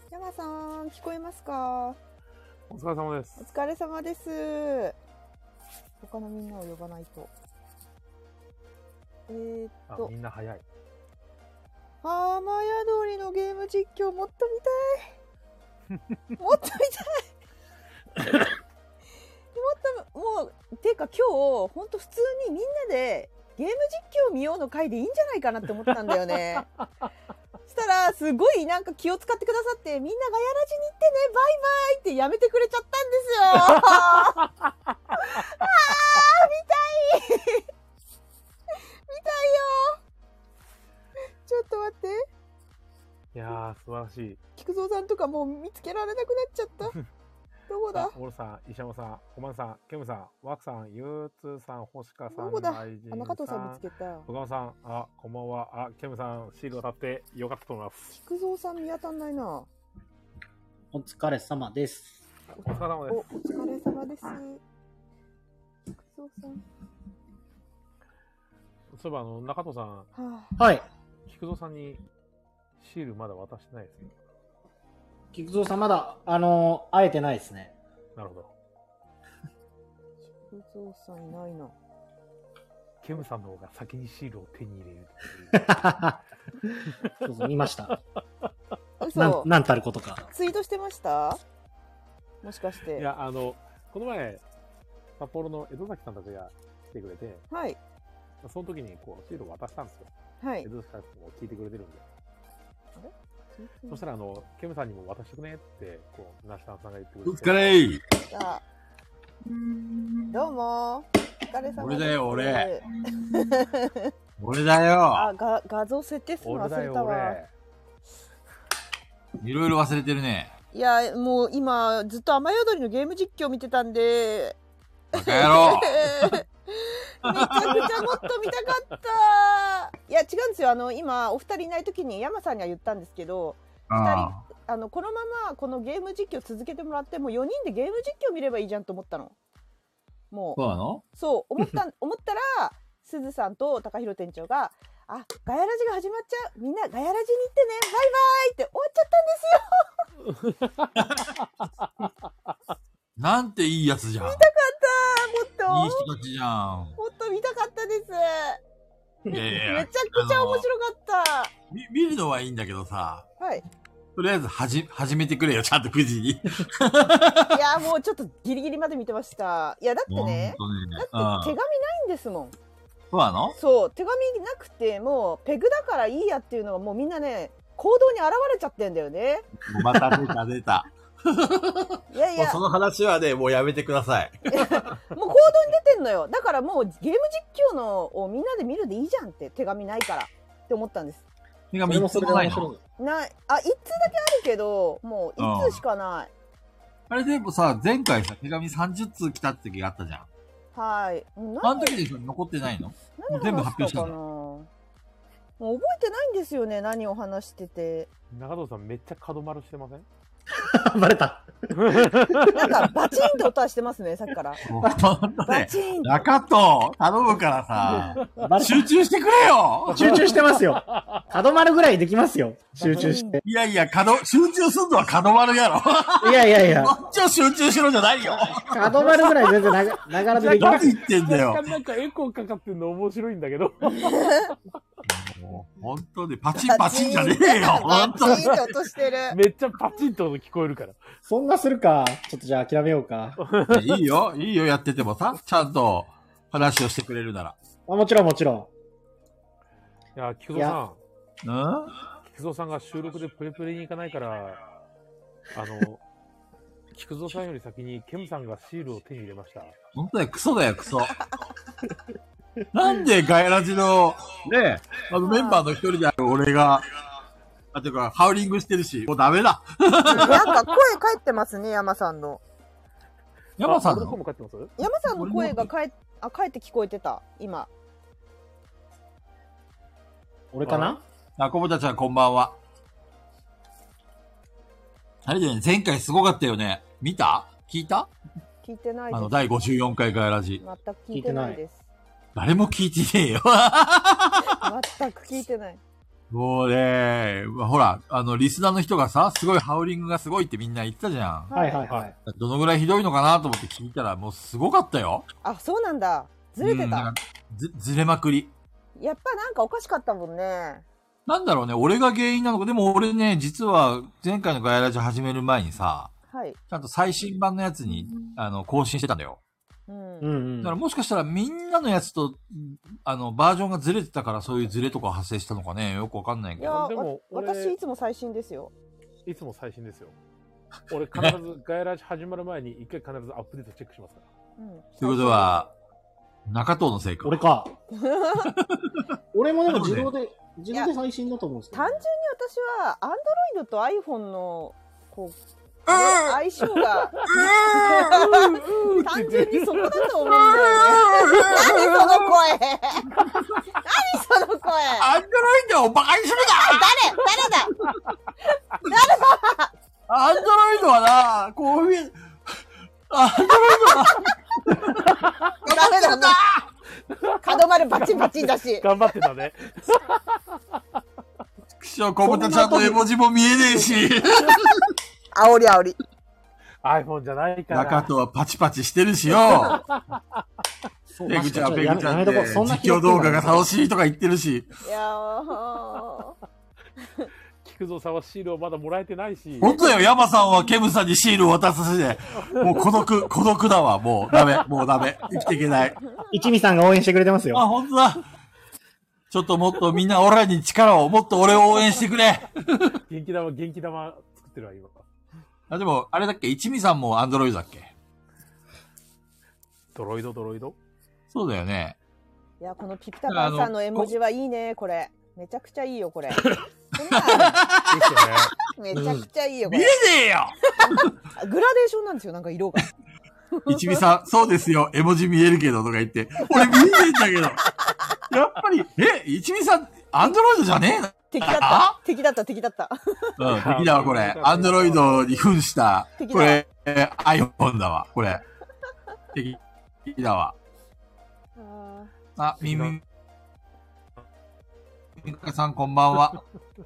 山さん、聞こえますか？ お疲れ様です。 お疲れ様です。他のみんなを呼ばないと。 みんな早い。 雨宿りのゲーム実況もっと見たい。もっと見たい。もう、てか今日、ほんと普通にみんなでゲーム実況見ようの回でいいんじゃないかなって思ったんだよね。したら、すごいなんか気を使ってくださって、みんなガヤラジに行ってね、バイバイってやめてくれちゃったんですよ。見たい。見たいよ。ちょっと待って。 いやー、素晴らしい。 菊蔵さんとかもう見つけられなくなっちゃった。どこだ？ オルさん、石山さん、コマンさん、ケムさん、ワクさん、ユーツさん、星香さん、 どこだ？ 大臣さん、 中藤さん見つけた。 小川さん、こんばんは。ケムさん、シール渡ってよかったと思います。 菊蔵さん見当たんないな。 お疲れ様です。 お疲れ様です。 お疲れ様です。菊蔵さん。 そういえば、中藤さん、 はい。 菊蔵さんにシールまだ渡してないですね。 菊蔵さんまだ、会えてないですね。 なるほど。 菊蔵さんいないな。 ケムさんの方が先にシールを手に入れるっていう。 そうそう、見ました。 嘘。 なんたることか。 ツイートしてました？もしかして。 いや、この前、札幌の江戸崎さんたちが来てくれて、 はい。 その時にこうシールを渡したんですよ。 はい。 江戸崎さんも聞いてくれてるんで。 あれ？ そしたらケムさんにも渡してくねって、こう、ナシタンさんが言ってくれて。 お疲れー。 どうも。お疲れ様です。 俺だよ、俺。俺だよ。 画像設定するの忘れたわ。 いろいろ忘れてるね。 いや、もう今、ずっと雨宿りのゲーム実況見てたんで。 バカ野郎。 めちゃくちゃもっと見たかった。いや、違うんですよ。今、お二人いない時に山さんには言ったんですけど、二人、このままこのゲーム実況続けてもらって、もう4人でゲーム実況見ればいいじゃんと思ったの。もう。 そうなの？ そう、思ったら、すずさんと高弘店長が、ガヤラジが始まっちゃう。みんなガヤラジに行ってね。バイバイって終わっちゃったんですよ。 なんていいやつじゃん。 見たかった。もっと。 いい人たちじゃん。 もっと見たかったです。 いやいやめちゃくちゃ面白かった。 見るのはいいんだけどさ。 はい。 とりあえず始めてくれよ、ちゃんと9時に。いや、もうちょっとギリギリまで見てました。いや、だってね、だって手紙ないんですもん。 そうなの？そう、 手紙なくて、もうペグだからいいやっていうのがもうみんなね、行動に現れちゃってんだよね。 また出た。 いやいや、 もうその話はね、もうやめてください。 もう行動に出てんのよ。だからもうゲーム実況のをみんなで見るでいいじゃんって、手紙ないからって思ったんです。 手紙1つもないの？ ない。1通だけあるけど、もう1通しかない。 あれでもさ、前回さ、手紙30通来たって時があったじゃん。 はい。 あの時で残ってないの？もう全部発表したの？ もう覚えてないんですよね、何を話してて。 中藤さんめっちゃ角丸してません？ バレた。 なんかバチンと音はしてますね、さっきから。 バチン。中藤、頼むからさ、集中してくれよ。 集中してますよ。角丸ぐらいできますよ。集中して。 いやいや、集中すんのは角丸やろ。 いやいやいや。 こっちを集中しろじゃないよ。 角丸ぐらい全然ながらでできます。 何言ってんだよ。 なんかエコーかかってんの面白いんだけど。 もう本当にパチンパチンじゃねえよ。本当に。 パチンって音してる。 めっちゃパチンと聞こえるから。 そんなするか。ちょっとじゃあ諦めようか。 いいよ、やっててもさ、ちゃんと話をしてくれるなら。 もちろんもちろん。いや、菊蔵さん。菊蔵さんが収録でプレプレに行かないから、菊蔵さんより先にケムさんがシールを手に入れました。 本当だよ、クソだよ、クソ。なんでガヤラジの、ね、メンバーの一人である俺が、ていうか、ハウリングしてるし、もうダメだ。 なんか声返ってますね、山さんの。 山さんの声も返ってます？ 山さんの声が返って聞こえてた、今。 俺かな？ 小豚ちゃんこんばんは。あれだよね、前回すごかったよね。見た？聞いた？ 聞いてないです。 第54回ガヤラジ。 全く聞いてないです。 誰も聞いてねえよ。 全く聞いてない。 もうね、ほら、リスナーの人がさ、すごいハウリングがすごいってみんな言ってたじゃん。 はいはいはい。 どのぐらいひどいのかなと思って聞いたら、もうすごかったよ。 あ、そうなんだ。ずれてた。 なんかずれまくり。 やっぱなんかおかしかったもんね。 なんだろうね、俺が原因なのか。でも俺ね、実は前回のガヤラジ始める前にさ、 はい。 ちゃんと最新版のやつに、更新してたんだよ。 うんだからもしかしたらみんなのやつと、バージョンがずれてたからそういうずれとか発生したのかね。よくわかんないけど。 いや、 でも私いつも最新ですよ。 いつも最新ですよ。俺必ずガヤラジ始まる前に一回必ずアップデートチェックしますから。 ということは、中藤のせいか。 俺か。俺もでも自動で最新だと思うんですけど。 単純に私は Android と iPhone のこう相性が単純にそこだと思うんだよね。何その声。何その声。 アンドロイドをバカにする誰だアンドロイドはな、こういうアンドロイドはダメだもう。角丸バチンバチンだし。 頑張ってたね。 くしょ、小豚ちゃんの絵文字も見えねえし。 煽り煽り。 iPhone じゃないから。 中藤はパチパチしてるしよ。ペグちゃんって実況動画が楽しいとか言ってるし。 いやー。 菊蔵さんはシールをまだもらえてないし。 本当よ、山さんはケムさんにシールを渡させて、もう孤独だわ、もうダメ。生きていけない。 一味さんが応援してくれてますよ。 あ、本当だ。ちょっともっとみんな俺らに力を、もっと俺を応援してくれ。 元気玉作ってるわ、今。 あ、でも、あれだっけ、一味さんもアンドロイドだっけ。 ドロイドそうだよね。 いや、このピピタパンさんの絵文字はいいね、これ。めちゃくちゃいいよ、これ。 いいっすよめちゃくちゃいいよ、こ見えれ。 ねえよグラデーションなんですよ、なんか色が。 一味さん、そうですよ、絵文字見えるけどとか言って、俺見えねえんだけど。やっぱり、一味さん、アンドロイドじゃねえの。 敵だった。敵だった。 敵だわ、これ。アンドロイドに扮した、これ、iPhone だわ、これ。敵だわ。あ、みかさんこんばんは。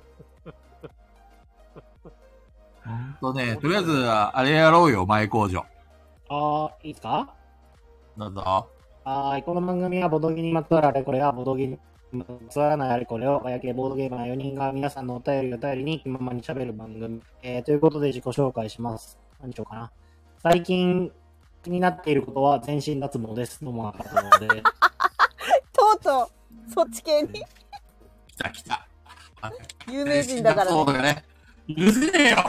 ほんとね、とりあえず、あれやろうよ、前工場。 いいですか？ どうぞ。 この番組はボドゲにまつわるあれこれやボドゲにまつわらないあれこれを、やけボードゲーマー4人が皆さんのお便りを頼りに気ままに喋る番組。ということで自己紹介します。何しようかな。最近気になっていることは全身脱毛です。どうも中藤で。 とうとう、そっち系に。 来た。 有名人だからね。 そうだね。許せねえよ。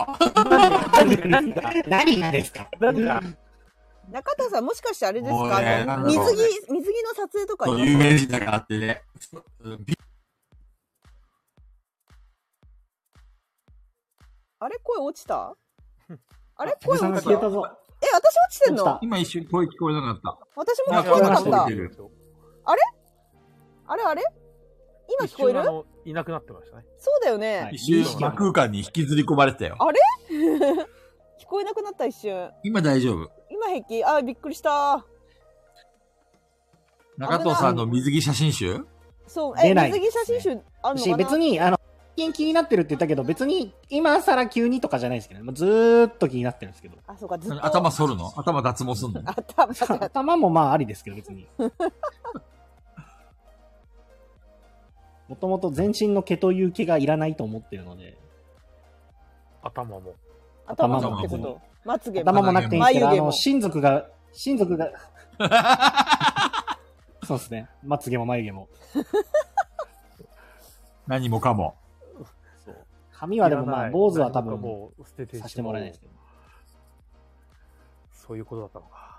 何がですか？ 中藤さん、もしかしてあれですか、 ね、 水着の撮影とか有名人だからってね。 あれ声落ちた？あれ声落ちた？ 消えたぞ。 私落ちてんの？ 今一瞬声聞こえなかった。 私も聞こえなかった。あれ今聞こえる？ いなくなってましたね。 そうだよね。 一瞬真空間に引きずり込まれてたよ。 あれ聞こえなくなった一瞬。 今大丈夫。 今平気？びっくりした。 中藤さんの水着写真集？ そう、水着写真集あるのかな？ 別に、気になってるって言ったけど、別に今更急にとかじゃないですけど、ずーっと気になってるんですけど。 そうか、ずっと。 頭剃るの？頭脱毛すんの？ 頭もまあありですけど、別に。もともと全身の毛という毛がいらないと思ってるので。 頭もってこと。まつげも。 頭もなくていいんですけど、親族が、そうですね。まつげも眉毛も。 何もかも。 そう。髪はでもまあ、坊主は多分、させてもらえないですけど。 そういうことだったのか。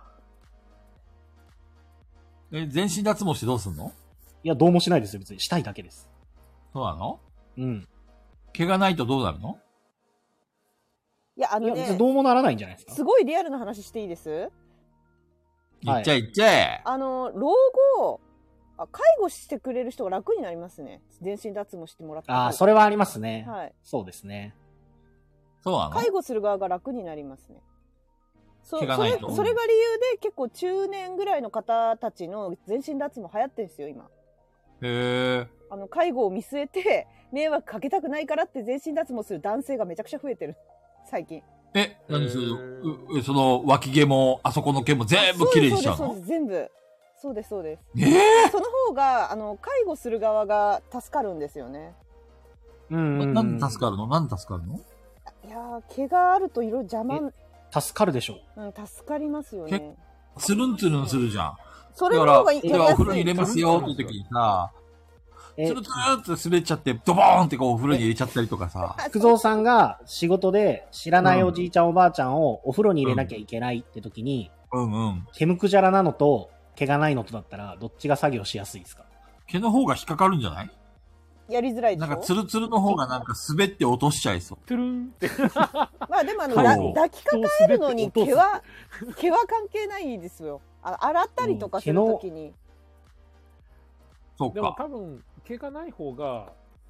全身脱毛してどうすんの？ いや、どうもしないですよ、別に。したいだけです。 そうなの？ うん。 毛がないとどうなるの？ いや、ね、 どうもならないんじゃないですか。 すごいリアルな話していいです？ 言っちゃえ。 老後、介護してくれる人が楽になりますね。全身脱毛してもらった。 それはありますね。 はい。 そうですね。 そうなの？ 介護する側が楽になりますね。それが理由で結構中年ぐらいの方たちの全身脱毛流行ってるんですよ、今。 へー。 介護を見据えて、迷惑かけたくないからって全身脱毛する男性がめちゃくちゃ増えてる。最近。 何するその脇毛も、あそこの毛も全部綺麗にしちゃうの？ そうです、全部。そうです、そうです。その方が、介護する側が助かるんですよね。 なんで助かるの？ いやー、毛があると色邪魔。 助かるでしょ。 助かりますよね。 つるんつるんするじゃん。 それの方がいい。 ではお風呂に入れますよって時にさ、つるつるって滑っちゃって、ドボーンってこうお風呂に入れちゃったりとかさ。 菊蔵さんが仕事で知らないおじいちゃんおばあちゃんをお風呂に入れなきゃいけないって時に、毛むくじゃらなのと毛がないのとだったら、どっちが作業しやすいですか？ 毛の方が引っかかるんじゃない？ やりづらいでしょ？ なんかツルツルの方がなんか滑って落としちゃいそう。 トゥルンって。 まあでも抱きかかえるのに毛は関係ないですよ。洗ったりとかするときに。 そうか。 でも多分、毛がない方が、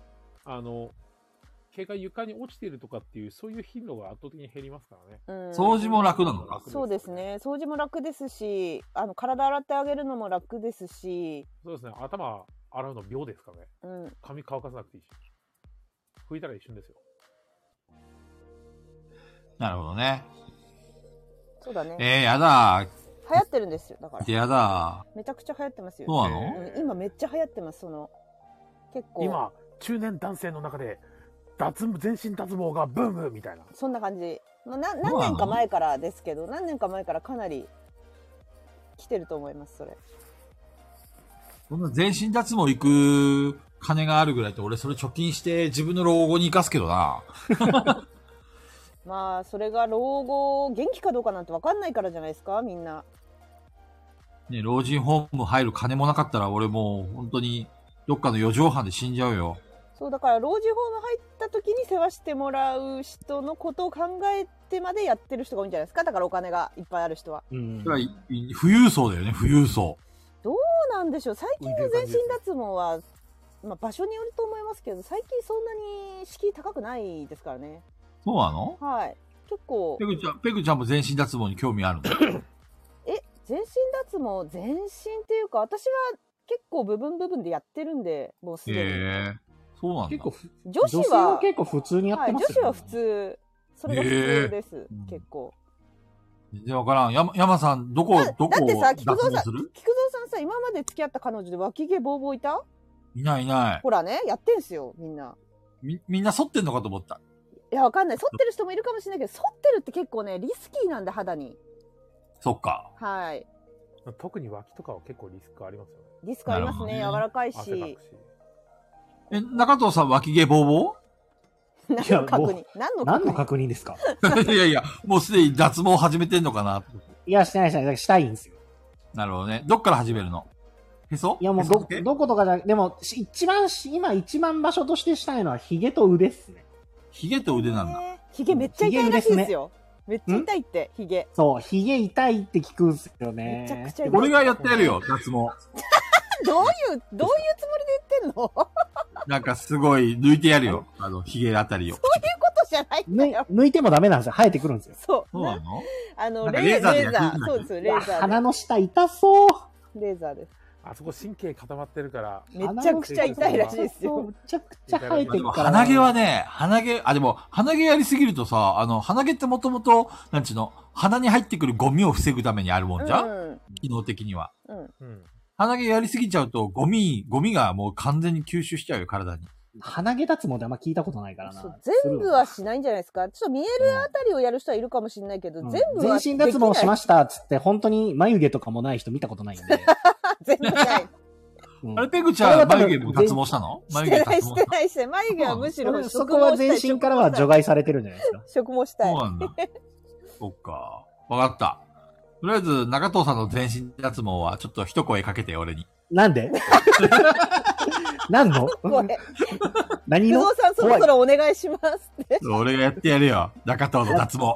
毛が床に落ちているとかっていう、そういう頻度が圧倒的に減りますからね。 掃除も楽なのか？ そうですね。掃除も楽ですし、体洗ってあげるのも楽ですし。 そうですね。頭洗うの秒ですからね。髪乾かさなくていいし。拭いたら一瞬ですよ。 なるほどね。 そうだね。 やだ。 流行ってるんですよ。だから。 やだ。 めちゃくちゃ流行ってますよ。 そうなの？ 今めっちゃ流行ってます。結構。 今、中年男性の中で、全身脱毛がブームみたいな。 そんな感じ。何年か前からですけど、何年か前からかなり来てると思います、それ。 そんな全身脱毛行く金があるぐらいって俺それ貯金して自分の老後に生かすけどな。 まあ、それが老後、元気かどうかなんて分かんないからじゃないですか、みんな。 ね、老人ホーム入る金もなかったら俺もう本当にどっかの4畳半で死んじゃうよ。 そう、だから老人ホーム入った時に世話してもらう人のことを考えてまでやってる人が多いんじゃないですか。だからお金がいっぱいある人は。 それは富裕層だよね、富裕層。 どうなんでしょう。最近の全身脱毛は、まあ場所によると思いますけど、最近そんなに敷居高くないですからね。 そうなの？ はい。結構。 ペグちゃんも全身脱毛に興味あるの？ 全身脱毛、全身っていうか、私は結構部分でやってるんで、もうすでに。 そうなんだ。 結構、 女子は結構普通にやってますよね。 女子は普通。それが普通です。結構。 全然わからん。山さん、どこだってさ、菊蔵さんさ、今まで付き合った彼女で脇毛ボーボーいた？ いないいない。 ほらね、やってんすよ、みんな。 みんな剃ってんのかと思った。 いや、わかんない。剃ってる人もいるかもしれないけど、剃ってるって結構ね、リスキーなんで、肌に。 そっか。 はい。 特に脇とかは結構リスクありますよね。 リスクありますね。柔らかいし。 中藤さん脇毛ボーボー？ 何の確認ですか？ いやいや、もうすでに脱毛始めてんのかな。 いや、してない。したいんですよ。 なるほどね。どっから始めるの？へそ？ いやもうどことかじゃなくて、でも、今一番場所としてしたいのは髭と腕っすね。 髭と腕なんだ。 髭めっちゃ痛いらしいですよ。めっちゃ痛いって、髭。 そう、髭痛いって聞くんすよね。 めちゃくちゃ痛い。 俺がやってやるよ、脱毛。 どういうつもりで言ってんの？ なんかすごい抜いてやるよ。髭あたりを。 そういうことじゃないんだよ。 抜いてもダメなんですよ。生えてくるんですよ。 そうなの？ レーザー。そうですよ、レーザー。 鼻の下痛そう。 レーザーです。 あそこ神経固まってるから。 めちゃくちゃ痛いらしいですよ。 めちゃくちゃ生えてるから。 鼻毛はね、でも、鼻毛やりすぎるとさ、鼻毛ってもともと、なんちゅうの、鼻に入ってくるゴミを防ぐためにあるもんじゃん？機能的には。鼻毛やりすぎちゃうと、ゴミがもう完全に吸収しちゃうよ、体に。 鼻毛脱毛であんま聞いたことないからな。 全部はしないんじゃないですか。ちょっと見えるあたりをやる人はいるかもしれないけど、全部は全身脱毛しましたっつって、本当に眉毛とかもない人見たことないんで。 全部ない。 あれ、ペグちゃん、眉毛も脱毛したの？ してない。眉毛はむしろそこは全身からは除外されてるんじゃないですか。 植毛したい。 そうなんだ。そっか。わかった。とりあえず、中藤さんの全身脱毛は、ちょっと一声かけて、俺に。 なんで？何の？何の？ 工藤さんそろそろお願いしますって。 俺がやってやるよ。中藤の脱毛。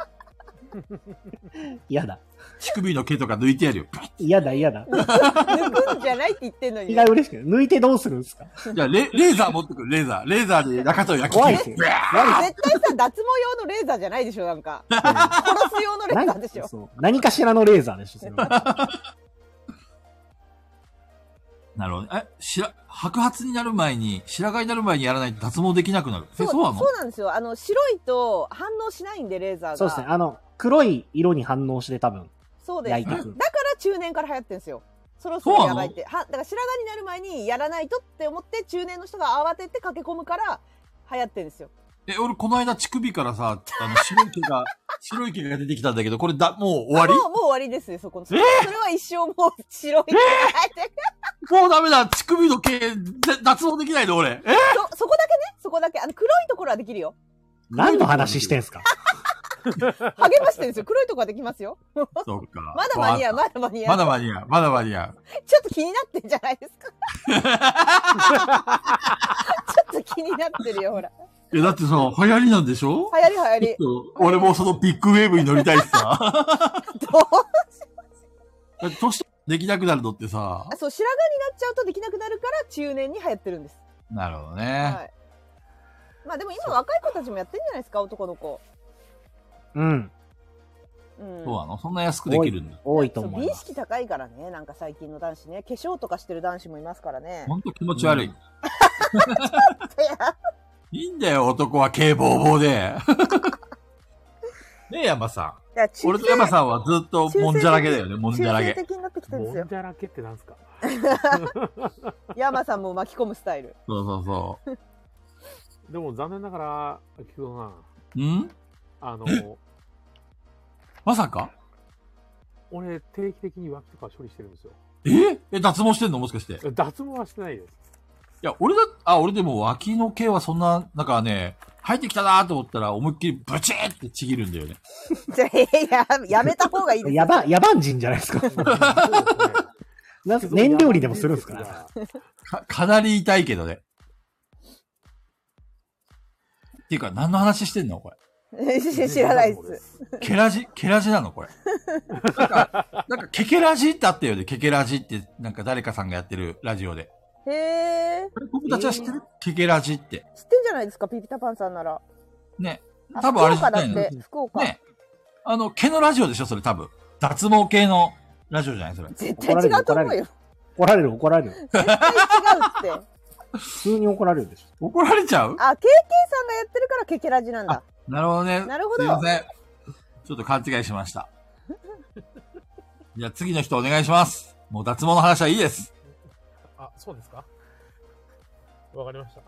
嫌だ。 乳首の毛とか抜いてやるよ。 嫌だ。 抜くんじゃないって言ってんのに。 気が嬉しく抜いてどうするんですか？ じゃあ、レーザー持ってくる、レーザーで中藤焼き。 怖いっすよ。 絶対さ、脱毛用のレーザーじゃないでしょ、なんか。殺す用のレーザーでしょ。 何かしらのレーザーでしょ、それは。 なるほど。白髪になる前に、白髪になる前にやらないと脱毛できなくなる。そうなの？ そうなんですよ。白いと反応しないんで、レーザーが。 そうですね。黒い色に反応して多分。 そうです。だから中年から流行ってるんですよ。そろそろやばいって。だから白髪になる前にやらないとって思って、中年の人が慌てて駆け込むから流行ってるんですよ。 俺、この間乳首からさ、白い毛が出てきたんだけど、これもう終わり？もう終わりですよ、そこ。それは一生もう白い毛が生えて。 もうダメだ、乳首の毛、脱毛できないの俺。 そこだけね、そこだけ。黒いところはできるよ。 何の話してんすか？ 励ましてるんですよ。黒いとこはできますよ。 そっか。 まだ間に合う。 まだ間に合う。 ちょっと気になってんじゃないですか。ちょっと気になってるよ、ほら。 だってさ、流行りなんでしょ？ 流行り。 俺もそのビッグウェーブに乗りたいしさ。どうし年できなくなるのってさ。 そう、白髪になっちゃうとできなくなるから中年に流行ってるんです。 なるほどね。はい。 まあでも今若い子たちもやってんじゃないですか、男の子。 うん。 そうなの？そんな安くできるんだ。 多いと思う。 美意識高いからね、なんか最近の男子ね。化粧とかしてる男子もいますからね。 ほんと気持ち悪い。いいんだよ、男は毛ボーボーで。ねえ、山さん。俺と山さんはずっともんじゃらけだよね、もんじゃらけ。 中性的になってきてるんですよ。 もんじゃらけってなんすか？ 山さんも巻き込むスタイル。 そう。 でも残念ながら、菊蔵さん。 まさか俺、定期的に脇とか処理してるんですよ。 脱毛してんのもしかして。 脱毛はしてないです。 いや、俺でも脇の毛はそんな、なんかね、生えてきたなーと思ったら思いっきりブチーってちぎるんだよね。 やめた方がいいですよ。 野蛮人じゃないですか。燃料にでもするんですか？ かなり痛いけどね。っていうか、何の話してんのこれ。 知らないです。 ケラジなのこれ。なんか、ケケラジってあったよね。ケケラジって、なんか誰かさんがやってるラジオで。 へー。 僕たちは知ってる？ケケラジって。 知ってんじゃないですか、ピピタパンさんなら。 ね。多分あれ知ってないの。 福岡。 ね。毛のラジオでしょそれ多分。脱毛系のラジオじゃないそれ。 絶対違うと思うよ。 怒られる。絶対違うって。普通に怒られるでしょ。 怒られちゃう？ KK さんがやってるからケケラジなんだ。 なるほどね。 なるほど。 すいません。ちょっと勘違いしました。じゃあ次の人お願いします。もう脱毛の話はいいです。 そうですか？わかりました。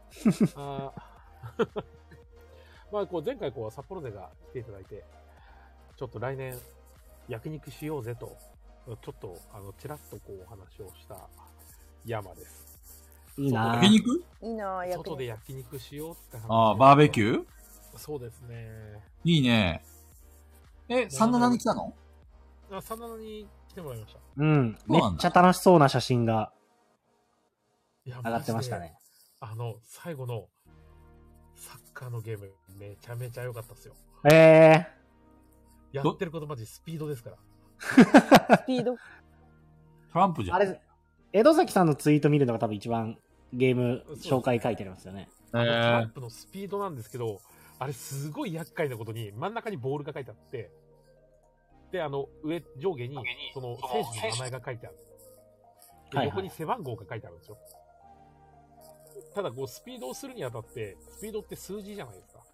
まあ、前回札幌勢が来ていただいて、ちょっと来年焼肉しようぜと、ちょっとちらっとお話をした山です。 いいな焼肉？ いいなぁ、 外で焼肉しようって話。 バーベキュー？ そうですね。 いいね。37に来たの ？37に来てもらいました。 うん。めっちゃ楽しそうな写真が上がってましたね。 最後のサッカーのゲームめちゃめちゃ良かったっすよ。 やってることマジスピードですから。 スピード？ トランプじゃん。 あれ、江戸崎さんのツイート見るのが多分一番ゲーム紹介書いてありますよね。 トランプのスピードなんですけど、あれすごい厄介なことに真ん中にボールが書いてあって、で、上下にその選手の名前が書いてある。で、横に背番号が書いてあるんですよ。ただスピードをするにあたって、スピードって数字じゃないですか。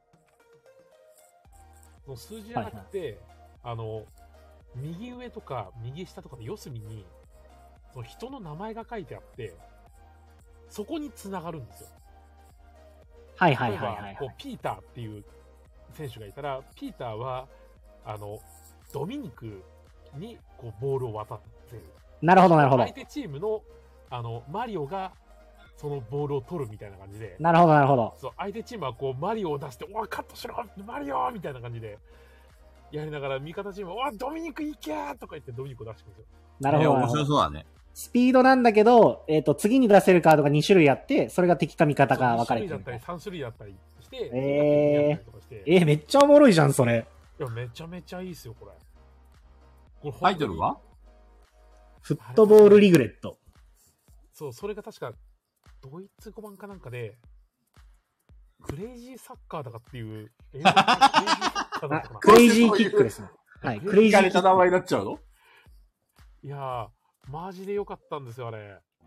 その数字じゃなくて、右上とか右下とかの四隅に、その人の名前が書いてあって、そこに繋がるんですよ。例えば、ピーターっていう選手がいたら、ピーターは、ドミニクにボールを渡せる。 なるほど。 相手チームの、マリオが、そのボールを取るみたいな感じで。 なるほど。 そう、相手チームはマリオを出して、カットしろマリオみたいな感じで、やりながら、味方チームは、ドミニク行けーとか言ってドミニクを出してくるんですよ。 なるほど。 面白そうだね。 スピードなんだけど、次に出せるカードが2種類あって、それが敵か味方か分かれてる。 2種類だったり、3種類だったりして、 めっちゃおもろいじゃん、それ。 いや、めちゃめちゃいいっすよ、これ。 タイトルは？ フットボールリグレット。 そう、それが確か、ドイツ語版かなんかで、クレイジーサッカーだかっていう、 クレイジーキックですね。はい、 クレイジーキック。名前になっちゃうの？ いやー、マジで良かったんですよ、あれ。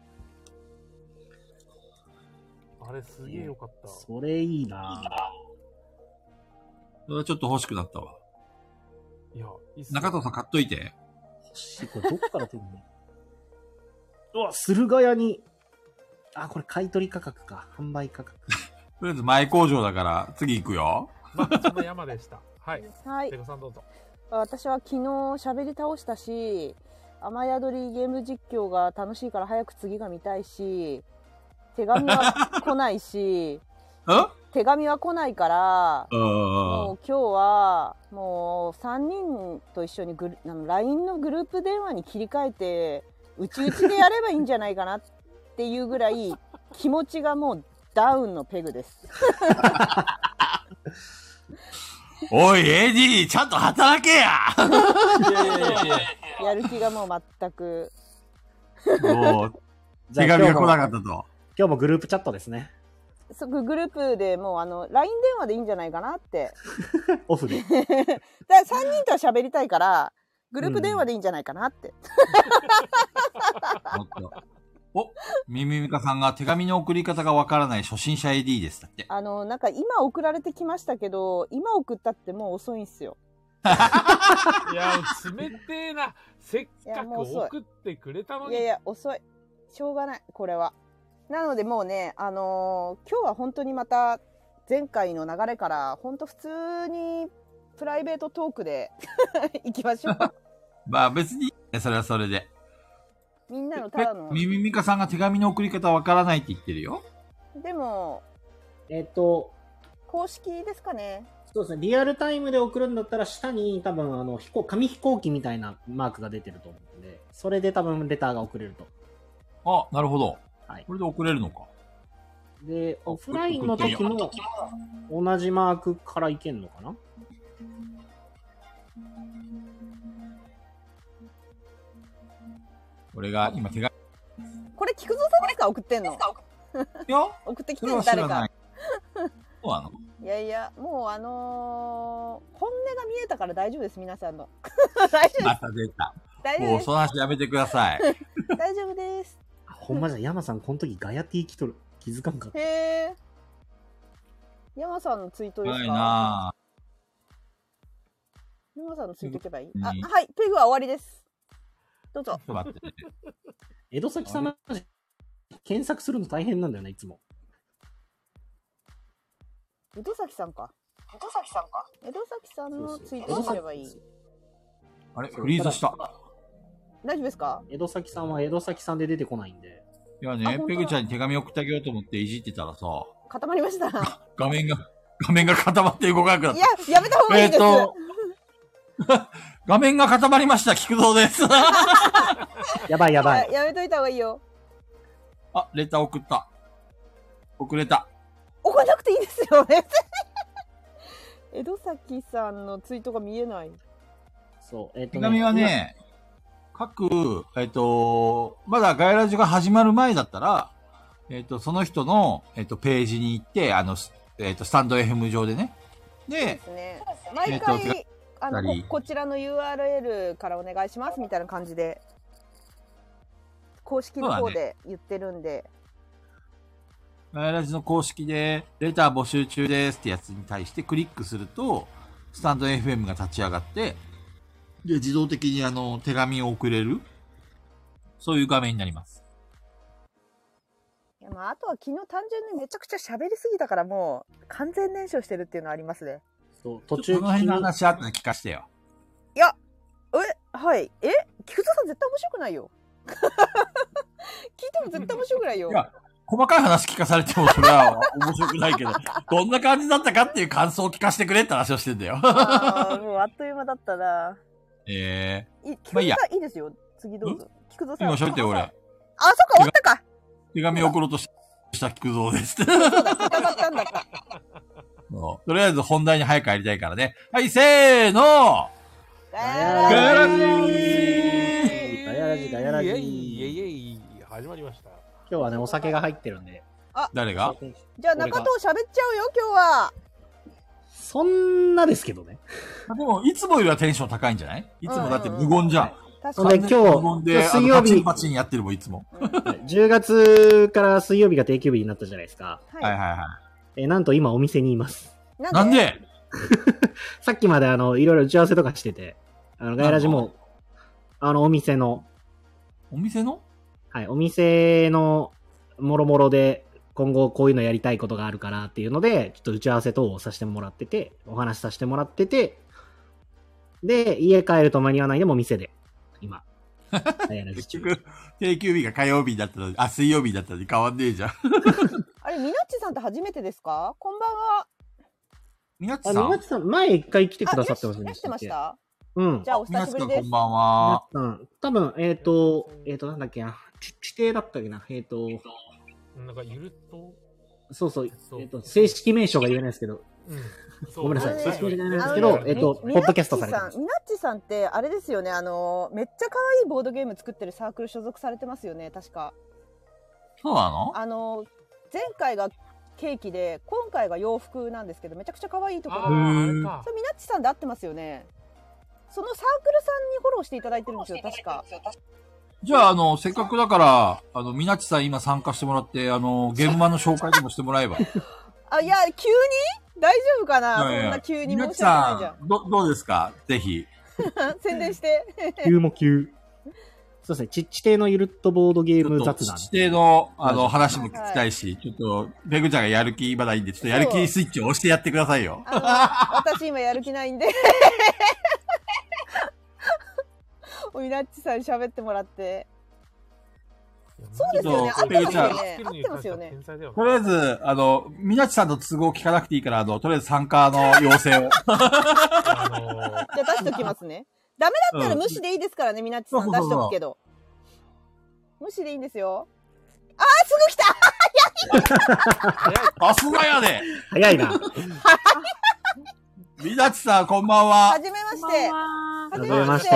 あれすげえよかった。 それいいなそれはちょっと欲しくなったわ。 いや、いいっすね。 中藤さん買っといて。 欲しい。これどっから手にね。うわ、駿河屋に。あ、これ買い取り価格か。販売価格。 とりあえず前工場だから次行くよ。 まあ、そんな山でした。はい。 はい。 ペコさんどうぞ。 私は昨日喋り倒したし、雨宿りゲーム実況が楽しいから早く次が見たいし、手紙は来ないし、手紙は来ないから、もう今日はもう3人と一緒にLINE のグループ電話に切り替えて、うちうちでやればいいんじゃないかなっていうぐらい気持ちがもうダウンのペグです。 おい、AD、ちゃんと働けややる気がもう全く。 もう、手紙が来なかったと。 今日もグループチャットですね。 グループでもうLINE 電話でいいんじゃないかなって。 オフで。 だから3人とは喋りたいから、グループ電話でいいんじゃないかなって。 お、みみみかさんが手紙の送り方がわからない初心者 AD ですだって。 なんか今送られてきましたけど、今送ったってもう遅いんすよ。 いや、冷てえな。せっかく送ってくれたのに。 いや、遅い。しょうがない、これは。なのでもうね、今日は本当にまた前回の流れから本当普通にプライベートトークで行きましょう。 まあ別に、それはそれで。 みんなのただの。 みみみかさんが手紙の送り方わからないって言ってるよ。 でも、公式ですかね。 そうですね。リアルタイムで送るんだったら下に多分紙飛行機みたいなマークが出てると思うんで、それで多分レターが送れると。 あ、なるほど。 はい。 これで送れるのか。 で、オフラインの時も同じマークからいけんのかな？ 俺が今手紙。 これ菊蔵さんですか？送ってんの？ いや、 送ってきてる誰か。 そうなの？ いやいや、もう本音が見えたから大丈夫です、皆さんの。大丈夫です。 また出た。 大丈夫です。 もうその話やめてください。 大丈夫です。 ほんまじゃ、山さんこの時ガヤティ来とる。気づかんかった。 へー。山さんのツイートですか？ ないなぁ。山さんのツイートいけばいい？あ、はい、ペグは終わりです。どうぞ。 ちょっと待ってね。 江戸崎さんの検索するの大変なんだよね、いつも。 江戸崎さんか。江戸崎さんのツイートすればいい。 あれフリーズした。 大丈夫ですか？ 江戸崎さんは江戸崎さんで出てこないんで。 いやね、ペグちゃんに手紙送ってあげようと思っていじってたらさ。 固まりました。 画面が固まって動かなくなった。 いや、やめた方がいいです。 画面が固まりました、菊蔵です。 やばい。 やめといた方がいいよ。 あ、レター送った。遅れた。 送らなくていいですよ、別に。江戸崎さんのツイートが見えない。 そう、 手紙はね、まだガヤラジが始まる前だったら、その人の、ページに行って、スタンド FM 上でね。で、 そうですね、毎回、こちらの URL からお願いしますみたいな感じで、公式の方で言ってるんで。 ガヤラジの公式で、レター募集中ですってやつに対してクリックすると、スタンド FM が立ち上がって、で、自動的に手紙を送れる、そういう画面になります。 いや、まあ、あとは昨日単純にめちゃくちゃ喋りすぎたからもう、完全燃焼してるっていうのはありますね。 そう、途中この辺の話あったら聞かしてよ。 いや、はい。菊田さん絶対面白くないよ。聞いても絶対面白くないよ。 いや、細かい話聞かされてもそれは面白くないけど、どんな感じだったかっていう感想を聞かせてくれって話をしてんだよ。 もうあっという間だったな。菊蔵さん、いいですよ。次どうぞ。菊蔵さん。 今喋ってよ、俺。 そっか、終わったか。 手紙送ろうとした菊蔵です。 そうだ、固まったんだった。 とりあえず本題に早く入りたいからね。はい、せーのガヤラジ始まりました。 今日はね、お酒が入ってるんで。 誰が？ じゃあ中藤喋っちゃうよ、今日は。 そんなですけどね。 でも、いつもよりはテンション高いんじゃない？いつもだって無言じゃん。 確かに。 今日、水曜日。 パチンやってるもん、いつも。 10月から水曜日が定休日になったじゃないですか。 はいはいはい。 なんと今お店にいます。 なんでさっきまでいろいろ打ち合わせとかしてて、ガイラジも、お店の。 お店の？ はい、お店の、もろもろで、今後こういうのやりたいことがあるからっていうので、ちょっと打ち合わせ等をさせてもらってて、お話しさせてもらってて、で、家帰ると間に合わないでも店で、今。 結局、定休日が火曜日だったのに、水曜日だったのに変わんねえじゃん。 あれ、みなっちさんって初めてですか？こんばんは。 みなっちさん？ みなっちさん、前一回来てくださってますね。 来てました？ うん。 じゃあ、お久しぶりです。 こんばんは。 多分、なんだっけな。地底だったっけな。 なんか、ゆるっと。 そうそう。正式名称が言えないですけど。ごめんなさい。正式名称が言えないですけど、ポッドキャストされてます。 みなっちさんって、あれですよね。めっちゃ可愛いボードゲーム作ってるサークル所属されてますよね。確か。 そうなの？ 前回がケーキで、今回が洋服なんですけど、めちゃくちゃ可愛いところが。それみなっちさんで合ってますよね。そのサークルさんにフォローしていただいてるんですよ、確か。 じゃあ、せっかくだから、みなっちさん今参加してもらって、現場の紹介でもしてもらえば。 いや、急に大丈夫かな？そんな急に申し訳ないじゃん。 どうですか？ぜひ。 宣伝して。 急も急。そうですね、地底のゆるっとボードゲーム雑談。 地底の、話も聞きたいし、ちょっと、ペグちゃんがやる気まだいいんで、ちょっとやる気スイッチを押してやってくださいよ。 私今やる気ないんで。みなっちさんに喋ってもらって。そうですよね。合ってますよね。 とりあえず、みなっちさんの都合聞かなくていいから、とりあえず参加の要請を。じゃあ出しときますね。ダメだったら無視でいいですからね、みなっちさん出しとくけど。無視でいいんですよ。すぐ来たさすがやで早いな。 みなっちさん、こんばんは。 はじめまして。 はじめまして。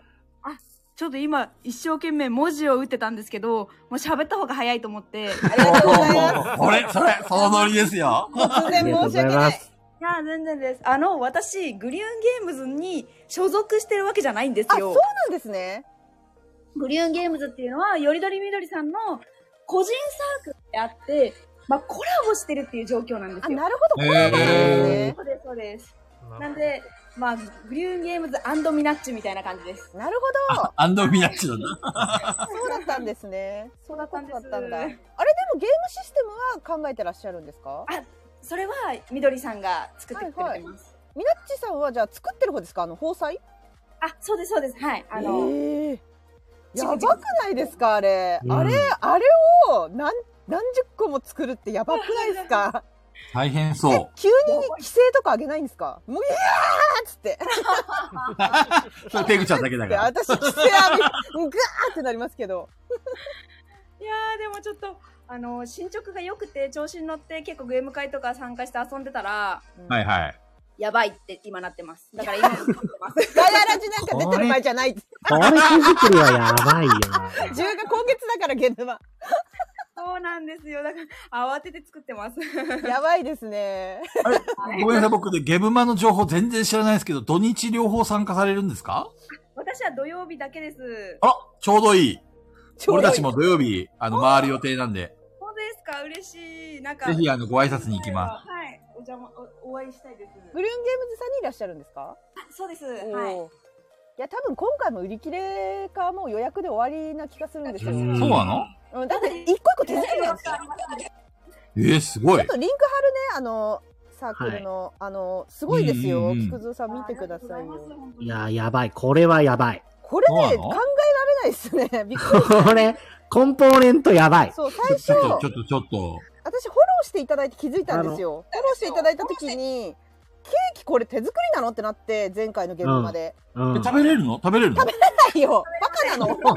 ちょっと今、一生懸命文字を打ってたんですけど、もう喋った方が早いと思って。 ありがとうございます。 そのノリですよ。 突然申し訳ない。 いや、全然です。私、グリューンゲームズに所属してるわけじゃないんですよ。 そうなんですね。 グリューンゲームズっていうのは、よりどりみどりさんの個人サークルであって、コラボしてるっていう状況なんですよ。 なるほど、コラボなんですね。 そうです。なんで、グリューンゲームズ&ミナッチみたいな感じです。 なるほど。 &ミナッチなんだ。 そうだったんですね。 そうだったんです。 あれ、でもゲームシステムは考えてらっしゃるんですか？ それはみどりさんが作ってくれてます。 みなっちさんはじゃあ作ってる方ですか？包材？ そうです、そうです。はい。 やばくないですかあれ。あれを何十個も作るってやばくないですか？ 大変そう。 急に規制とか上げないんですか？もう、いやーっつって。 それペグちゃんだけだから。 私、規制上げ、ぐわーってなりますけど。 いやー、でもちょっと、進捗が良くて、調子に乗って結構ゲーム会とか参加して遊んでたら、 はいはい。 やばいって今なってます。だから今も作ってます。 ガヤラジなんか出てる場合じゃない。これ手作りはやばいよ。 10が今月だからゲームは。 そうなんですよ。だから慌てて作ってます。 やばいですね。 ごめんなさい、僕でゲブマの情報全然知らないですけど、土日両方参加されるんですか？ 私は土曜日だけです。 ちょうどいい。俺たちも土曜日、回る予定なんで。 そうですか、嬉しい。なんか。 ぜひ、ご挨拶に行きます。 はい。お会いしたいです。 グリューンゲームズさんにいらっしゃるんですか？ そうです。はい。いや、多分今回も売り切れか、もう予約で終わりな気がするんですよ。そうなの？ だって一個一個手作りなんですよ。 すごい。 ちょっとリンク貼るね、サークルの、すごいですよ。菊蔵さん見てくださいよ。 いや、やばい。これはやばい。 これね、考えられないですね。びっくりした。 これ、コンポーネントやばい。 そう、最初。 ちょっと。 私、フォローしていただいて気づいたんですよ。フォローしていただいたときに、ケーキこれ手作りなのってなって、前回の現場まで。 食べれるの？食べれないよ。バカなの。 食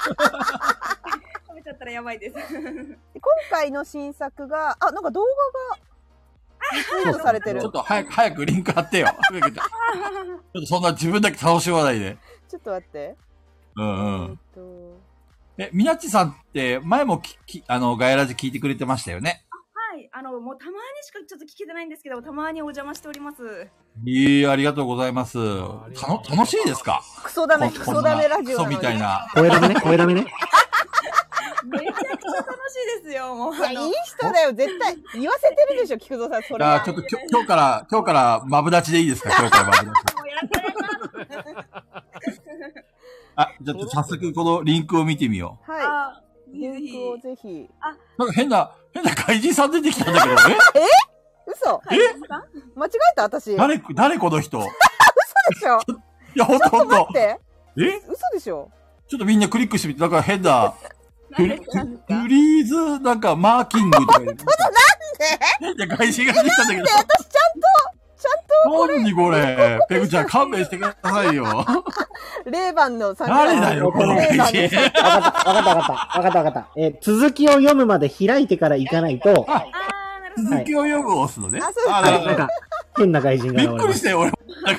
べちゃったらやばいです。 今回の新作が、なんか動画が、リツイートされてる。 ちょっと早くリンク貼ってよ。ちょっとそんな自分だけ楽しまないで。 ちょっと待って。 みなっちさんって、前もガヤラジ聞いてくれてましたよね。 はい。もうたまにしかちょっと聞けてないんですけど、たまにお邪魔しております。 ありがとうございます。楽しいですか？ クソダメラジオなのに。 クソみたいな。 声ダメね、声ダメね。 めちゃくちゃ楽しいですよ、もう。 いや、いい人だよ、絶対。言わせてるでしょ、菊蔵さん、それ。 ちょっと今日からマブダチでいいですか？今日からマブダチ。もうやってちょっと早速このリンクを見てみよう。はい。リンクをぜひ。 なんか変な怪人さん出てきたんだけど、 嘘間違えた私。 誰この人。 嘘でしょ。 いや、ほんと。 待って。嘘でしょ。 ちょっとみんなクリックしてみて、なんか変な、フリーズ、なんかマーキングとか。なんでいや、怪人が出てきたんだけど。 私ちゃんと。 何これ。ペグちゃん勘弁してくださいよ。 レーバンのさん。 誰だよ、この怪人。 わかった。続きを読むまで開いてから行かないと。 続きを読むを押すのね。 なんか、変な怪人が。 びっくりしたよ、俺。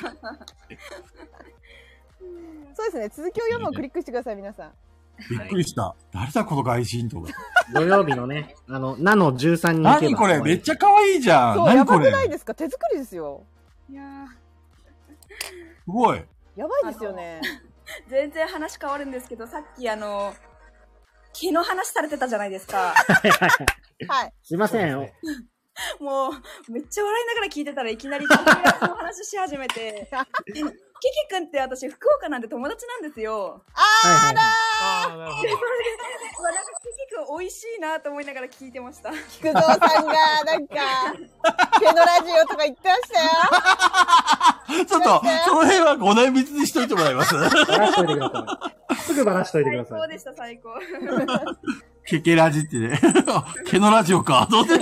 そうですね。続きを読むをクリックしてください、皆さん。 びっくりした。誰だ、この怪人とか。 土曜日のね、ナの13人。 何これ、めっちゃ可愛いじゃん。 そう、やばくないですか？手作りですよ。 いやすごい。 やばいですよね。 全然話変わるんですけど、さっき毛の話されてたじゃないですか。 はい。 すいません。 もう、めっちゃ笑いながら聞いてたらいきなり友達の話し始めて。キキくんって私、福岡なんで友達なんですよ。 なるほど。 なんかキキくん美味しいなと思いながら聞いてました。 菊蔵さんが、なんか、毛のラジオとか言ってましたよ。ちょっと、その辺はご内密にしといてもらいます。 ばらしといてください。すぐばらしといてください。 最高でした、最高。 毛ラジってね。毛のラジオか。どうせ。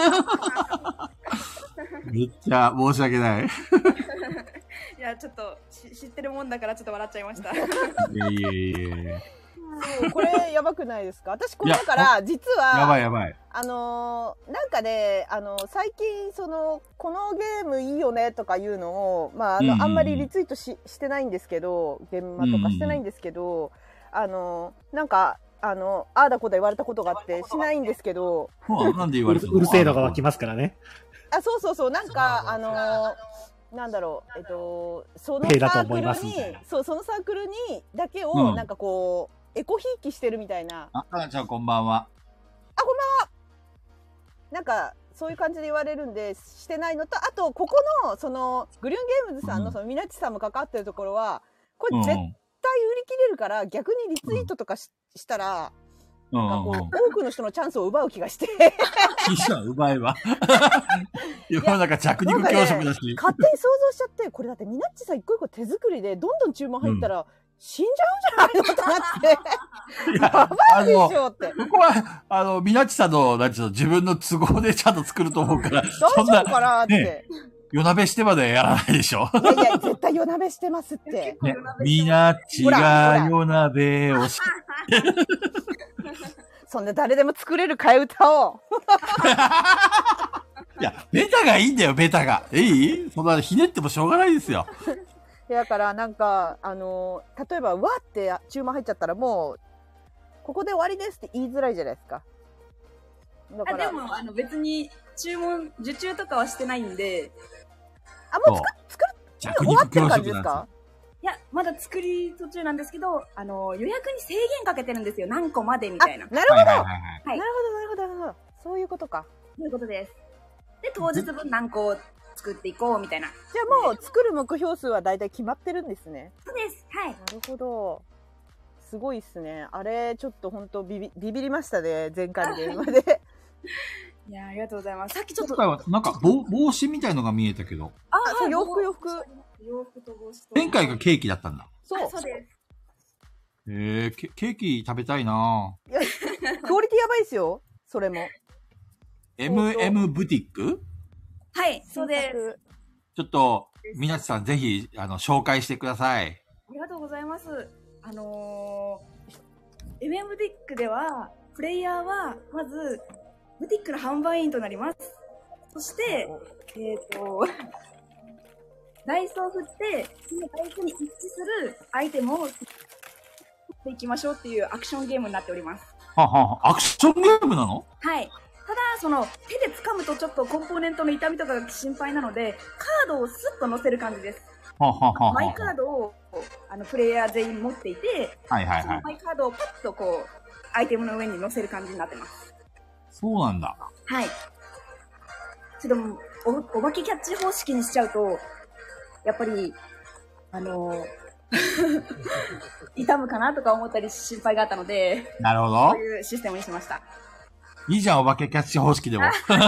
めっちゃ申し訳ない。 いや、ちょっと知ってるもんだからちょっと笑っちゃいました。 いえ。 これやばくないですか？私これだから実はやばい。 なんかね、最近このゲームいいよねとかいうのをあんまりリツイートしてないんですけど、現場とかしてないんですけど、なんかああだこだ言われたことがあってしないんですけど、 なんで言われたの？ うるせえのが湧きますからね。 そうなんかなんだろう、そのサークルにだけをなんかこうエコひいきしてるみたいな。 かなちゃんこんばんは。 こんばんは。なんかそういう感じで言われるんでしてないのと、あとここのグリュンゲームズさんのみなっちさんも関わってるところはこれ絶対売り切れるから、逆にリツイートとかしたらなんかこう多くの人のチャンスを奪う気がして。 奪えば。世の中着肉強食だし。 勝手に想像しちゃって、これだってみなっちさん一個一個手作りでどんどん注文入ったら、死んじゃうんじゃないのとなって。やばいでしょって。 ここは、みなっちさんの、自分の都合でちゃんと作ると思うから。 大丈夫かなって。 夜鍋してまでやらないでしょ。 いや、絶対夜鍋してますって。 みなっちが夜鍋をし。 そんな誰でも作れる替え歌を。 いや、ベタがいいんだよ、ベタが。いい？そんなひねってもしょうがないですよ。 だからなんか、例えば、わーって注文入っちゃったらもう、ここで終わりですって言いづらいじゃないですか。 だからでも、別に、受注とかはしてないんで。 もう作る終わってる感じですか？ いや、まだ作り途中なんですけど、予約に制限かけてるんですよ。何個までみたいな。 なるほど。なるほど。そういうことか。 そういうことです。で、当日分何個作っていこうみたいな。 じゃあもう作る目標数は大体決まってるんですね。 そうです。はい。 なるほど。すごいっすね。あれ、ちょっと本当ビビりましたね。前回のゲームで。 いや、ありがとうございます。さっきちょっと。 今回はなんか帽子みたいのが見えたけど。 そう、洋服。 洋服と帽子と。 前回がケーキだったんだ。 そうです。 ケーキ食べたいなぁ。 いや、クオリティやばいっすよ。それも。 MM ブティック？ はい、そうです。 ちょっと、みなちさんぜひ、紹介してください。 ありがとうございます。MM ブティックでは、プレイヤーは、まず、ブティックの販売員となります。そして、ダイスを振って、そのダイスに一致するアイテムを振っていきましょうっていうアクションゲームになっております。 アクションゲームなの？ はい。 ただ、その、手で掴むとちょっとコンポーネントの痛みとかが心配なので、カードをスッと乗せる感じです。マイカードを、プレイヤー全員持っていて、そのマイカードをパッとこう、アイテムの上に乗せる感じになってます。 そうなんだ。 はい。ちょっと、お化けキャッチ方式にしちゃうと、やっぱり、痛むかなとか思ったり心配があったので、 なるほど。 そういうシステムにしました。 いいじゃん、お化けキャッチ方式でも。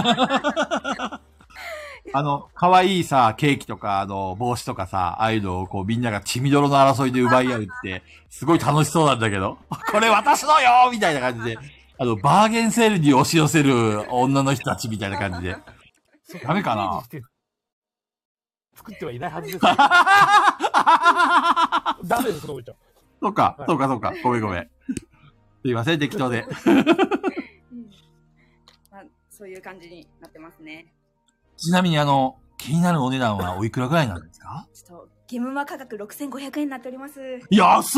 可愛いさ、ケーキとか、帽子とかさ、ああいうのをこうみんなが血みどろの争いで奪い合うって、すごい楽しそうなんだけど、これ私のよみたいな感じで、バーゲンセールに押し寄せる女の人たちみたいな感じで。ダメかな作ってはいないはずです。ダメです、そうか。ごめん。すいません、適当で。 そういう感じになってますね。 ちなみに気になるお値段はおいくらぐらいなんですか？ ちょっと、ゲームマ価格6500円になっております。 安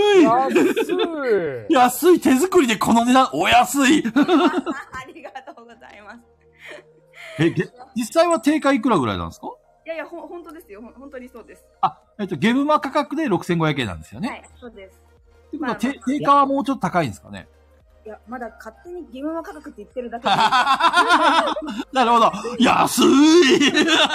い手作りでこの値段、お安いありがとうございます。 実際は定価いくらぐらいなんですか？ いや、本当ですよ。本当にそうです。 ゲームマ価格で6500円なんですよね。 はい、そうです。 定価はもうちょっと高いんですかね？ いや、まだ勝手にゲームマ価格って言ってるだけで。 なるほど。安い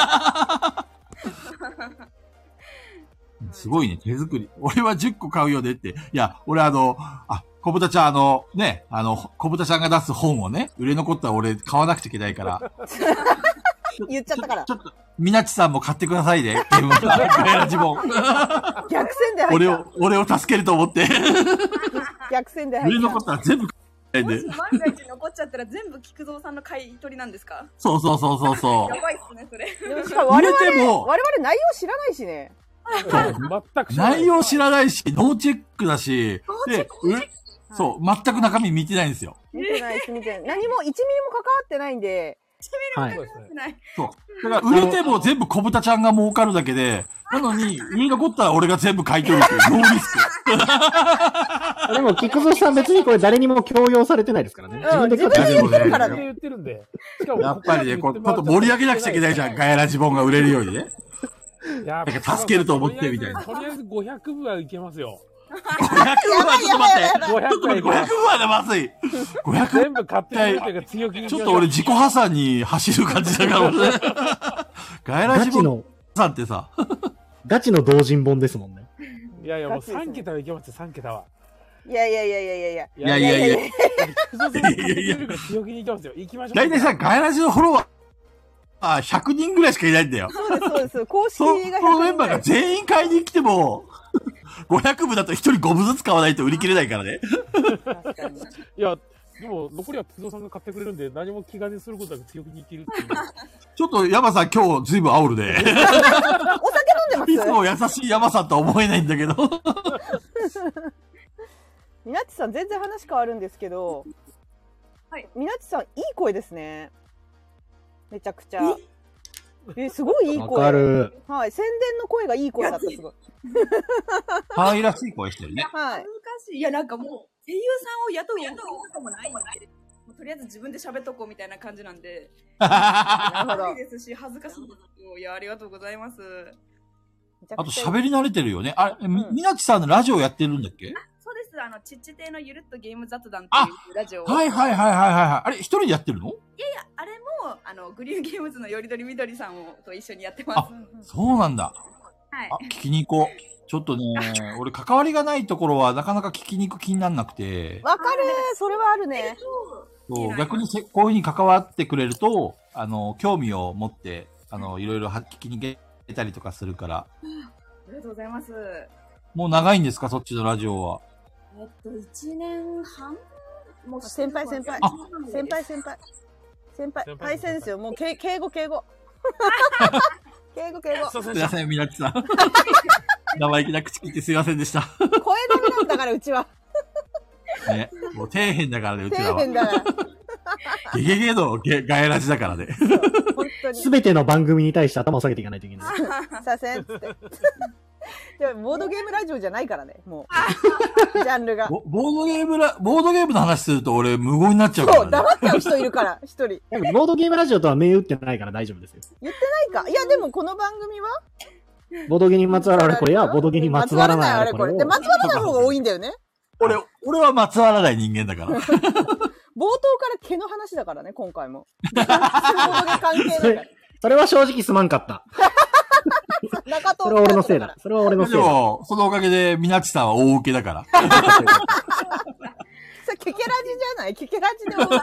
すごいね、手作り。俺は10個買うよねって。いや、俺小豚ちゃん小豚ちゃんが出す本をね、売れ残ったら俺買わなくちゃいけないから。 言っちゃったから。 ちょっと、みなちさんも買ってくださいね。ゲームガヤラジボン。 逆線で入った。 俺を助けると思って。 逆線で入った。 売れ残ったら全部買もし万が一残っちゃったら全部菊蔵さんの買い取りなんですか？ そう。 やばいっすね、それ。 しかも我々内容知らないしね。 全く内容知らないし、ノーチェックだし、で、そう、全く中身見てないんですよ。 見てない。何も1ミリも関わってないんで。 1ミリも関わってない。 そう。だから売れても全部小豚ちゃんが儲かるだけで、なのに、売れ残ったら俺が全部買い取るっていう、ノーリスク。 でも、菊蔵さん別にこれ誰にも強要されてないですからね。自分で買ってるからね。 言ってるんで。 やっぱりね、ちょっと盛り上げなくちゃいけないじゃん、ガヤラジボンが売れるようにね。なんか助けると思ってみたいな。 とりあえず500部はいけますよ。 500部はちょっと待って。500部はでまずい。500 全部買ってくれるというか強気に。 ちょっと俺自己破産に走る感じだからね。ガヤラジボンさんってさ。 ガチの同人本ですもんね。 いやもう3桁はいけますよ、3桁は。 いや。 強気にいきますよ。行きましょう。 大体さ、ガヤラジのフォロワー、100人ぐらいしかいないんだよ。 そうです。公式が100人。 そのメンバーが全員買いに来ても、500部だと1人5部ずつ買わないと売り切れないからね。 確かに。 いや、でも残りは菊蔵さんが買ってくれるんで、何も気兼ねすることなく強気にいけるっていう。 ちょっと山さん今日ずいぶん煽るね。 お酒飲んでます？ いつも優しい山さんとは思えないんだけど。 みなっちさん全然話変わるんですけど、 はい。 みなっちさんいい声ですね。めちゃくちゃ。すごいいい声。 わかる。 はい。宣伝の声がいい声だった、すごい。 可愛らしい声してるね。 はい。 難しい。いや、なんかもう、声優さんを雇うこともないんで、とりあえず自分で喋っとこうみたいな感じなんで。 なるほど。 いいですし、恥ずかしいですよ。いや、ありがとうございます。 あと喋り慣れてるよね。みなちさんのラジオやってるんだっけ？ そうです。ちっち亭のゆるっとゲーム雑談っていうラジオを。 はい。あれ、一人でやってるの？ いや、あれも、グリーンゲームズのよりどりみどりさんと一緒にやってます。 そうなんだ。 はい。 聞きに行こう。ちょっとね、俺関わりがないところはなかなか聞きに行く気にならなくて。 わかる。それはあるね。 そう、逆にこういう風に関わってくれると、興味を持って、いろいろ聞きに行けたりとかするから。 ありがとうございます。 もう長いんですか、そっちのラジオは。 1年半もう先輩。対戦ですよ。もう敬語。敬語。 すいません、みなちさん。生意気な口切ってすいませんでした。 声ダメなんだから、うちは。 ね、もう底辺だからね、うちらは。 底辺だから。 ゲゲゲのガヤラジだからね。 本当に。 すべての番組に対して頭を下げていかないといけない。 させんっつって。 でもボードゲームラジオじゃないからね、もう。ジャンルが。 ボードゲームの話すると俺無言になっちゃうから、ね。 そう、黙っちゃう人いるから、一人。 ボードゲームラジオとは銘打ってないから大丈夫ですよ。 言ってないか。いや、でもこの番組はボードゲームにまつわるあれこれや、ボードゲームにまつわらないあれこれ。 で、まつわらない方が多いんだよね。 俺はまつわらない人間だから。 冒頭から毛の話だからね、今回も。ボードゲ関係だから。 それは正直すまんかった。 中藤それは俺のせいだ。それは俺のせいだ。 でも、そのおかげで、みなっちさんは大受けだから。 それ、ケケラジじゃない？ケケラジで大受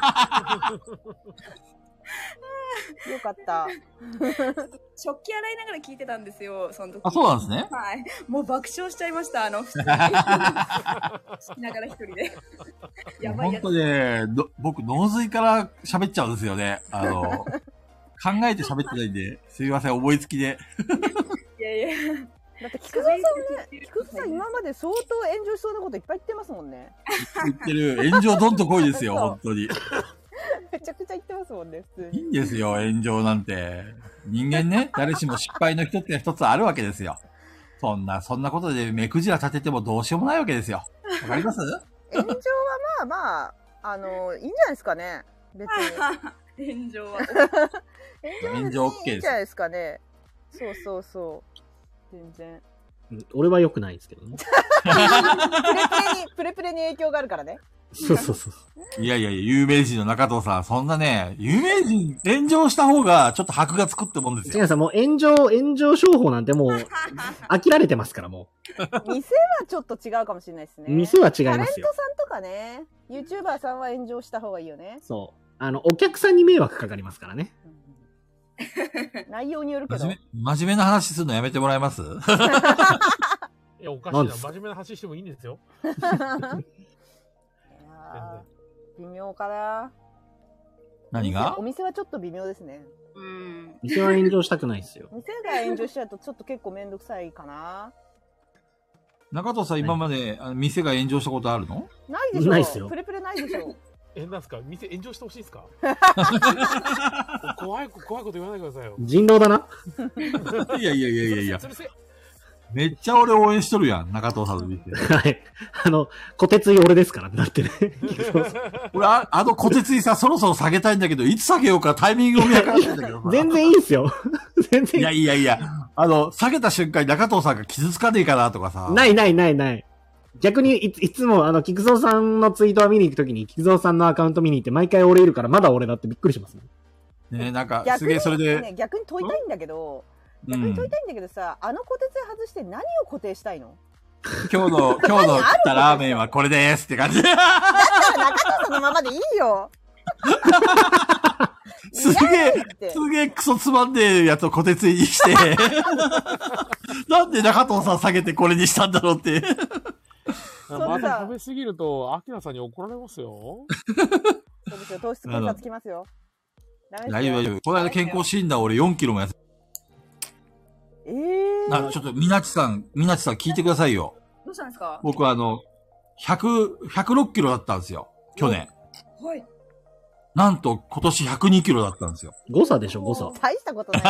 け。よかった。 食器洗いながら聞いてたんですよ、その時。 あ、そうなんですね。 はい。もう爆笑しちゃいました、普通に。聞きながら一人で。やばいやつ。 本当ね、僕、脳髄から喋っちゃうんですよね。考えて喋ってないんで、すいません、思いつきで。 いやいや。 だって、菊蔵さんね、菊蔵さん今まで相当炎上しそうなこといっぱい言ってますもんね。 言ってる。炎上どんとこいですよ、本当に。 めちゃくちゃ言ってますもんね、普通に。 いいんですよ、炎上なんて。人間ね、誰しも失敗の一つや一つあるわけですよ。そんなことで目くじら立ててもどうしようもないわけですよ。わかります？ 炎上はまあ、いいんじゃないですかね。別炎に。 上は。 炎上 OK です。 いいんじゃないですかね。そう。全然。 俺は良くないんですけどね。 プレプレに影響があるからね。 そう。 いや、有名人の中藤さん、そんなね、有名人炎上した方がちょっと箔がつくってもんですよ。 違うさ、もう炎上商法なんてもう飽きられてますからもう。店はちょっと違うかもしれないですね。 店は違いますよ。 タレントさんとかね、YouTuber さんは炎上した方がいいよね。 そう。お客さんに迷惑かかりますからね。 内容によるけど。 真面目な話するのやめてもらえます？ いや、おかしいな。真面目な話してもいいんですよ。 微妙かな。 何が？ お店はちょっと微妙ですね。 店は炎上したくないですよ。 店が炎上しちゃうとちょっと結構めんどくさいかな。 中藤さん、今まで店が炎上したことあるの？ ないでしょ。 ないですよ。 プレプレないでしょ。 なんすか？店炎上してほしいですか？怖いこと言わないでくださいよ。 人狼だな。 いや。めっちゃ俺応援しとるやん、中藤さんの店。 はい。小鉄井俺ですからね、だってね。 俺、小鉄井さ、そろそろ下げたいんだけど、いつ下げようかタイミングを見計らってんだけど。 全然いいっすよ。全然いい。 いや。下げた瞬間に中藤さんが傷つかねえかなとかさ。 ない。逆にいつも菊蔵さんのツイートを見に行くときに菊蔵さんのアカウント見に行って毎回俺いるからまだ俺だってびっくりしますね。 ね、なんか、すげえそれで。 逆に問いたいんだけど、さ、小鉄で外して何を固定したいの？ 今日の食ったラーメンはこれですって感じ。 だったら中藤さんのままでいいよ。 すげえクソつまんねえやつを小鉄にして。なんで中藤さん下げてこれにしたんだろうって。 また食べ過ぎると、アキラさんに怒られますよ。 そうですよ、糖質検査つきますよ。 大丈夫。この間健康診断俺4キロもやつ。ちょっと、みなちさん聞いてくださいよ。 どうしたんですか？ 僕106キロだったんですよ。去年。 はい。 なんと今年102キロだったんですよ。 誤差でしょ、誤差。 大したことない。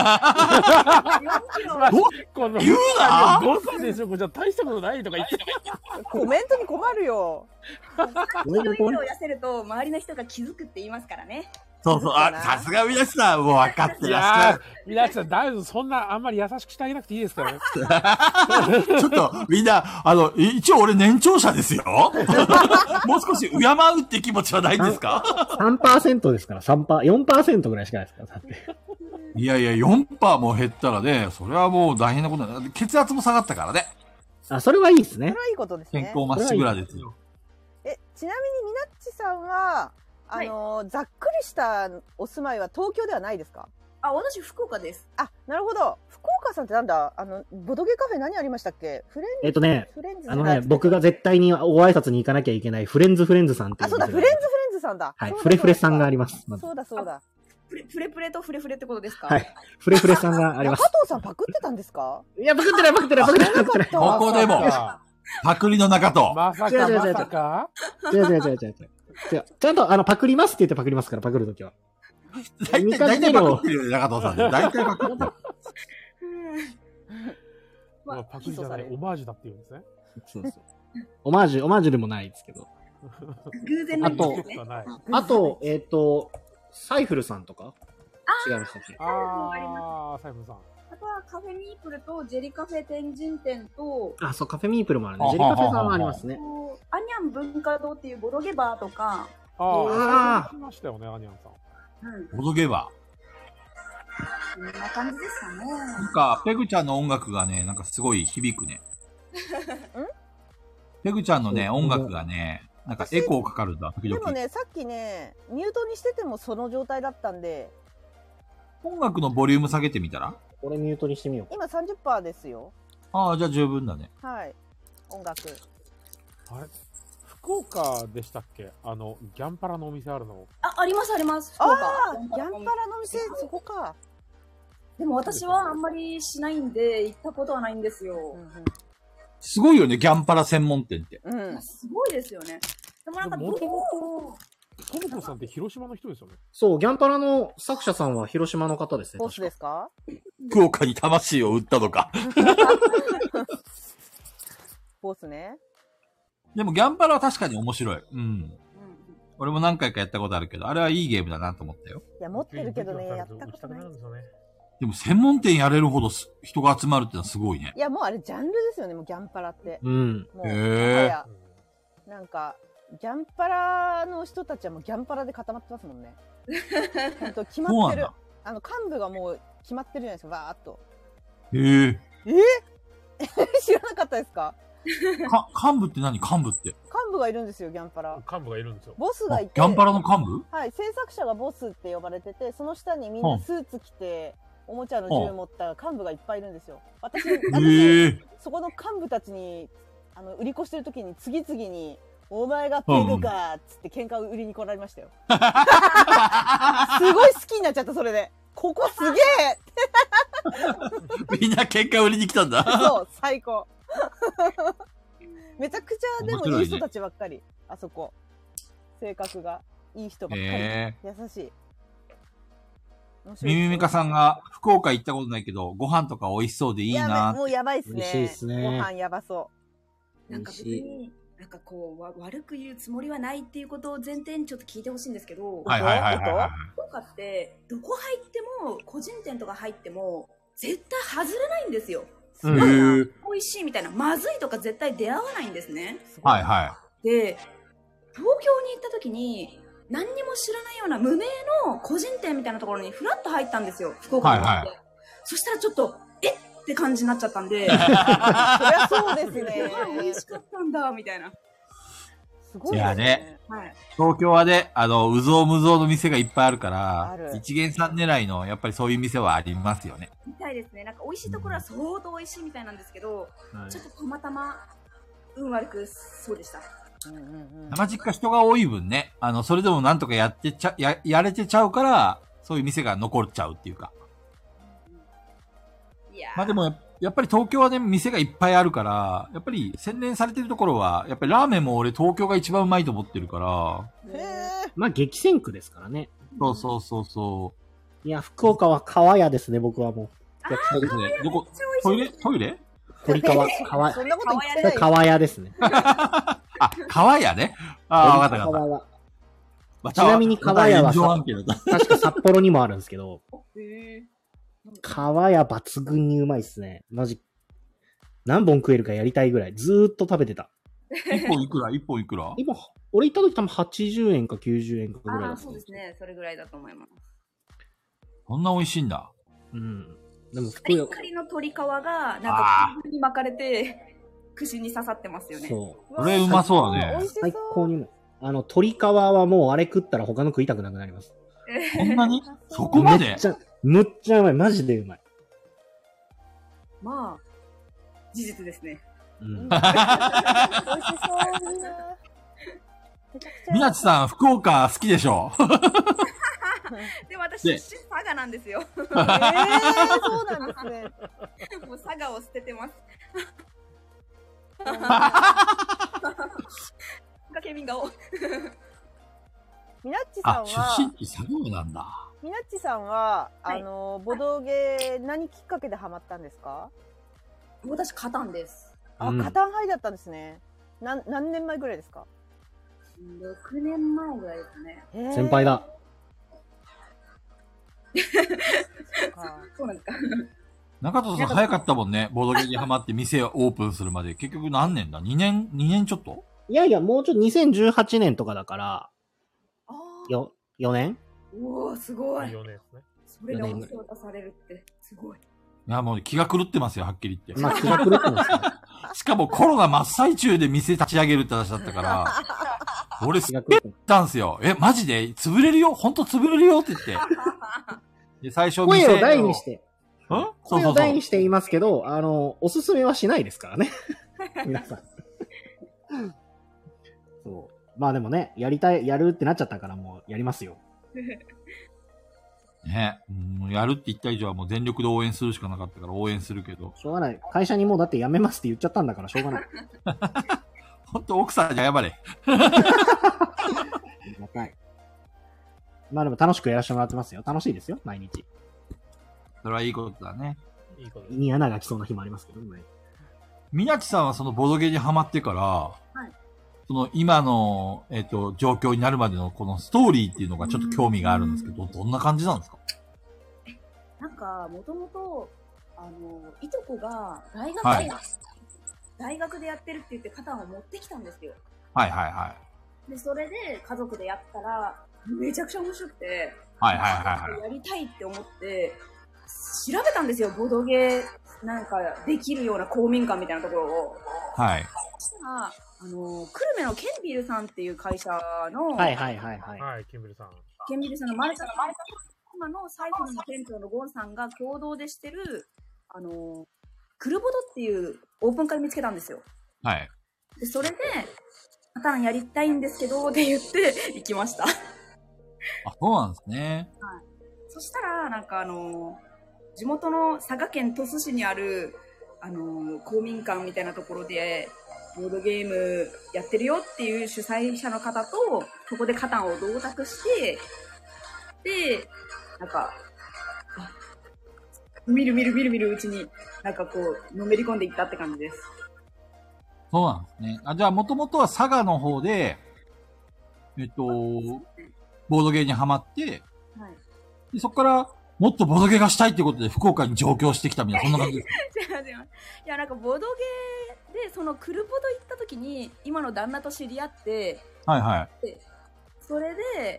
言うな誤差でしょ、じゃ大したことないとか言って。 コメントに困るよ。 100キロ痩せると周りの人が気づくって言いますからね。 そう、さすがみなちさん、もう分かってらっしゃる。 みなちさん、大丈夫、そんなあんまり優しくしてあげなくていいですからね。 ちょっと、みんな、一応俺年長者ですよ。もう少し敬うって気持ちはないんですか？ 3% ですから、4% ぐらいしかないですから、だって。 いや、4% も減ったらね、それはもう大変なことだ。血圧も下がったからね。 あ、それはいいですね。 それはいいことですね。 健康まっしぐらですよ。 ちなみにみなっちさんは、ざっくりしたお住まいは東京ではないですか？ 私福岡です。 なるほど。福岡さんってなんだ？ボドゲカフェ何ありましたっけ？ 僕が絶対にご挨拶に行かなきゃいけないフレンズさんっていう。 そうだ、フレンズさんだ。 はい、フレフレさんがあります。 そうだ。 フレプレとフレフレってことですか？ はい。フレフレさんがあります。 加藤さんパクってたんですか？ いや、パクってない。 ここでも、パクリの中と。 まさか。 違う。ちゃんとパクりますって言ってパクりますから、パクるときは。 大体パクってるよね、中藤さん。大体パクってる。 パクリじゃない、オマージュだって言うんですね。 そうそう。オマージュでもないですけど。 偶然のですね。あと、サイフルさんとか違いましたっけ？ サイフルさん。 あとはカフェミープルとジェリカフェ天神店と、 そう、カフェミープルもあるね。ジェリカフェさんはありますね。 アニャン文化堂っていうボドゲバーとか。 ありましたよね、アニャンさん。ボドゲバー。こんな感じですかね。 なんか、ペグちゃんの音楽がね、なんかすごい響くね。ペグちゃんのね、音楽がね、なんかエコーかかるんだ、 時々。でもね、さっきね、ミュートにしててもその状態だったんで。 音楽のボリューム下げてみたら？ 俺ミュートにしてみよう。 今 30% ですよ。 じゃあ十分だね。 はい。音楽。 あれ福岡でしたっけ？ギャンパラのお店あるの？ あります、あります。 福岡。ギャンパラのお店、そこか。 でも私はあんまりしないんで、行ったことはないんですよ。 すごいよね、ギャンパラ専門店って。 すごいですよね。でもなんかトムコさんって広島の人ですよね。 そう、ギャンパラの作者さんは広島の方ですね。 ボスですか？ 福岡に魂を売ったのか。 ボスね。 でもギャンパラは確かに面白い。俺も何回かやったことあるけど、あれはいいゲームだなと思ったよ。 いや、持ってるけどね、やったことない。 でも専門店やれるほど人が集まるってのはすごいね。 いや、もうあれジャンルですよね、もうギャンパラって。なんか、ギャンパラの人たちはもうギャンパラで固まってますもんね。ほんと決まってる。幹部がもう決まってるじゃないですか、わーっと。知らなかったですか？ 幹部って何？幹部って。 幹部がいるんですよ、ギャンパラ。 幹部がいるんですよ。 ボスがいて。 ギャンパラの幹部？ はい、制作者がボスって呼ばれてて、その下にみんなスーツ着て、おもちゃの銃持った幹部がいっぱいいるんですよ。私、そこの幹部たちに、売り越してる時に次々に、お前がペグかーっつって喧嘩を売りに来られましたよ。すごい好きになっちゃった、それで。ここすげえみんな喧嘩売りに来たんだ。 そう、最高。めちゃくちゃでもいい人たちばっかり、あそこ。性格がいい人ばっかり。優しい。 ミミミカさんが福岡行ったことないけど、ご飯とか美味しそうでいいな。 もうやばいっすね。 美味しいっすね。 ご飯やばそう。 なんか別に、なんかこう、悪く言うつもりはないっていうことを前提にちょっと聞いてほしいんですけど、 はいはいはいはい。 福岡って、どこ入っても、個人店とか入っても、絶対外れないんですよ。すごいな、美味しいみたいな、まずいとか絶対出会わないんですね。 はいはい。 で、東京に行った時に、何にも知らないような無名の個人店みたいなところにフラッと入ったんですよ、福岡に行って。そしたらちょっと、って感じになっちゃったんで。そりゃそうですね。 美味しかったんだ、みたいな。 すごいですね。いやね、東京はね、うぞうむぞうの店がいっぱいあるから、一元さん狙いの、やっぱりそういう店はありますよね。 みたいですね。なんか美味しいところは相当美味しいみたいなんですけど、ちょっとたまたま、運悪くそうでした。 生実家人が多い分ね、それでもなんとかやれてちゃうから、そういう店が残っちゃうっていうか。まあでもやっぱり東京はね、店がいっぱいあるから、やっぱり洗練されてるところは、やっぱりラーメンも俺東京が一番うまいと思ってるから。 まあ激戦区ですからね。 そうそうそうそう。 いや、福岡は川屋ですね、僕はもう。 そうですね。どこ、トイレ鳥川、川、 そんなこと言ってない。 川屋ですね。 あ、川屋ね。わかったわかった。 ちなみに川屋は確か札幌にもあるんですけど、川屋抜群にうまいっすね。マジ。何本食えるかやりたいぐらい。ずーっと食べてた。 1本いくら今、俺行った時多分80円か90円かぐらいだった。 そうですね。それぐらいだと思います。 こんな美味しいんだ。 うん。でもカリカリの鶏皮が、なんか、に巻かれて、串に刺さってますよね。 そう。 これうまそうだね。 最高にも。鶏皮はもうあれ食ったら他の食いたくなくなります。 そんなにそこまでむっちゃうまい。マジでうまい。 まあ、事実ですね。 うん。 美味しそうみんな。 みなちさん、福岡好きでしょでも私出身佐賀なんですよ。 そうなんですね。 もう佐賀を捨ててます。ケビン顔。 みなっちさんは、 出身地佐賀なんだ。 みなっちさんは、ボドゲ何きっかけでハマったんですか？ 私、カタンです。 カタン派だったんですね。何年前ぐらいですか ？6年前ぐらいですね。 先輩だ。 そうなんですか。 中戸さん早かったもんね。ボードゲームにハマって店をオープンするまで。結局何年だ ?2 年ちょっと？ いやいや、もうちょっと2018年とかだから、4年？ おー、すごい。 4年ですね。 それでお店を出されるって、すごい。 いや、もう気が狂ってますよ、はっきり言って。 まあ、気が狂ってますよ。 しかもコロナ真っ最中で店立ち上げるって話だったから、俺すっげえ言ったんすよ。マジで潰れるよほんと潰れるよって言って。で、最初声を大にして。 声を大にして言いますけど、おすすめはしないですからね。皆さん。そう。まあでもね、やるってなっちゃったからもうやりますよ。 ね、やるって言った以上はもう全力で応援するしかなかったから応援するけど。 しょうがない。会社にもうだって辞めますって言っちゃったんだからしょうがない。 ほんと奥さんに謝れ。 まあでも楽しくやらせてもらってますよ。楽しいですよ、毎日。 それはいいことだね。 いいこと胃に穴が来そうな日もありますけどね。 みなちさんはそのボドゲにハマってから、はい、その今の、状況になるまでのこのストーリーっていうのがちょっと興味があるんですけど、どんな感じなんですか？ なんか、もともと、いとこが大学でやってるって言ってカタンを持ってきたんですよ。 はいはいはい。 で、それで家族でやったら、めちゃくちゃ面白くて、 はいはいはいはい。 やりたいって思って、調べたんですよ、ボドゲなんかできるような公民館みたいなところを。 はい。 そしたら、久留米のケンビルさんっていう会社の、 はいはいはいはい。 はい、ケンビルさん。 ケンビルさんの今のサイフォンの店長のゴンさんが共同でしてる、クルボドっていうオープン会見つけたんですよ。 はい。 で、それで、パターンやりたいんですけど、って言って行きました。 あ、そうなんですね。 はい。そしたら、なんか地元の佐賀県鳥栖市にある、公民館みたいなところで、ボードゲームやってるよっていう主催者の方と、そこでカタンを同卓して、で、なんか、見るうちに、なんかこう、のめり込んでいったって感じです。 そうなんですね。じゃあ、もともとは佐賀の方で、ボードゲーにハマって、はい、でそこから、もっとボードゲーがしたいってことで福岡に上京してきたみたいな、そんな感じですか？ 違う。いや、なんかボードゲーで、そのクルボド行った時に、今の旦那と知り合って、 はいはい。 でそれで、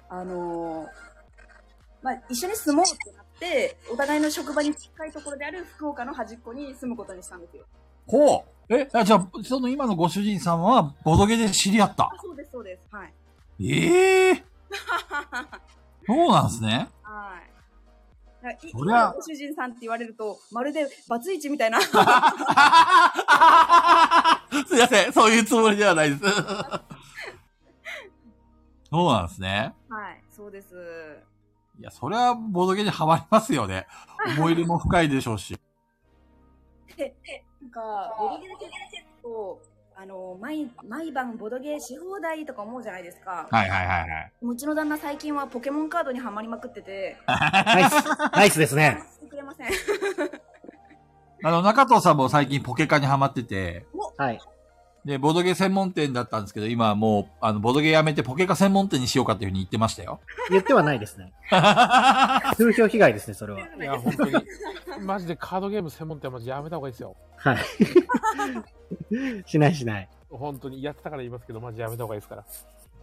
まあ、一緒に住もうってなって、お互いの職場に近いところである福岡の端っこに住むことにしたんですよ。 ほう。じゃあ、その今のご主人さんは、ボドゲで知り合った？ そうです、そうです。はい。 そうなんですね。 はい。今のご主人さんって言われると、まるでバツイチみたいな。すいません、そういうつもりではないです。そうなんですね。 はい、そうです。 いや、それはボドゲにハマりますよね。思い入れも深いでしょうし。 なんか、ボドゲだけ結構、毎晩ボドゲし放題とか思うじゃないですか。 はいはいはいはい。 うちの旦那最近はポケモンカードにハマりまくってて。 ナイスですね。 してくれません。 中藤さんも最近ポケカにハマってて。 はい。 で、ボドゲ専門店だったんですけど、今はもう、ボドゲやめてポケカ専門店にしようかっていうふうに言ってましたよ。 言ってはないですね。風評被害ですね、それは。 いや、本当に。マジでカードゲーム専門店はマジやめた方がいいですよ。 はい。しないしない。 本当にやってたから言いますけど、マジやめた方がいいですから。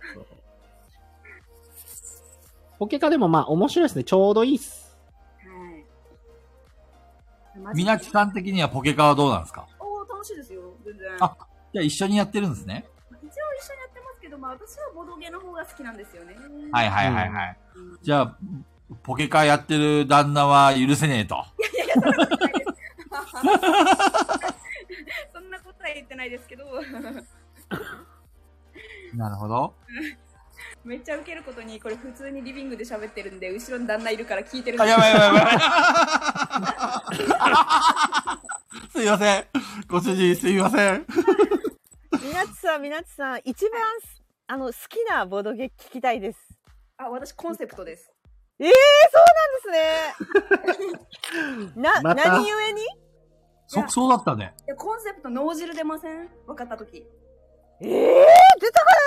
ポケカでもまあ面白いですね。ちょうどいいっす。 はい。 みなちさん的にはポケカはどうなんですか？ 楽しいですよ、全然。 あ、じゃあ一緒にやってるんですね。 一応一緒にやってますけど、まあ私はボドゲの方が好きなんですよね。 はいはいはいはい。じゃあ、ポケカやってる旦那は許せねえと。 いや、そんなことないです。そんなことは言ってないですけど。 なるほど。 めっちゃウケることに、これ普通にリビングで喋ってるんで、後ろに旦那いるから聞いてるんです。 やばい。すいません。ご主人すいません。 みなちさん、一番好きなボドゲ聞きたいです。 私コンセプトです。 そうなんですね。何故に？ 即答だったね。 いや、コンセプト脳汁出ません？分かったとき。 出たか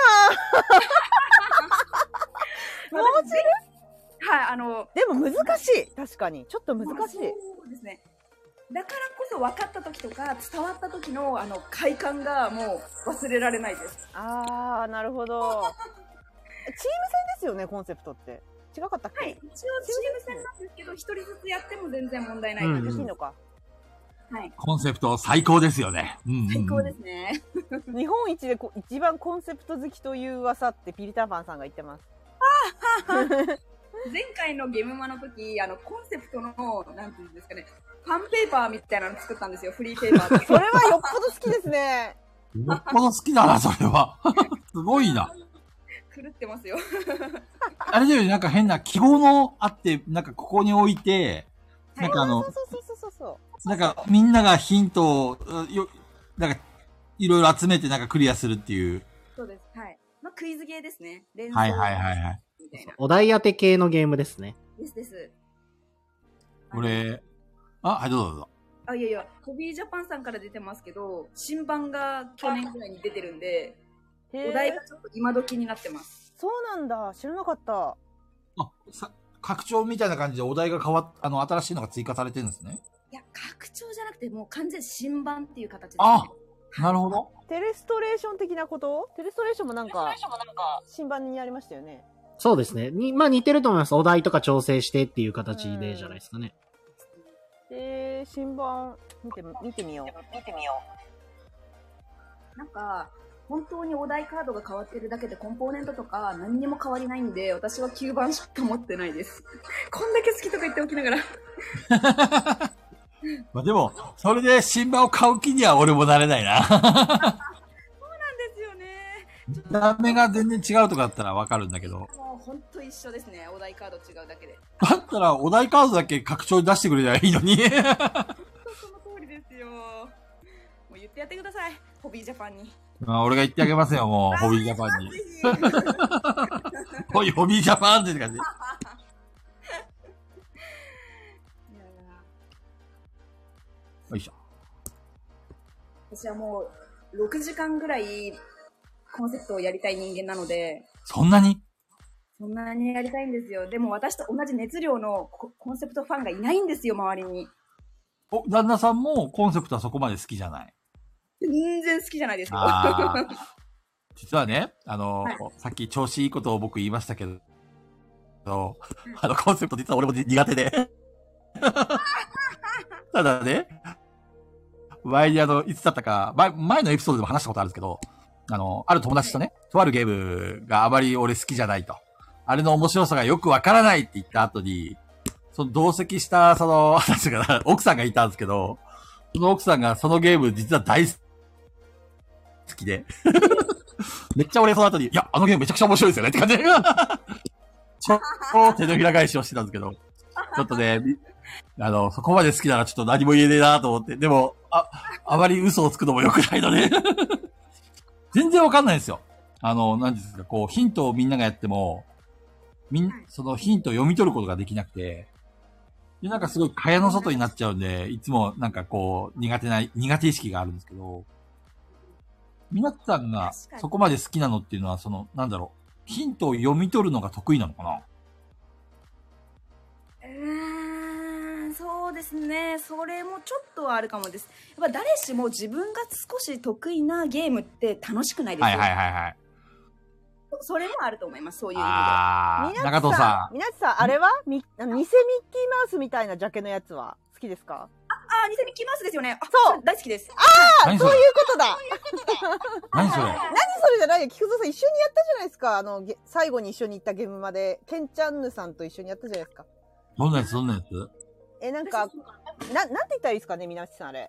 な脳汁？ はい、 でも難しい。確かに。ちょっと難しい。 そうですね。だからこそ分かった時とか伝わった時の快感がもう忘れられないです。 あー、なるほど。チーム戦ですよね、コンセプトって。違かったっけ？ はい。一応チーム戦なんですけど、一人ずつやっても全然問題ないです。 いいのか。 はい。 コンセプト最高ですよね。 最高ですね。 日本一で一番コンセプト好きという噂ってピリタパンさんが言ってます。 前回のゲームマの時、コンセプトの、なんていうんですかね、ファンペーパーみたいなの作ったんですよ、フリーペーパーで。 それはよっぽど好きですね。 よっぽど好きだな、それは。すごいな。 狂ってますよ。 あれだよね、なんか変な記号のあって、なんかここに置いて、なんかなんかみんながヒントを、なんかいろいろ集めてなんかクリアするっていう。 そうです。はい。まあ、クイズゲーですね。 はいはいはいはい。 お題当て系のゲームですね。 です。 これ、はい、どうぞどうぞ。 いやいや、ホビージャパンさんから出てますけど、新版が去年ぐらいに出てるんで、お題がちょっと今時になってます。 そうなんだ。知らなかった。 拡張みたいな感じでお題が新しいのが追加されてるんですね。 いや、拡張じゃなくて、もう完全新版っていう形です、 ね。なるほど。 テレストレーション的なこと？テレストレーションもなんか、新版にありましたよね。 そうですね。まあ似てると思います。お題とか調整してっていう形でじゃないですかね。 新版見てみよう。 なんか、本当にお題カードが変わってるだけでコンポーネントとか何にも変わりないんで、私は9番しか持ってないです。こんだけ好きとか言っておきながら。 まあでも、それで新版を買う気には俺もなれないな。 そうなんですよね。 見た目が全然違うとかだったらわかるんだけど。もう本当一緒ですね。お題カード違うだけで。 だったらお題カードだけ拡張に出してくれりゃいいのに。 その通りですよ。もう言ってやってください。ホビージャパンに。 俺が言ってあげますよ、もう、ホビージャパンに。ホビージャパンって感じ。よいしょ。 私はもう、6時間ぐらい、コンセプトをやりたい人間なので。 そんなにやりたいんですよ。でも私と同じ熱量のコンセプトファンがいないんですよ、周りに。 旦那さんもコンセプトはそこまで好きじゃない？ 全然好きじゃないですよ。 実はね、さっき調子いいことを僕言いましたけど、コンセプト実は俺も苦手で。ただね、前にいつだったか、前のエピソードでも話したことあるんですけど、ある友達とね、とあるゲームがあまり俺好きじゃないと。あれの面白さがよくわからないって言った後に、その同席した、奥さんがいたんですけど、その奥さんがそのゲーム実は大好きで、めっちゃ俺その後に、いや、あのゲームめちゃくちゃ面白いですよねって感じで、超手のひら返しをしてたんですけど、ちょっとね、そこまで好きならちょっと何も言えねえなと思って、でも、あまり嘘をつくのも良くないので、全然わかんないんですよ。何ですか、こう、ヒントをみんながやっても、そのヒントを読み取ることができなくて、で、なんかすごい蚊帳の外になっちゃうんで、いつもなんかこう、苦手意識があるんですけど、皆さんがそこまで好きなのっていうのは、なんだろう、ヒントを読み取るのが得意なのかな？ そうですね。それもちょっとはあるかもです。やっぱ誰しも自分が少し得意なゲームって楽しくないですか？ はい。 それもあると思います。そういう意味で。 中藤さん。 みなちさん、あれは偽ミッキーマウスみたいなジャケのやつは好きですか？ 偽ミッキーマウスですよね。 そう。 大好きです。 そういうことだ。 何それじゃないよ。菊蔵さん一緒にやったじゃないですか。最後に一緒に行ったゲームまで、ケンチャンヌさんと一緒にやったじゃないですか。 どんなやつなんか、なんて言ったらいいですかね、みなちさん、あれ。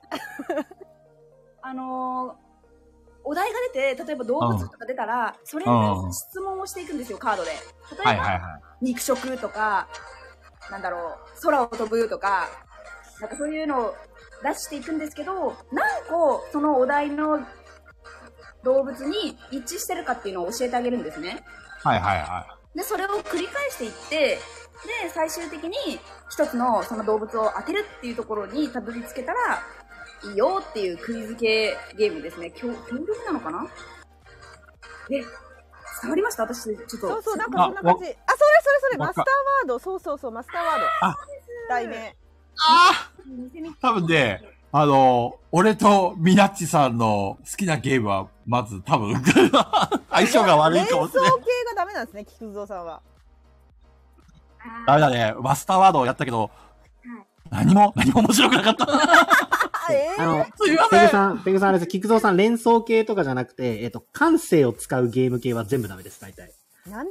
お題が出て、例えば動物とか出たら、それに質問をしていくんですよ、カードで。例えば、肉食とか、なんだろう、空を飛ぶとか、なんかそういうのを出していくんですけど、何個そのお題の動物に一致してるかっていうのを教えてあげるんですね。で、それを繰り返していって、で、最終的に一つのその動物を当てるっていうところにたどり着けたら、 いいよっていうクイズ系ゲームですね。協力なのかな？伝わりました？私、ちょっと。 そうそう、なんかそんな感じ。それ、マスターワード。そう、マスターワード。題名。 多分ね、俺とミナッチさんの好きなゲームは、まず多分、相性が悪いかもしれない。 連想系がダメなんですね、菊蔵さんは。 ダメだね。マスターワードをやったけど、何も面白くなかった。 すいません。ペグさんあれです。菊蔵さん連想系とかじゃなくて、感性を使うゲーム系は全部ダメです、大体。 なんで？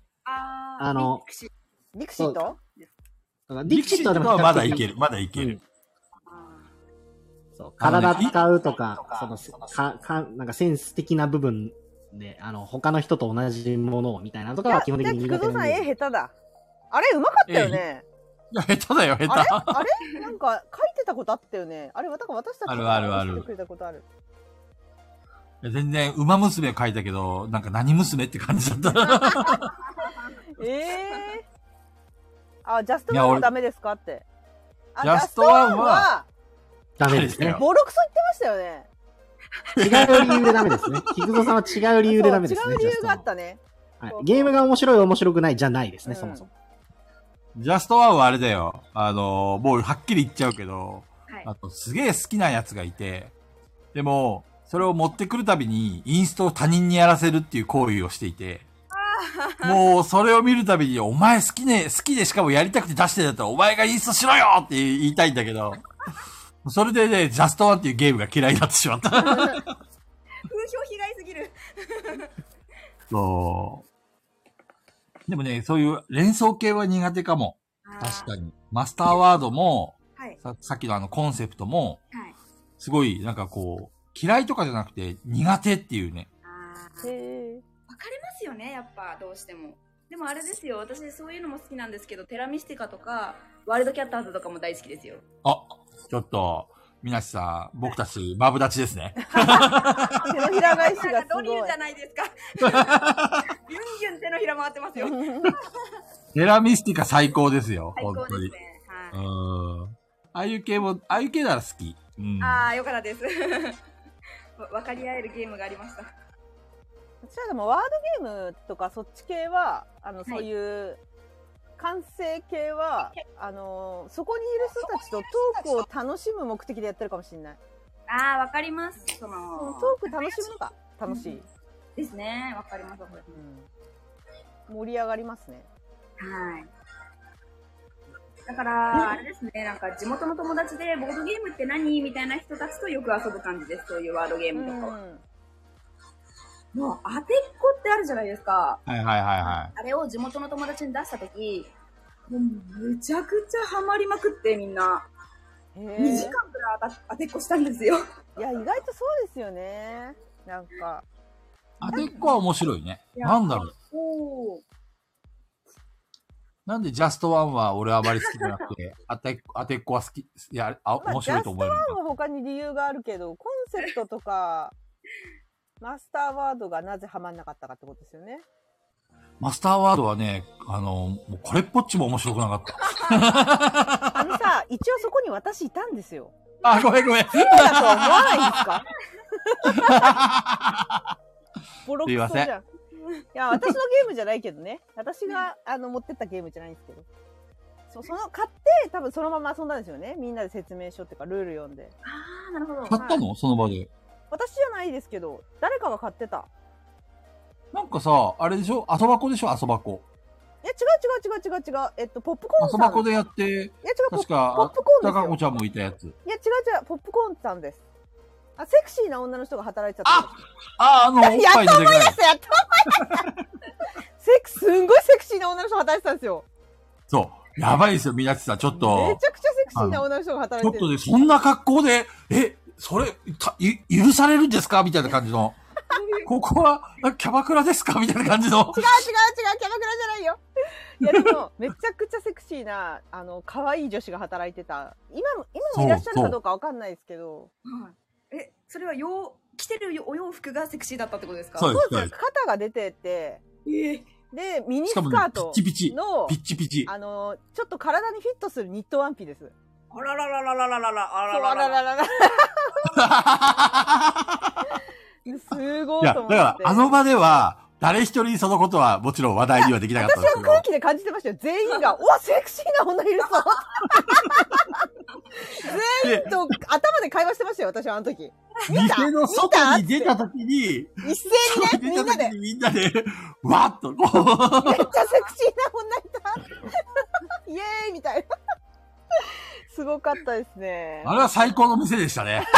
ディクシット？ ディクシットはまだいける。 そう、体使うとか、なんかセンス的な部分で、他の人と同じものみたいなとかは基本的に苦手なんで。 菊蔵さん下手だ。あれ、うまかったよね。 いや、下手だよ、下手。 あれなんか書いてたことあったよね。あれ、私たちが書いてくれたことある。 全然、馬娘書いたけど、なんか何娘って感じだった。 ジャストワンはダメですかって。 ジャストワンは、 ダメですね。 ボロクソ言ってましたよね。 違う理由でダメですね。菊蔵さんは違う理由でダメですね。 違う理由があったね。 ゲームが面白い面白くないじゃないですね、そもそも。 ジャストワンはあれだよ。もうはっきり言っちゃうけど、あとすげえ好きなやつがいて、でも、それを持ってくるたびにインストを他人にやらせるっていう行為をしていて、もうそれを見るたびに、お前好きでしかもやりたくて出してるんだったらお前がインストしろよって言いたいんだけど、それでね、ジャストワンっていうゲームが嫌いになってしまった。風評被害すぎる。 そう。でもね、そういう連想系は苦手かも。確かに。マスターワードも、さっきのコンセプトも、すごいなんかこう、嫌いとかじゃなくて苦手っていうね。 分かれますよね、やっぱどうしても。でもあれですよ、私そういうのも好きなんですけど、テラミスティカとか、ワールドキャッターズとかも大好きですよ。 ちょっと、みなしさん、僕たち、マブダチですね。 手のひら返しがすごい。 ドリルじゃないですか。ギュンギュン手のひら回ってますよ。 テラミスティカ最高ですよ。 最高ですね。 ああいう系なら好き。 よかったです。分かり合えるゲームがありました。 私はでもワードゲームとかそっち系は、そういう完成系は、そこにいる人たちとトークを楽しむ目的でやってるかもしれない。 わかります。トーク楽しむのが楽しい。 ですね。わかります。 盛り上がりますね。 はい。だから、あれですね、なんか地元の友達でボードゲームって何みたいな人たちとよく遊ぶ感じです。そういうワードゲームとか。もう、当てっこってあるじゃないですか。あれを地元の友達に出したとき、もうむちゃくちゃハマりまくってみんな。2時間くらい当てっこしたんですよ。 いや、意外とそうですよね。なんか。 当てっこは面白いね。なんだろう。なんでジャストワンは俺はあまり好きじゃなくて、当てっこは好き、いや、面白いと思える。 ジャストワンは他に理由があるけど、コンセプトとか、マスターワードがなぜハマんなかったかってことですよね。 マスターワードはね、もうこれっぽっちも面白くなかった。 さ、一応そこに私いたんですよ。 ごめん。そうだとは思わないですか？ボロクソじゃん。いや、私のゲームじゃないけどね。私が、持ってったゲームじゃないんですけど。買って、多分そのまま遊んだんですよね。みんなで説明書っていうか、ルール読んで。 なるほど。 買ったの？その場で。 私じゃないですけど、誰かが買ってた。 なんかさ、あれでしょ？遊箱でしょ？遊箱。 いや、違う。ポップコーンさん。 遊箱でやって、いや違う、 確か、ポップコーンですよ。 高子ちゃんもいたやつ。いや、違う、ポップコーンさんです。セクシーな女の人が働いてた。 おっぱいやっと思い出した。すんごいセクシーな女の人が働いてたんですよ。 そう。やばいですよ、みなちさん。ちょっと。 めちゃくちゃセクシーな女の人が働いてる。 ちょっとね、そんな格好で、それ、許されるんですかみたいな感じの。ここは、キャバクラですかみたいな感じの。違う、 キャバクラじゃないよ。いや、でも、めちゃくちゃセクシーな、可愛い女子が働いてた。今もいらっしゃるかどうかわかんないですけど。 それは着てるお洋服がセクシーだったってことですか？ そうです。 肩が出てて、で、ミニスカートの、 ピッチピチ。 ちょっと体にフィットするニットワンピです。 あらららららららら、 あららららら。すごい。いや、 だからあの場では、誰一人そのことはもちろん話題にはできなかったんですけど。 私は空気で感じてましたよ。全員が、うわ、セクシーな女いるぞ全員と頭で会話してましたよ、私はあの時。 店の外に出た時に、 一斉にね、みんなで。 みんなで、わっとこう。 めっちゃセクシーな女いた。イエーイみたいな。すごかったですね。 あれは最高の店でしたね。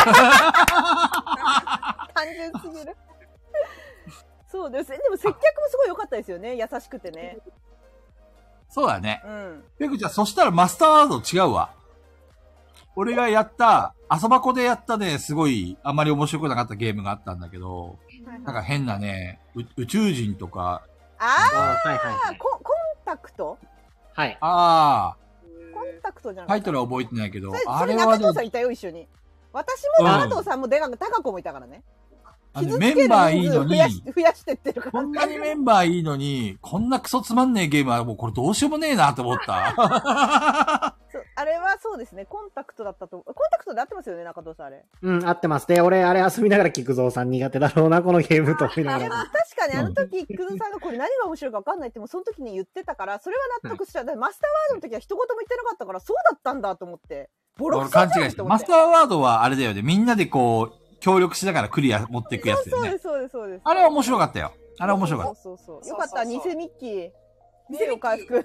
単純すぎる。そうです。でも接客もすごい良かったですよね。優しくてね。 そうだね。うん。ペグちゃん、そしたらマスターワード違うわ。俺がやった、遊ばこでやったね、すごい、あんまり面白くなかったゲームがあったんだけど、なんか変なね、宇宙人とか。 はいはいはい。コンタクト？ はい。ああ。 コンタクトじゃなくて。 タイトルは覚えてないけど、 あれは中藤さんいたよ、一緒に。私も中藤さんも高子もいたからね。 メンバーいいのに、 増やしてってるから。 こんなにメンバーいいのに、こんなクソつまんねえゲームはもうこれどうしようもねえなと思った。 あれはそうですね、コンタクトだったと。コンタクトで合ってますよね、中藤さん、あれ。 うん、合ってます。で、俺、あれ遊びながら菊蔵さん苦手だろうな、このゲームと思いながら。 確かにあの時、菊蔵さんがこれ何が面白いか分かんないってもその時に言ってたから、それは納得した。マスターワードの時は一言も言ってなかったから、そうだったんだと思って。 ボロクソじゃんと思って。勘違いして。マスターワードはあれだよね、みんなでこう、協力しながらクリア持っていくやつだよね。 そうです。 あれは面白かったよ。あれは面白かった。 そう。よかった、偽ミッキー。名誉回復。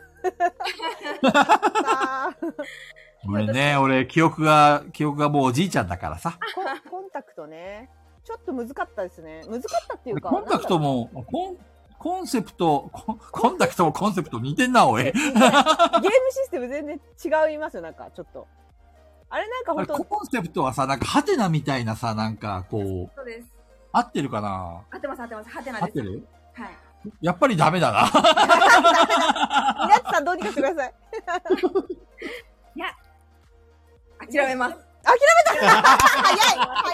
俺、記憶がもうおじいちゃんだからさ。 コンタクトね。ちょっと難かったですね。難かったっていうか。 コンタクトも、コンセプト、コンタクトもコンセプト似てんな、おい。 ゲームシステム全然違いますよ、なんか、ちょっと。あれなんか本当コンセプトはさ、なんかハテナみたいなさ、なんかこう。 そうです。 合ってるかな？ 合ってます。ハテナです。 合ってる？ はい。 やっぱりダメだな。 みなっちさんどうにかしてください。 いや、諦めます。 諦めた早い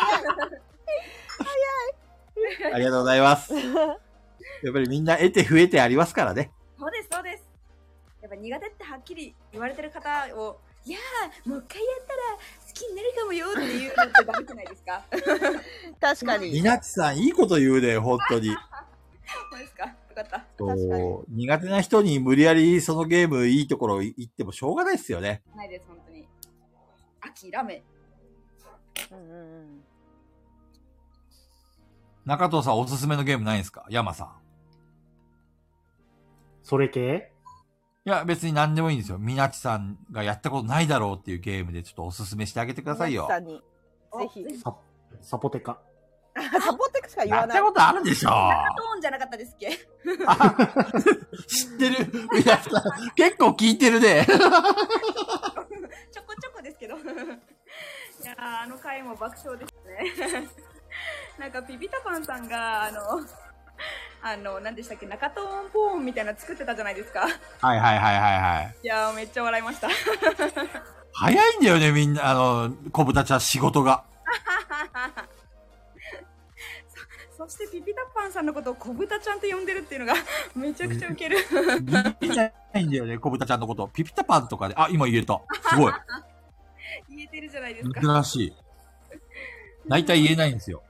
ありがとうございます。やっぱりみんな得て増えてありますからね。 そうです。やっぱ苦手ってはっきり言われてる方を、いやー、もう一回やったら好きになるかもよっていうのってダメじゃないですか。 確かに。 みなっちさん、いいこと言うね、本当に。 そうですか。よかった。 確かに。 苦手な人に無理やりそのゲームいいところ行ってもしょうがないですよね。 ないです、本当に。諦め。 中藤さん、おすすめのゲームないんですか？山さん。 それ系？ いや、別に何でもいいんですよ。みなちさんがやったことないだろうっていうゲームでちょっとおすすめしてあげてくださいよ。 みなちさんに。ぜひ。 サポテカ。 サポテカしか言わない。 やったことあるでしょ。 中トーンじゃなかったですっけ？ 知ってる。みなちさん、結構聞いてるね。 ちょこちょこですけど。いやー、あの回も爆笑ですね。なんかピピタパンさんが、何でしたっけ、中トーンポーンみたいなの作ってたじゃないですか。 はい。 いやー、めっちゃ笑いました。 早いんだよね、みんな、小豚ちゃん仕事が。 そしてピピタパンさんのことを小豚ちゃんって呼んでるっていうのがめちゃくちゃウケる。 言えないんだよね、小豚ちゃんのこと。ピピタパンとかで、今言えた。すごい。 言えてるじゃないですか。 珍しい。大体言えないんですよ。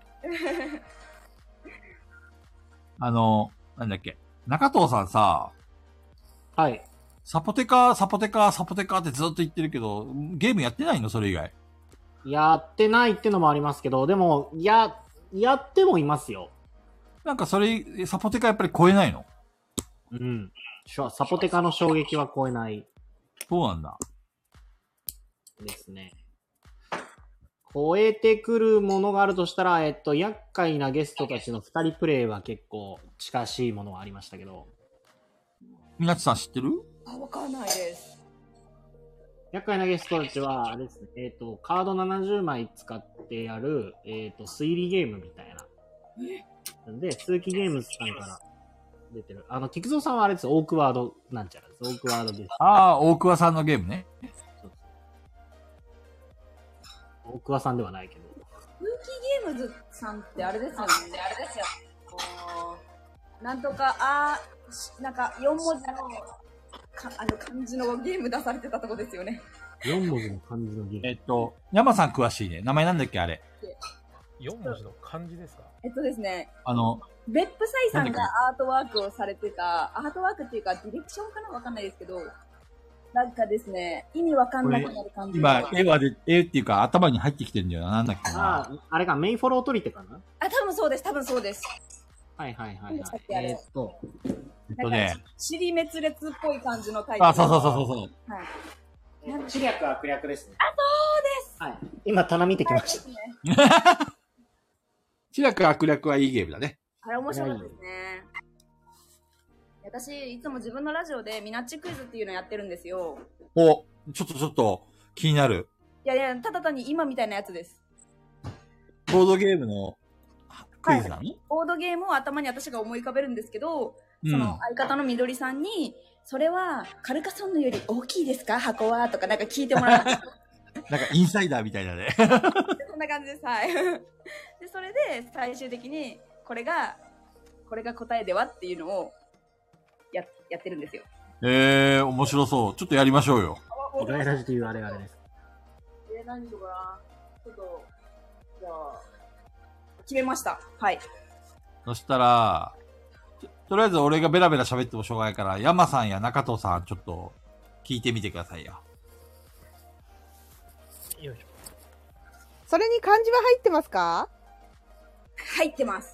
なんだっけ。中藤さんさ。 はい。 サポテカってずっと言ってるけど、ゲームやってないの？それ以外。 やってないってのもありますけど、でも、やってもいますよ。 なんかサポテカやっぱり超えないの？ うん。サポテカの衝撃は超えない。 そうなんだ。 ですね。超えてくるものがあるとしたら、厄介なゲストたちの2人プレイは結構近しいものはありましたけど。 みなちさん知ってる？ わかんないです。 厄介なゲストたちは、あれですね、カード70枚使ってやる、推理ゲームみたいな。で、鈴木ゲームズさんから出てる。菊蔵さんはあれですよ、オークワードなんちゃらです。オークワードです。 大桑さんのゲームね。 大桑さんではないけど。 鈴木ゲームズさんってあれですよね。なんとか、なんか4文字の漢字のゲーム出されてたとこですよね。 4文字の漢字のゲーム。 山さん詳しいね。名前なんだっけ、あれ。 4文字の漢字ですか？ ですね。 別府斎さんがアートワークをされてた、アートワークっていうか、ディレクションかなわかんないですけど、なんかですね、意味わかんなくなる感じ。 今、絵っていうか頭に入ってきてるんだよな。なんだっけな。 あれか、メインフォロー取り手かな？ 多分そうです、多分そうです。 はいはいはい、はい。 尻滅裂っぽい感じのタイトル。 あ、そう。 はい。 知略悪略ですね。 そうです。 はい。今、棚見てきました。 知略悪略はいいゲームだね。 あれ面白いですね。私、いつも自分のラジオでミナッチクイズっていうのやってるんですよ。 ちょっと、気になる。 いや、ただ単に今みたいなやつです。 ボードゲームのクイズなの？ ボードゲームを頭に私が思い浮かべるんですけど、その相方のみどりさんに、それはカルカソンヌより大きいですか箱はとかなんか聞いてもらう。なんかインサイダーみたいだね。 そんな感じです。はい。で、それで最終的にこれが答えではっていうのをやってるんですよ。 面白そう。ちょっとやりましょうよ。 ガイラジというあれです。 何しようかな。ちょっと、じゃあ、決めました。はい。 そしたら、とりあえず俺がベラベラ喋ってもしょうがないから、山さんや中藤さんちょっと聞いてみてくださいよ。 よいしょ。 それに漢字は入ってますか？ 入ってます。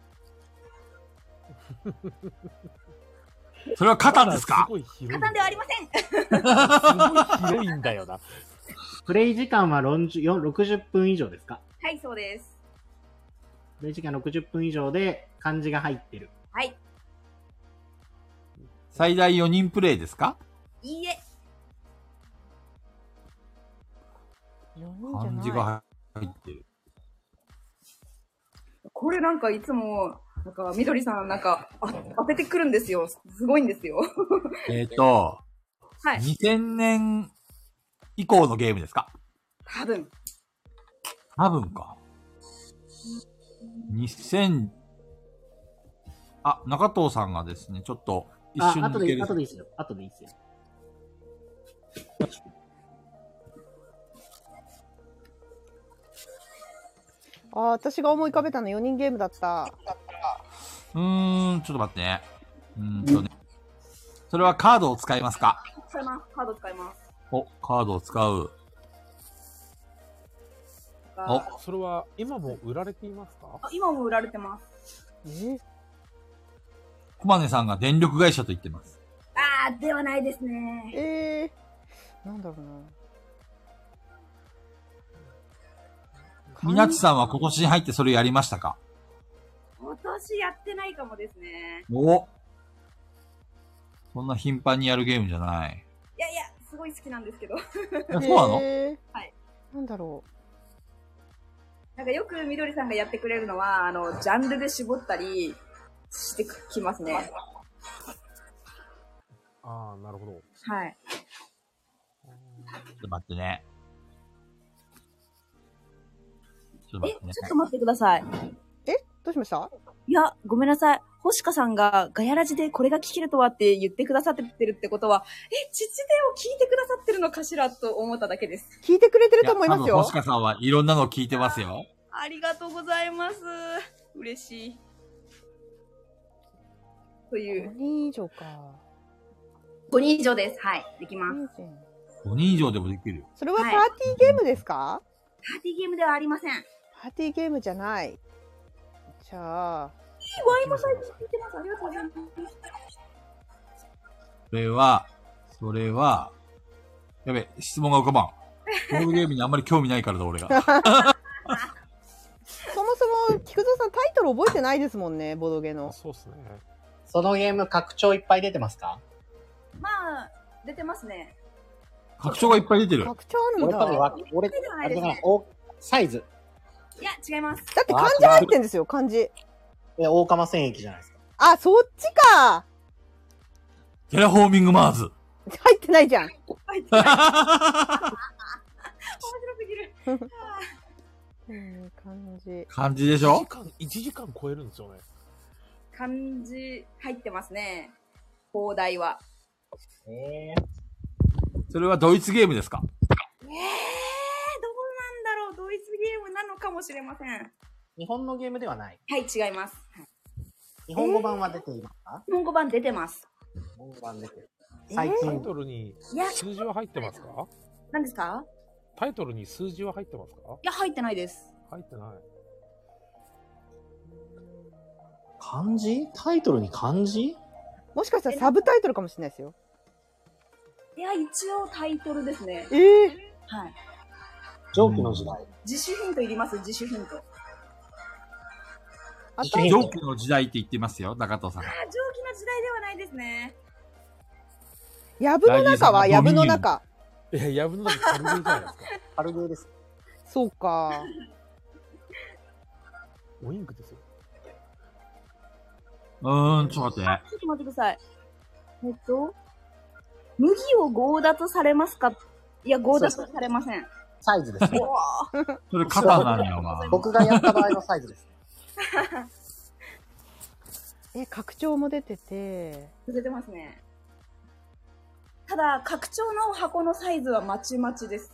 それはカタンですか？ カタンではありません。 すごい広いんだよな。 プレイ時間は60分以上ですか？ はい、そうです。 プレイ時間60分以上で漢字が入ってる。 はい。 最大4人プレイですか？ いいえ。 漢字が入ってる。 これなんかいつも、なんかみどりさんなんか当ててくるんですよ。すごいんですよ。 はい。2000年以降のゲームですか？ 多分か。中藤さんがですね、ちょっと一瞬後でいいですよ。後でいいですよ。 私が思い浮かべたの4人ゲームだった。 ちょっと待ってね。それはカードを使いますか？ 使います。カード使います。 カードを使う。 それは今も売られていますか？ 今も売られてます。 小金さんが電力会社と言ってます。 ではないですね。 なんだろうな。 みなちさんは今年に入ってそれやりましたか？ 今年やってないかもですね。 そんな頻繁にやるゲームじゃない。 いや、すごい好きなんですけど。 そうなの？ はい。 なんだろう。なんかよくみどりさんがやってくれるのは、ジャンルで絞ったりしてきますね。 なるほど。 はい。 ちょっと待ってね。 ちょっと待ってください。 どうしました？ いや、ごめんなさい。星香さんがガヤラジでこれが聞けるとはって言ってくださってるってことは、父でを聞いてくださってるのかしらと思っただけです。 聞いてくれてると思いますよ。 星香さんはいろんなの聞いてますよ。 ありがとうございます。嬉しい。という。 5人以上か。 5人以上です。はい。できます。 5人以上でもできる。 それはパーティーゲームですか？ パーティーゲームではありません。 パーティーゲームじゃない。じゃあ。 ワイも最近聞いてます。ありがとうございます。 それは、やべ、質問が浮かばん。ボードゲームにあんまり興味ないからだ、俺が。 そもそも、菊蔵さんタイトル覚えてないですもんね、ボードゲーの。 そうっすね。 そのゲーム拡張いっぱい出てますか？ まあ、出てますね。 拡張がいっぱい出てる。 拡張あるんだ。 俺、サイズ。 いや、違います。 だって漢字入ってんですよ、漢字。 大釜戦役じゃないですか。 そっちか。 テラフォーミングマーズ。 入ってないじゃん。 入ってない。面白すぎる。 漢字でしょ ？1時間超えるんですよね。 漢字入ってますね。放題は。 それはドイツゲームですか？ どうなんだろう。ドイツゲームなのかもしれません。 日本のゲームではない。 はい、違います。 日本語版は出ていますか？ 日本語版出てます。 日本語版出てる。 最近タイトルに数字は入ってますか？ 何ですか？ タイトルに数字は入ってますか？ いや、入ってないです。 入ってない。 漢字？タイトルに漢字？ もしかしたらサブタイトルかもしれないですよ。 いや、一応タイトルですね。はい。 蒸気の時代。 自主ヒントいります？自主ヒント。 蒸気の時代って言ってますよ、中藤さん。 蒸気の時代ではないですね。 やぶの中はやぶの中。 やぶの中カルゲーじゃないですか。 カルゲーです。 そうか。 ウインクですよ。 ちょっと待って。 ちょっと待ってください。麦を強奪されますか？いや、強奪されません。 サイズですね。 それ肩なんよな。 僕がやった場合のサイズです。 拡張も出てて。 出てますね。ただ、拡張の箱のサイズはまちまちです。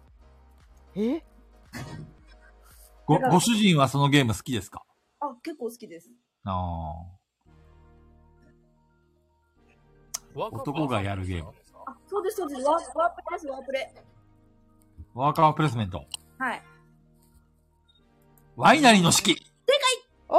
ご主人はそのゲーム好きですか？ あ、結構好きです。 男がやるゲーム。 あ、そうです、そうです。ワープレです、ワープレ。 ワーカープレスメント。 はい。 ワイナリーの式。 正解！ お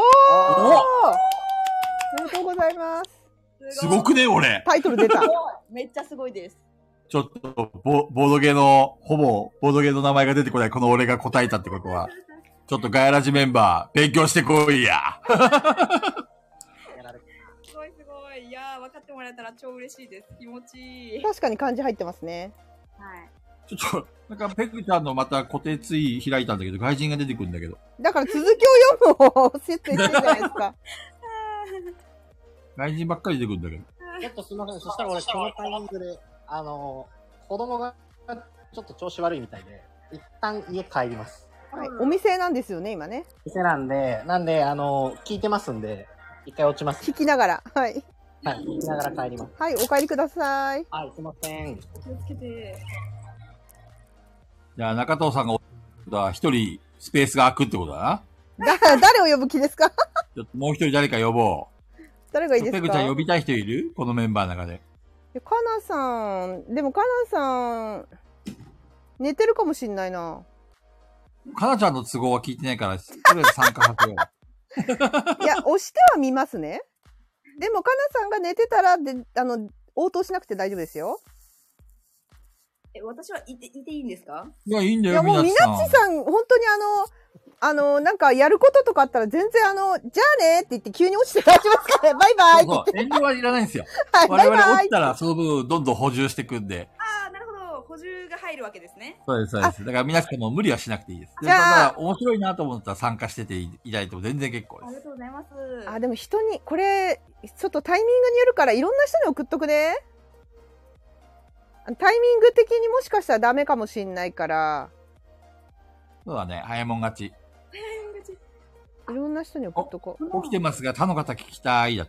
めでとうございます。 すごくね、俺。 タイトル出た。 めっちゃすごいです。 ちょっと、ボードゲーの、ほぼ、ボードゲーの名前が出てこないこの俺が答えたってことは、ちょっとガヤラジメンバー、勉強してこいや。 すごいすごい。いやー、分かってもらえたら超嬉しいです。気持ちいい。 確かに漢字入ってますね。 はい。 ちょっと、なんか、ペグちゃんのまた固定ツイ開いたんだけど、外人が出てくるんだけど。 だから続きを読むを設定してるじゃないですか。 外人ばっかり出てくるんだけど。 ちょっとすみません。そしたら俺、このタイミングで、子供がちょっと調子悪いみたいで、一旦家帰ります。 はい。お店なんですよね、今ね。 店なんで、聞いてますんで、一回落ちます。 聞きながら。はい。 はい、聞きながら帰ります。 はい、お帰りください。 はい、すいません。 気をつけて。 じゃあ、中藤さんが、一人、スペースが空くってことだな。 誰を呼ぶ気ですか？ ちょっともう一人誰か呼ぼう。 誰がいいですか？ ペグちゃん呼びたい人いる？このメンバーの中で。 かなさん、でもかなさん、寝てるかもしんないな。 かなちゃんの都合は聞いてないから、とりあえず参加させよう。いや、押しては見ますね。でもかなさんが寝てたら、応答しなくて大丈夫ですよ。 私はいていいんですか？ いや、いいんだよ、 いや、もうみなっちさん、本当になんかやることとかあったら全然じゃあねって言って急に落ちて大丈夫ですかね？バイバイって言って。 遠慮はいらないんですよ。 はい、 我々落ちたらその分どんどん補充していくんで。 ああ、なるほど。補充が入るわけですね。 そうです、そうです。だから皆さんも無理はしなくていいです。じゃあ、面白いなと思ったら参加してていただいても全然結構です。 ありがとうございます。 でも人に、これ、ちょっとタイミングによるからいろんな人に送っとくね。タイミング的にもしかしたらダメかもしんないから。 そうだね、早いもん勝ち。 いろんな人に送っとこう。 起きてますが、他の方聞きたいだって。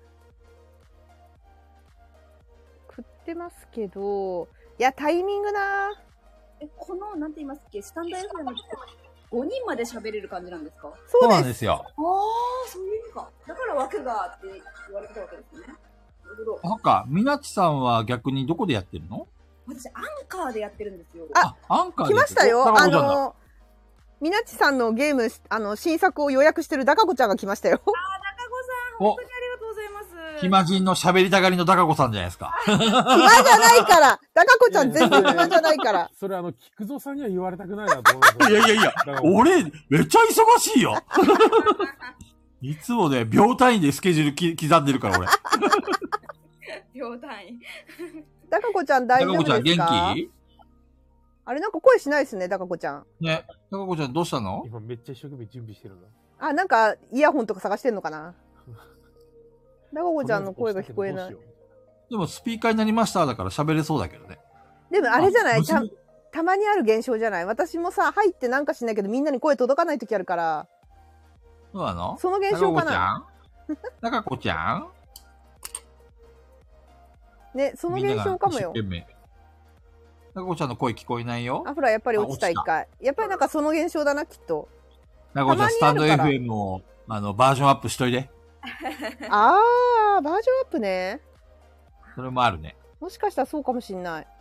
食ってますけど、いや、タイミングな。 この、なんて言いますっけ、スタンド FM って5人まで喋れる感じなんですか？ そうなんですよ。 ああ、そういう意味か。だから枠がって言われてたわけですね。 そっか、みなっちさんは逆にどこでやってるの？ 私、アンカーでやってるんですよ。 アンカーで来ましたよ。みなっちさんのゲーム、新作を予約してるダカ子ちゃんが来ましたよ。 ダカ子さん、本当にありがとうございます。 暇人の喋りたがりのダカ子さんじゃないですか。 暇じゃないから。ダカ子ちゃん全然暇じゃないから。 それ菊蔵さんには言われたくないなと思います。 いや、俺、めっちゃ忙しいよ。いつもね、秒単位でスケジュール刻んでるから、俺。 秒単位。 ダカ子ちゃん大丈夫ですか？ ダカ子ちゃん元気？ あれなんか声しないですね、ダカ子ちゃん。 ね、ダカ子ちゃんどうしたの？ 今めっちゃ一生懸命準備してるの。 なんかイヤホンとか探してんのかな。ダカ子ちゃんの声が聞こえない。 でもスピーカーになりましただから喋れそうだけどね。 でもあれじゃない？たまにある現象じゃない？私もさ、入ってなんかしないけどみんなに声届かない時あるから。 そうなの？ その現象かな？ ダカ子ちゃんね、 その現象かもよ。 ダなこちゃんの声聞こえないよ。 ほら、やっぱり落ちた一回。やっぱりなんかその現象だな、きっと。 なこちゃん、スタンド FM を、バージョンアップしといて。 バージョンアップね。 それもあるね。 もしかしたらそうかもしんない。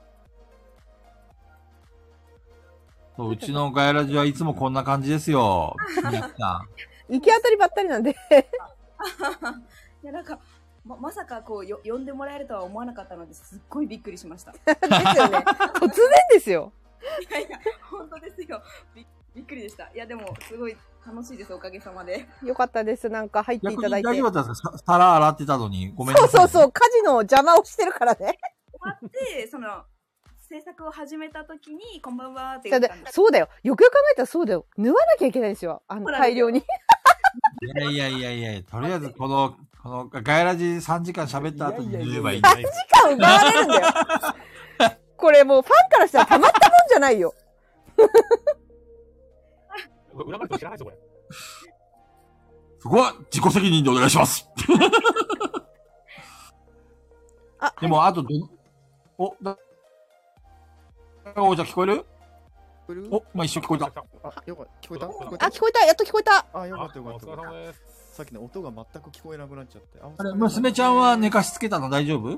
そう、うちのガヤラジはいつもこんな感じですよ。皆さん。行き当たりばったりなんで。いや、なんか、まさかこう呼んでもらえるとは思わなかったので、すっごいびっくりしました。 ですよね。突然ですよ。 いやいや、本当ですよ。びっくりでした。いや、でも、すごい楽しいです、おかげさまで。 よかったです。なんか入っていただいて。 大丈夫だったんですか？皿洗ってたのに、ごめんなさい、 ね。そう、家事の邪魔をしてるからね。 終わって、制作を始めた時に、こんばんはって言ったんだ。そうだよ。よくよく考えたらそうだよ。縫わなきゃいけないんですよ。大量に。 いや、とりあえずこのガヤラジ3時間喋った後に言えばいい。 3時間奪われるんだよ。これもうファンからしたらたまったもんじゃないよ。 裏まで知らないぞ、これ。 そこは自己責任でお願いします。でも、あとお、じゃ聞こえる？お、一瞬聞こえた。 よかった。聞こえた？ 聞こえた。やっと聞こえた。 よかった。さっきの音が全く聞こえなくなっちゃって。 あれ、娘ちゃんは寝かしつけたの大丈夫？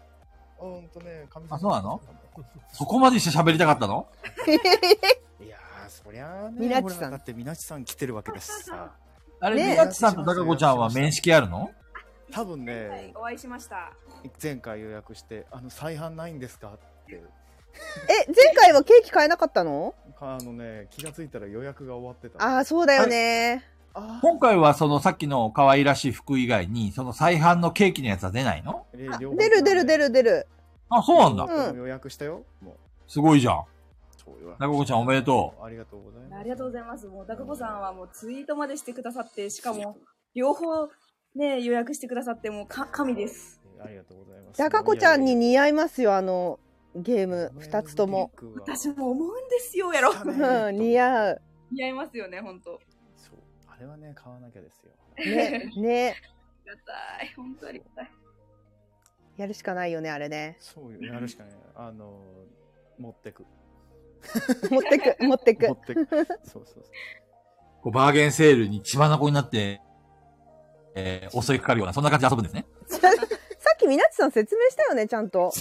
そうなの？そこまでして喋りたかったの？ いやー、そりゃあね。 みなちさん。 だってみなちさん来てるわけですさ。 あれ、みなちさんとたかこちゃんは面識あるの？ 多分ね。 お会いしました。 前回予約して、再販ないんですかって。 前回はケーキ買えなかったの？ 気がついたら予約が終わってた。 そうだよね。 今回はさっきの可愛らしい服以外に、再販のケーキのやつは出ないの？ 出る。 そうなんだ。 予約したよ。 すごいじゃん。なかこちゃんおめでとう。ありがとうございます。 ありがとうございます。もう、なかこさんはもうツイートまでしてくださって、しかも、両方ね、予約してくださって、もう神です。 ありがとうございます。 なかこちゃんに似合いますよ、ゲーム2つとも。 私も思うんですよ、やろ。 似合う。 似合いますよね、ほんと。 そう。あれはね、買わなきゃですよ。 ね。 ありがたい。本当ありがたい。 やるしかないよね、あれね。 そうよ、やるしかない。持ってく。 持ってく。 そう。 バーゲンセールに血眼になって、襲いかかるような、そんな感じで遊ぶんですね。 さっきみなちさん説明したよね、ちゃんと。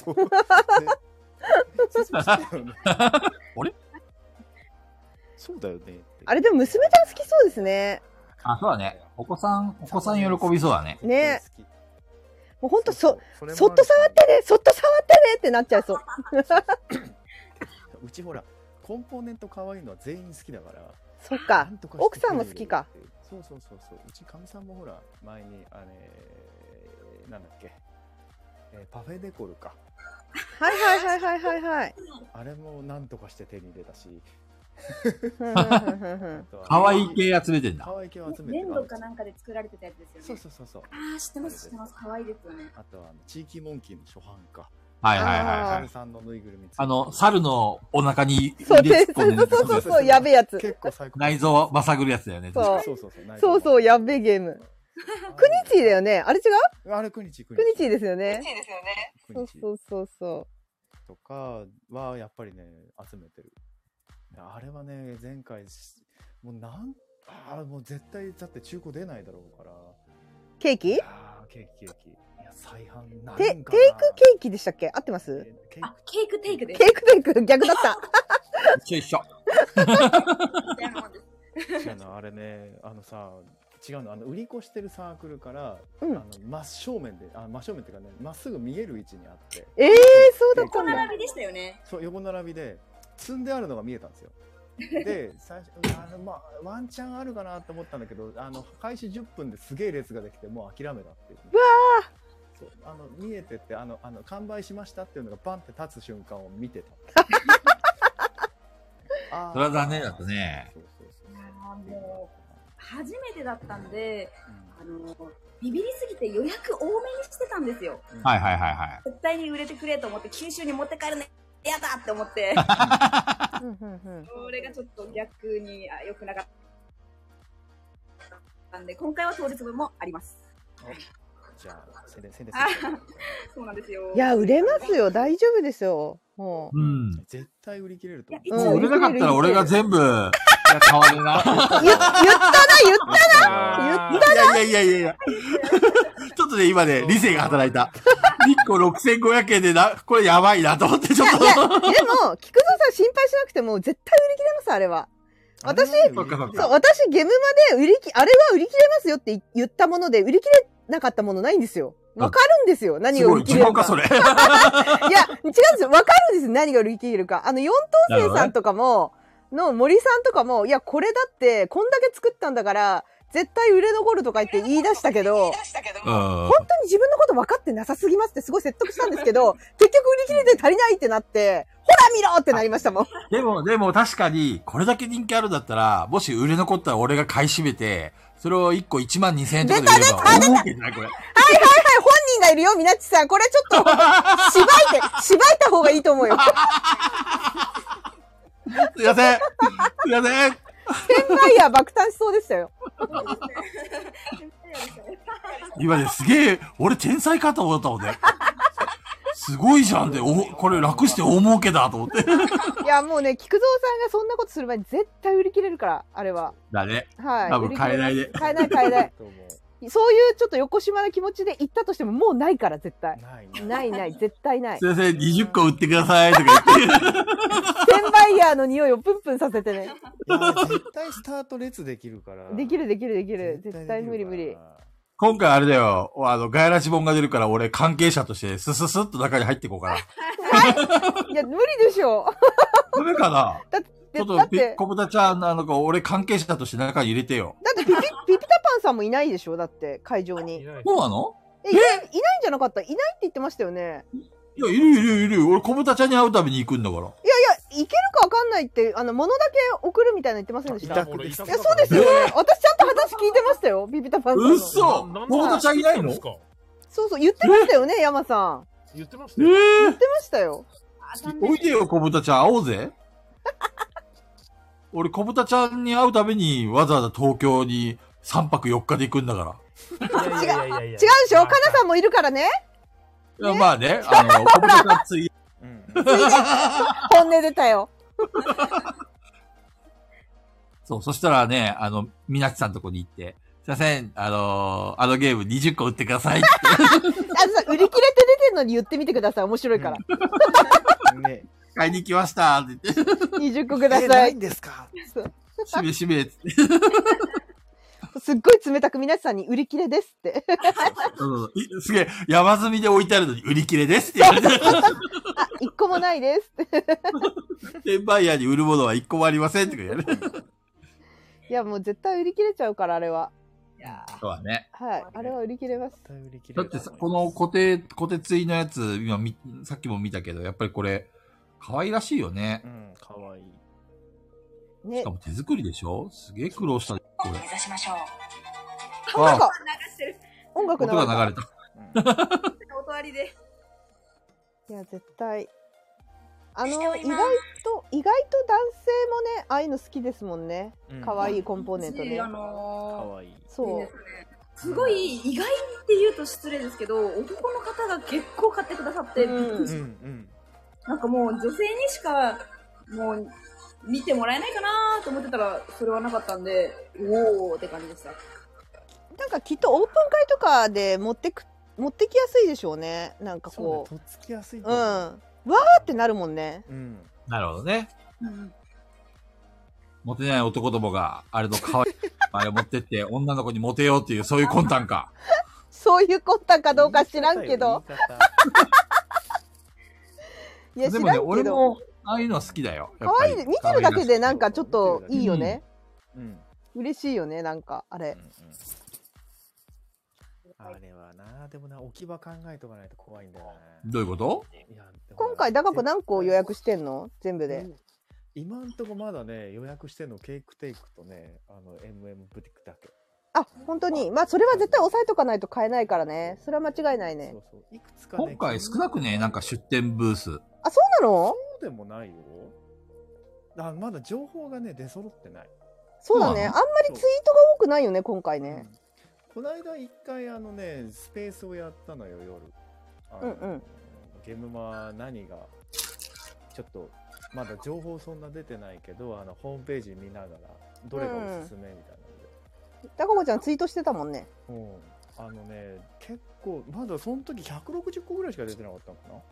あれ？ そうだよね。 あれでも娘ちゃん好きそうですね。 そうだね。お子さん喜びそうだね。 ね。もうほんとそっと触ってねってなっちゃいそう。 うちほら、コンポーネント可愛いのは全員好きだから。 そっか。奥さんも好きか。 そう。うちかみさんもほら、前に、なんだっけ。パフェデコルか。 はい。 あれもなんとかして手に入れたし。 可愛い系集めてんだ。 可愛い系を集めて。 粘土かなんかで作られてたやつですよね。 そう。 知ってます。可愛いですよね。 あとは、地域モンキーの初版か。 はい。 猿さんのぬいぐるみ。 猿のお腹に入れそう、やべえやつ。 結構最高。 内臓まさぐるやつだよね。 そう、 やべえゲーム。クニチーだよね。あれ違う？ あれクニチーですよね。 そう。とかはやっぱりね集めてる。あれはね前回もうもう絶対だって中古出ないだろうから。 ケーキ？ ケーキ。いや再販なんかな。 テイクケーキでしたっけ？合ってます？ ケークテイクです。 ケークテイク逆だった。 一緒。 違うのあれね違うの売り越してるサークルから、真正面っていうかねまっすぐ見える位置にあって。 そうだったんだ。 横並びでしたよね。 そう横並びで積んであるのが見えたんですよ。で最初ワンチャンあるかなと思ったんだけど開始10分ですげえ列ができてもう諦めたっていう。 うわー。見えてて完売しましたっていうのがバンって立つ瞬間を見てた。それは残念だったね。 もう初めてだったんで、ビビりすぎて予約多めにしてたんですよ。 はい。 絶対に売れてくれと思って九州に持って帰るねやだって思って。それがちょっと逆に良くなかったんで、今回は当日分もあります。 じゃあ、宣伝そうなんですよ。 いや、売れますよ。大丈夫ですよ。もう。うん。 絶対売り切れると思う。売れなかったら俺が全部、変わるな。 言ったな。 いや。ちょっとね、今ね、理性が働いた。1個6500円でこれやばいなと思ってちょっと。 でも、菊蔵さん心配しなくても絶対売り切れます、あれは。私、ゲームまであれは売り切れますよって言ったもので、売り切れなかったものないんですよ。わかるんですよ。何が売り切れるか。 すごい、自分か、それ。いや、違うんですよ。わかるんですよ。何が売り切れるか。四等星さんとかも、森さんとかも、いや、これだって、こんだけ作ったんだから、絶対売れ残るとか言って言い出したけど、本当に自分のこと分かってなさすぎますってすごい説得したんですけど、結局売り切れて足りないってなって、ほら見ろってなりましたもん。 でも確かに、これだけ人気あるんだったら、もし売れ残ったら俺が買い占めて、それを1個12000円とかで売れば大儲けじゃないこれ。 はい、本人がいるよ、みなっちさん。これちょっと、縛いた方がいいと思うよ。 すいません。 転売ヤー爆誕しそうでしたよ。 今ね、すげえ、俺天才かと思ったもんね。すごいじゃんで、これ楽して大儲けだと思って。 いや、もうね、菊蔵さんがそんなことする前に絶対売り切れるから、あれは。 だね。 はい。 多分買えないで。 買えない。そういうちょっと横島な気持ちで行ったとしてももうないから絶対。ない、絶対ない。 すいません、20個売ってくださいとか言って。 転売ヤーの匂いをプンプンさせてね。 絶対スタート列できるから。 できる。絶対無理。 今回あれだよ、ガヤラジ本が出るから俺関係者としてスっと中に入っていこうかな。 はい。いや、無理でしょ。 ダメかなちょっと、小豚ちゃん、俺関係者として中に入れてよ。 だってピピタパンさんもいないでしょだって、会場に。 そうなの？ いないんじゃなかった？いないって言ってましたよね。 いや、いる。俺小豚ちゃんに会うために行くんだから。いや、行けるかわかんないって、物だけ送るみたいな言ってませんでした？いや、そうですよね。私ちゃんと話聞いてましたよ、ピピタパンさんの。 嘘！小豚ちゃんいないの？ そう、言ってましたよね、山さん。 言ってましたよ。 言ってましたよ。 おいでよ、小豚ちゃん、会おうぜ。俺、小豚ちゃんに会うために、わざわざ東京に3泊4日で行くんだから。 違うでしょ？かなさんもいるからね。 いや、まあね、小豚ちゃんつい。 本音出たよ。 そう、そしたらね、みなちさんのとこに行って、すいません、ゲーム20個売ってくださいって。 売り切れて出てんのに言ってみてください。面白いから。 ね。 買いに来ましたって言って。 20個ください。 ないんですか？ しめって。 すっごい冷たく皆さんに売り切れですって。 すげえ、山積みで置いてあるのに売り切れですって言われて。 1個もないですって。 転売ヤーに売るものは1個もありませんって言われる。 いや、もう絶対売り切れちゃうから、あれは。 そうだね。 はい。あれは売り切れます。 だってさ、このコテツイのやつ、今さっきも見たけど、やっぱりこれ、可愛らしいよね。 うん、可愛い。 ね。 しかも手作りでしょ？すげえ苦労した。これ。 目指しましょう。音楽が流れた。 音ありで。 いや、絶対。意外と男性もね、ああいうの好きですもんね。可愛いコンポーネントね。 可愛い。 そう。 すごい意外って言うと失礼ですけど、男の方が結構買ってくださって、なんかもう女性にしかもう見てもらえないかなと思ってたら、それはなかったんで、おーって感じでした。 なんかきっとオープン会とかで持ってきやすいでしょうね。なんかこう。 とっつきやすい。 わーってなるもんね。 なるほどね。モテない男どもが、あれの可愛いあれ持ってって、女の子にモテようっていう、そういう魂胆か。 そういう魂胆かどうか知らんけど。 いや、でもね、俺も、ああいうのは好きだよ。 可愛いね。見てるだけでなんかちょっといいよね。嬉しいよね、なんか、あれ。 あれはな、でもな、置き場考えとかないと怖いんだよね。 どういうこと？ 今回、高く何個予約してんの？全部で。 今んとこまだね、予約してんのケークテイクとね、MM ブティックだけ。 あ、本当に。まあ、それは絶対押さえとかないと買えないからね。それは間違いないね。 そうそう。いくつかね。 今回少なくね、なんか出店ブース。 あ、そうなの？ そうでもないよ。まだ情報がね、出揃ってない。 そうだね。あんまりツイートが多くないよね、今回ね。 この間一回スペースをやったのよ、夜。ゲームマ何が、ちょっと、まだ情報そんな出てないけど、ホームページ見ながら、どれがおすすめみたいなので。 たかこちゃんツイートしてたもんね。 結構、まだその時160個ぐらいしか出てなかったのかな。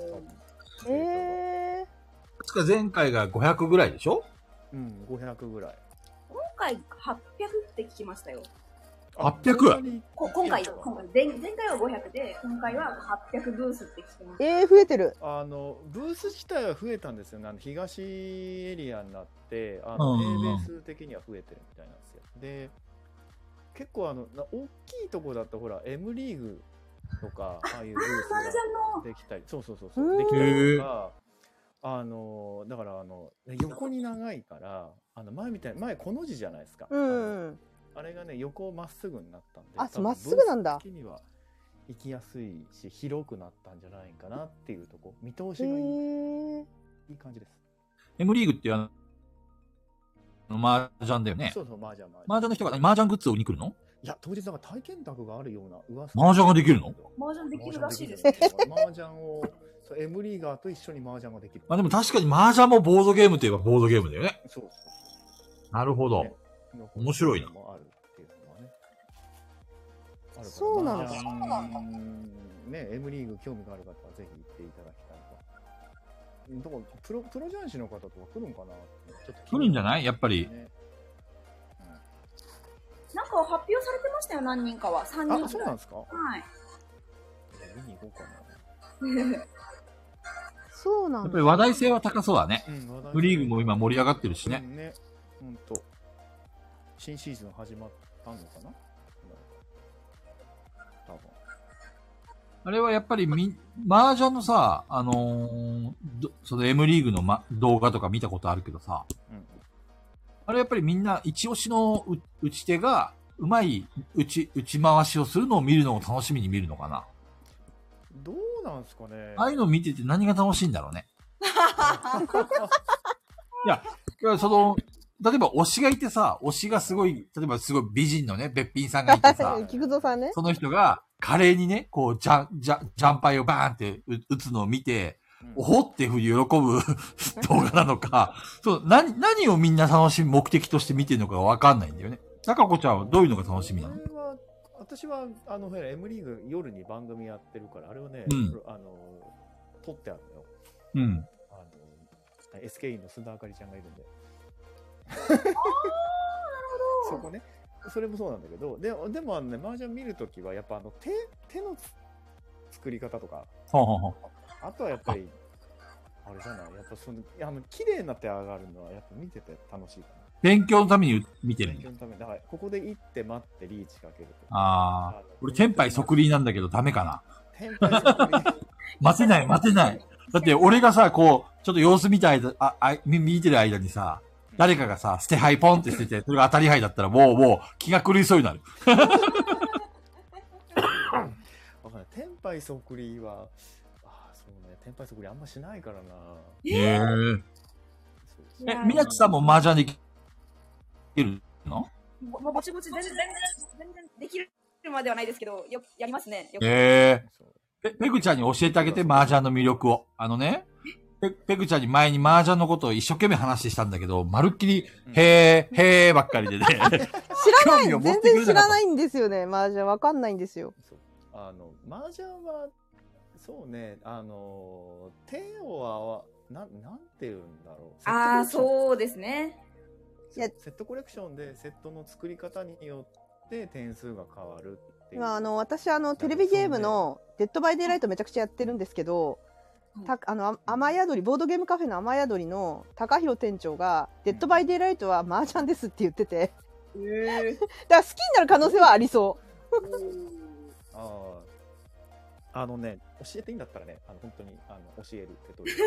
確か前回が500ぐらいでしょ？ うん、500ぐらい。 今回800って聞きましたよ。 800？ 今回前回は500で、今回は800ブースって聞きました。 増えてる。 ブース自体は増えたんですよね。東エリアになって、平米数的には増えてるみたいなんですよ。で、結構大きいとこだとほら、M リーグとか、ああいうブースができたり、そう、できたりとか、だから横に長いから、前この字じゃないですか。あれがね、横まっすぐになったんで。 まっすぐなんだ。 的には行きやすいし、広くなったんじゃないかなっていうとこ。見通しがいい。いい感じです。 M リーグって麻雀だよね。 そう、麻雀。 麻雀の人が麻雀グッズを売りに来るの？ いや、当日なんか体験宅があるような噂。 麻雀ができるの？ 麻雀できるらしいです。 麻雀を、M リーガーと一緒に麻雀ができる。 でも確かに麻雀もボードゲームといえばボードゲームだよね。 そう。 なるほど。面白いな。 そうなんだ。 ね、M リーグ興味がある方はぜひ行っていただきたいと。どこプロ雀士の方とか来るんかな。ちょっと来るんじゃない？やっぱり。 なんか発表されてましたよ、何人かは。3人。 あ、そうなんですか？ はい。 見に行こうかな。 そうなんだ。 やっぱり話題性は高そうだね。フリーグも今盛り上がってるしね。 ね、ほんと。新シーズン始まったのかな？多分。 あれはやっぱり麻雀のさ、その M リーグの、動画とか見たことあるけどさ、あれやっぱりみんな一押しの打ち手がうまい打ち回しをするのを見るのを楽しみに見るのかな。 どうなんすかね。 ああいうのを見てて何が楽しいんだろうね。いや、例えば推しがいてさ、推しがすごい、例えばすごい美人のね、べっぴんさんがいてさ、 菊蔵さんね。 その人が華麗にね、こう、ジャンパイをバーンって打つのを見て、おほっていうふうに喜ぶ動画なのか、そう、何をみんな楽しみ、目的として見てるのかわかんないんだよね。高子ちゃんはどういうのが楽しみなの？ 私は、M リーグ夜に番組やってるから、あれをね、撮ってあるのよ。SKE の須田あかりちゃんがいるんで。なるほど。そこね。それもそうなんだけど、でも麻雀見るときは、やっぱ手の作り方とか、あとはやっぱり、あれじゃない、やっぱ綺麗な手上がるのは、やっぱ見てて楽しいかな。 勉強のために見てるんだ。 勉強のために。だから、ここで行って待ってリーチかけると。 俺、テンパイ即リーなんだけど、ダメかな。 テンパイ即リー待てない。だって、俺がさ、こう、ちょっと様子見てる間にさ、誰かがさ、捨て牌ポンって捨てて、それが当たり牌だったらもう気が狂いそうになる。 わかんない。テンパイ即リーは、そうね、テンパイ即リーあんましないからな。 みなちさんも麻雀できるの？ ぼちぼち全然できるまではないですけど、やりますね。 ペグちゃんに教えてあげて、麻雀の魅力を。ペグちゃんに前に麻雀のことを一生懸命話したんだけど、まるっきり、へーばっかりでね。 知らない、全然知らないんですよね、麻雀。わかんないんですよ。 麻雀は、そうね、手をなんて言うんだろう。 そうですね。 セットコレクションでセットの作り方によって点数が変わるっていう。 私テレビゲームのデッドバイデイライトめちゃくちゃやってるんですけど、雨宿り、ボードゲームカフェの雨宿りの高弘店長が、デッドバイデイライトは麻雀ですって言ってて。だから好きになる可能性はありそう。 教えていいんだったらね、本当に、教える手取り。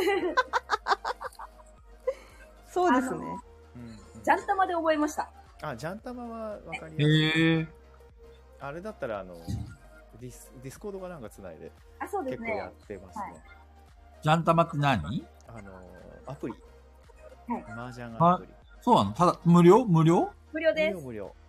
そうですね。 ジャンタマで覚えました。 ジャンタマはわかりやすい。あれだったら、ディスコードがなんかつないで、結構やってますね。 ジャンタマって何？ アプリ。麻雀アプリ。 そうなの？ただ、無料無料です。 無料。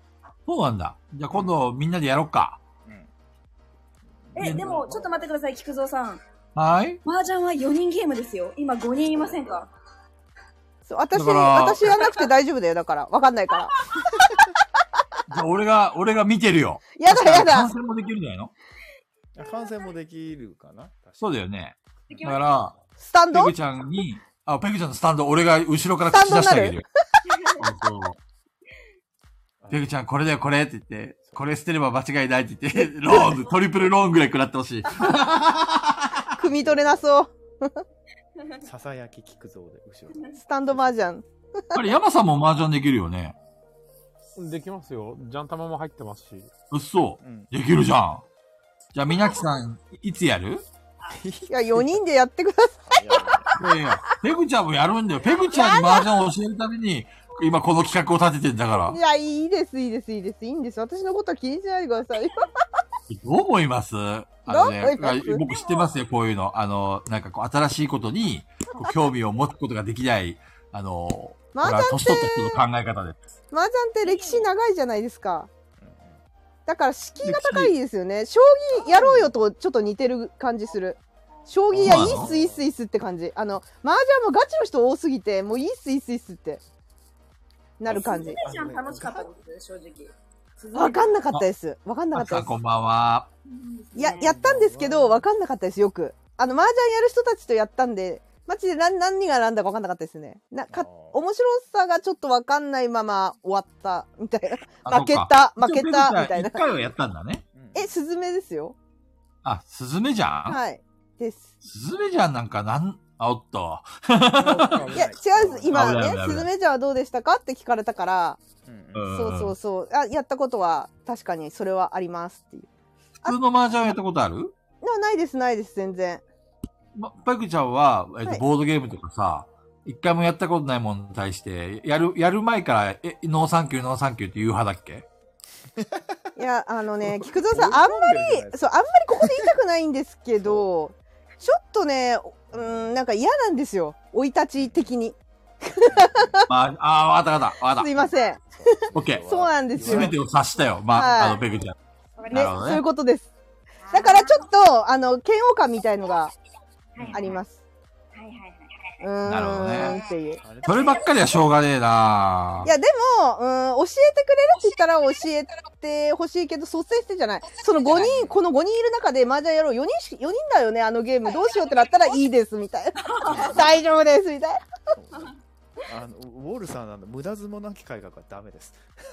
そうなんだ。じゃあ今度みんなでやろっか。 でも、ちょっと待ってください、菊蔵さん。 はい。 麻雀は4人ゲームですよ。今5人いませんか？ そう、私やんなくて大丈夫だよ、だから。わかんないから。 じゃあ俺が見てるよ。 やだ。 観戦もできるんじゃないの？ 観戦もできるかな？ そうだよね。だから、 スタンド？ ペグちゃんのスタンド、俺が後ろから口出してあげるよ。そうペグちゃん、これだよ、これって言って、これ捨てれば間違いないって言って、トリプルローンぐらい食らってほしい。 汲み取れなそう。 ささやき菊蔵で、後ろ。 スタンド麻雀。 あれ、山さんも麻雀できるよね。 できますよ。ジャン玉も入ってますし。 うっそ。できるじゃん。じゃあ、みなきさん、いつやる？ いや、4人でやってください。いや、ペグちゃんもやるんだよ。ペグちゃんに麻雀を教えるために、今この企画を立ててんだから。 いや、いいです。いいんです。私のことは気にしないでくださいよ。 どう思います？僕知ってますよ、こういうの。なんかこう、新しいことに、興味を持つことができない、これは年取った人の考え方です。 麻雀って歴史長いじゃないですか。だから敷居が高いですよね。将棋やろうよとちょっと似てる感じする。将棋いいっすって感じ。麻雀もガチの人多すぎて、もういいっすってなる感じ。 楽しかったです正直。 わかんなかったです。 こんばんは。 やったんですけど、わかんなかったです、よく。麻雀やる人たちとやったんで、マジで何が何だかわかんなかったですね。面白さがちょっとわかんないまま終わった、みたいな。負けた、みたいな。 一回はやったんだね。 スズメですよ。 あ、スズメじゃん？ はい。です。 スズメじゃんなんかおっと。 いや、違うんです。今ね、スズメじゃはどうでしたかって聞かれたから、そう。やったことは、確かにそれはありますっていう。 普通の麻雀やったことある？ ないです、全然。 ペグちゃんは、ボードゲームとかさ、一回もやったことないものに対して、やる前から、ノーサンキューって言う派だっけ？ いや、菊蔵さん、あんまりここで言いたくないんですけど、ちょっとね、なんか嫌なんですよ。生い立ち的に。 わかった。 すいません。 オッケー。 そうなんですよ。 すべてを察したよ。ペグちゃん。 ね、そういうことです。だからちょっと、嫌悪感みたいのがあります。 なるほどね。っていう。そればっかりはしょうがねえな。 いや、でも、教えてくれるって言ったら教えてほしいけど、率先してじゃない。この5人いる中で麻雀やろう。4人だよね、あのゲーム。どうしようってなったらいいです、みたいな。大丈夫です、みたいな。 ウォルさん無駄相撲なき改革はダメです。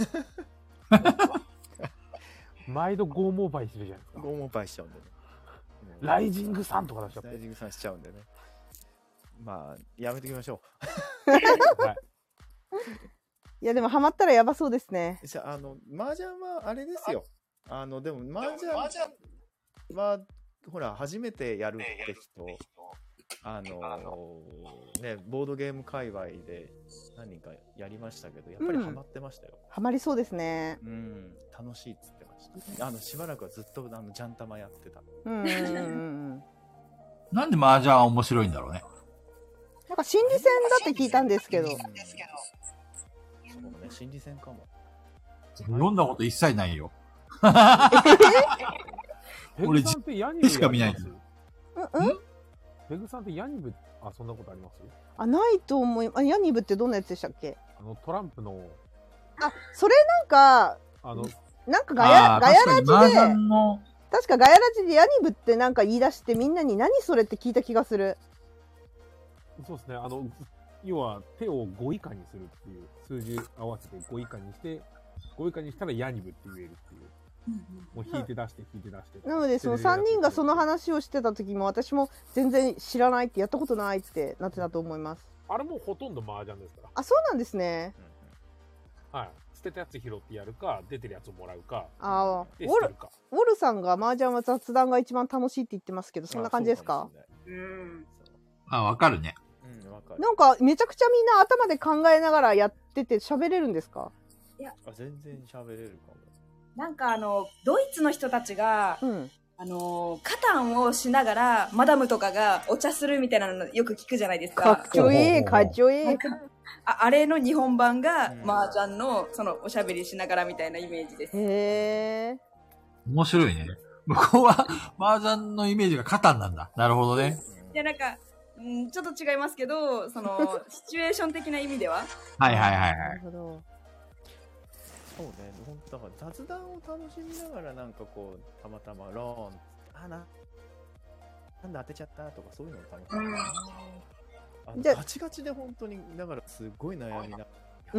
毎度拷問倍するじゃないですか。 拷問倍しちゃうんでね。 ライジングさんとか出しちゃって。 ライジングさんしちゃうんでね。まあ、やめておきましょう。はい、いや、でもハマったらやばそうですね。 じゃあ、麻雀はあれですよ。でも麻雀は、ほら、初めてやるって人、ね、ボードゲーム界隈で何人かやりましたけど、やっぱりハマってましたよ。 ハマりそうですね。 楽しいっつってました。しばらくはずっとジャン玉やってた。 なんで麻雀は面白いんだろうね。 なんか心理戦だって聞いたんですけど。そうね、 心理戦かも。 飲んだこと一切ないよ。 俺、しか見ないです。 ペグさんってヤニブ遊んだことあります？ ないと思います。ヤニブってどんなやつでしたっけ？ トランプの。 それなんかガヤラジで、確かガヤラジでヤニブってなんか言い出してみんなに何それって聞いた気がする。 そうですね。要は手を5以下にするっていう数字合わせて5以下にして5以下にしたらヤニブって言えるっていう。もう引いて出して。 なのでその3人がその話をしてた時も私も全然知らないってやったことないってなってたと思います。 あれもうほとんど麻雀ですから。 そうなんですね。 はい。捨てたやつ拾ってやるか、出てるやつをもらうか。 ウォルさんが麻雀は雑談が一番楽しいって言ってますけど、そんな感じですか？ わかるね。 なんかめちゃくちゃみんな頭で考えながらやってて喋れるんですか？ いや、全然喋れるかも。 なんかドイツの人たちが、カタンをしながらマダムとかがお茶するみたいなのよく聞くじゃないですか。 かっちょいい。 あれの日本版が麻雀のそのおしゃべりしながらみたいなイメージです。 へー。 面白いね。向こうは麻雀のイメージがカタンなんだ。なるほどね。 いや、なんか、ちょっと違いますけど、その、シチュエーション的な意味では。 はいはいはいはい。 なるほど。 そうね、本当だから雑談を楽しみながらなんかこう、たまたまローン、なんだ当てちゃったとかそういうのを楽しみながら。ガチガチで本当に、だからすごい悩みな。 うん。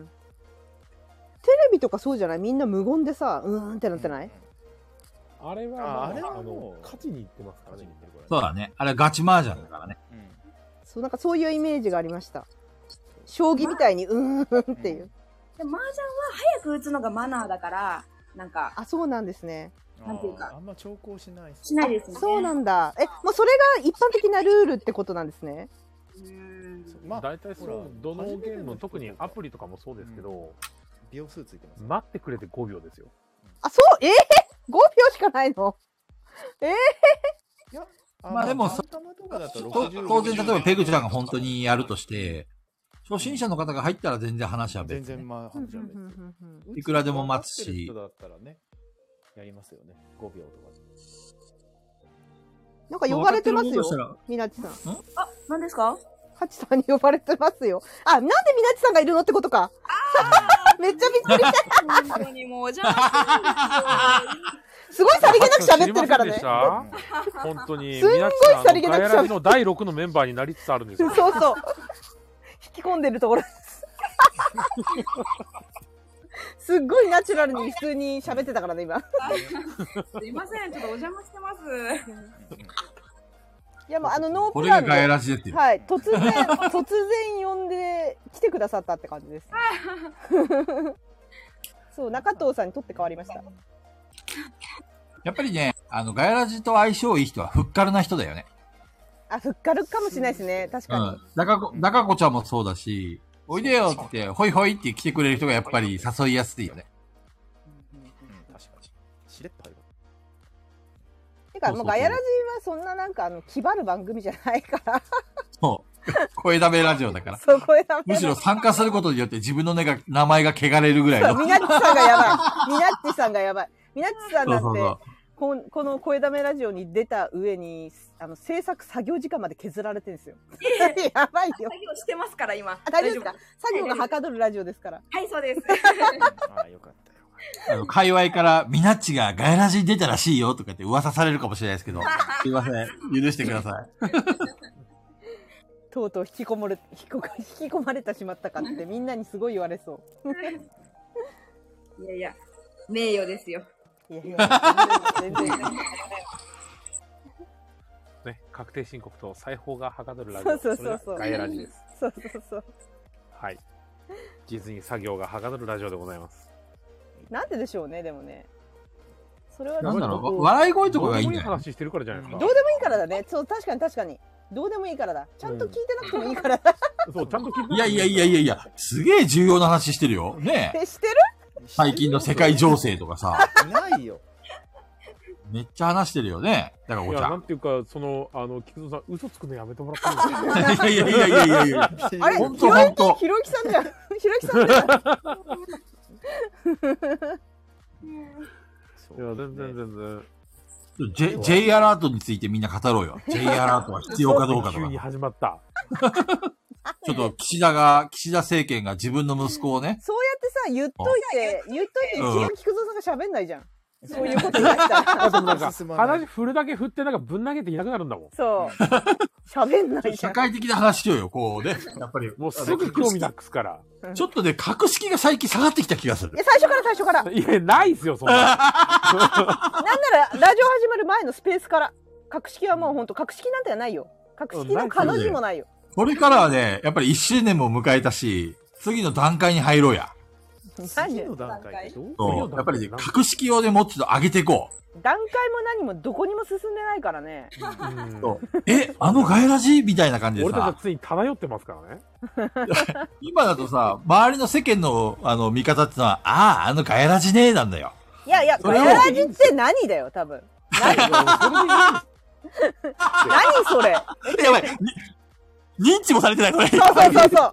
テレビとかそうじゃない？みんな無言でさ、ってなってない？ あれは勝ちに行ってますからね。 そうだね。あれガチ麻雀だからね。 そう、なんかそういうイメージがありました。将棋みたいに、っていう。 で、麻雀は早く打つのがマナーだから、なんか。 あ、そうなんですね。 なんていうか。 あんま長考しない。 しないですね。 そうなんだ。もうそれが一般的なルールってことなんですね。 大体そう、どのゲームも特にアプリとかもそうですけど、 秒数ついてます。 待ってくれて5秒ですよ。 あ、そう、5秒しかないの？ いや、 まあでも、当然例えばペグちゃんが本当にやるとして、初心者の方が入ったら全然話は別。 全然話は別。 いくらでも待つし。 人だったらね、やりますよね。5秒とか。 なんか呼ばれてますよ。みなっちさん。 あ、何ですか？ ハチさんに呼ばれてますよ。あ、なんでみなっちさんがいるのってことか。めっちゃびっくりした。 本当にもうお邪魔してるんですよ。すごいさりげなく喋ってるからね。 本当に。 すんごいさりげなく喋ってる。 ガヤラジの第6のメンバーになりつつあるんですよ。 そうそう。引き込んでるところです。すっごいナチュラルに普通に喋ってたからね、今。 すいません、ちょっとお邪魔してます。 いやもうノープランで。これがガヤラジですよ。 はい、突然呼んで来てくださったって感じです。そう、中藤さんにとって変わりました。 やっぱりね、ガヤラジと相性いい人はふっかるな人だよね。 あ、ふっかるかもしれないですね。確かに。 中子ちゃんもそうだし、おいでよって、ほいほいって来てくれる人がやっぱり誘いやすいよね。 確かに。しれっと入る。 てか、もうガヤラジはそんななんか気張る番組じゃないから。 そう。声だめラジオだから。 そう、声だめ。 むしろ参加することによって自分の名前が汚れるぐらいの。 みなっちさんがやばい。みなっちさんがやばい。みなっちさんだって、この声だめラジオに出た上に、制作作業時間まで削られてるんですよ。やばいよ。 作業してますから、今。 大丈夫ですか？作業がはかどるラジオですから。 はい、そうです。 ああ、よかったよ。 界隈からミナッチがガヤラジに出たらしいよとかって噂されるかもしれないですけど、すいません。許してください。 とうとう引き込まれてしまったかってみんなにすごい言われそう。 いやいや、名誉ですよ。いやいや、全然。 ね、確定申告と裁縫がはかどるラジオ。そう。ガヤラジです。 そう。 はい。実に作業がはかどるラジオでございます。 なんででしょうね、でもね。それはなんだろう、笑い声とかがいいんだよ。 どうでもいい話してるからじゃないですか。 どうでもいいからだね。そう、確かに。どうでもいいからだ。ちゃんと聞いてなくてもいいからだ。 そう、ちゃんと聞いて。 いや、すげえ重要な話してるよ。ねえ。してる？ 最近の世界情勢とかさ。 ないよ。 めっちゃ話してるよね。だからお茶。いや、 なんていうか、菊蔵さん、嘘つくのやめてもらっていいですか？ いや。 あれ、 本当。ひろゆきさんじゃん。ひろゆきさんじゃん。 いや、全然。 J アラートについてみんな語ろうよ。J アラートは必要かどうかとか。 急に始まった。 ちょっと岸田政権が自分の息子をね。 そうやってさ、言っといて、一番菊蔵さんが喋んないじゃん。そういうこと言ったら。 でもなんか、話振るだけ振ってなんかぶん投げていなくなるんだもん。 そう。喋んないじゃん。 社会的な話しようよ、こうね。やっぱり。 もうすぐ興味なくすから。 ちょっとね、格式が最近下がってきた気がする。 最初から。 いや、ないっすよ、そんな。なんなら、ラジオ始まる前のスペースから。格式はもうほんと、格式なんてないよ。格式の彼女もないよ。 これからはね、やっぱり1周年も迎えたし、次の段階に入ろうや。 次の段階ってそう。やっぱりね、格式をね、もうちょっと上げていこう。 段階も何もどこにも進んでないからね。 ガヤラジみたいな感じでさ。 俺たちついに漂ってますからね。 今だとさ、周りの世間の、見方ってのは、ガヤラジねーなんだよ。 いや、ガヤラジって何だよ、多分。何それ。 やばい。 認知もされてない、これ。 そうそうそうそう。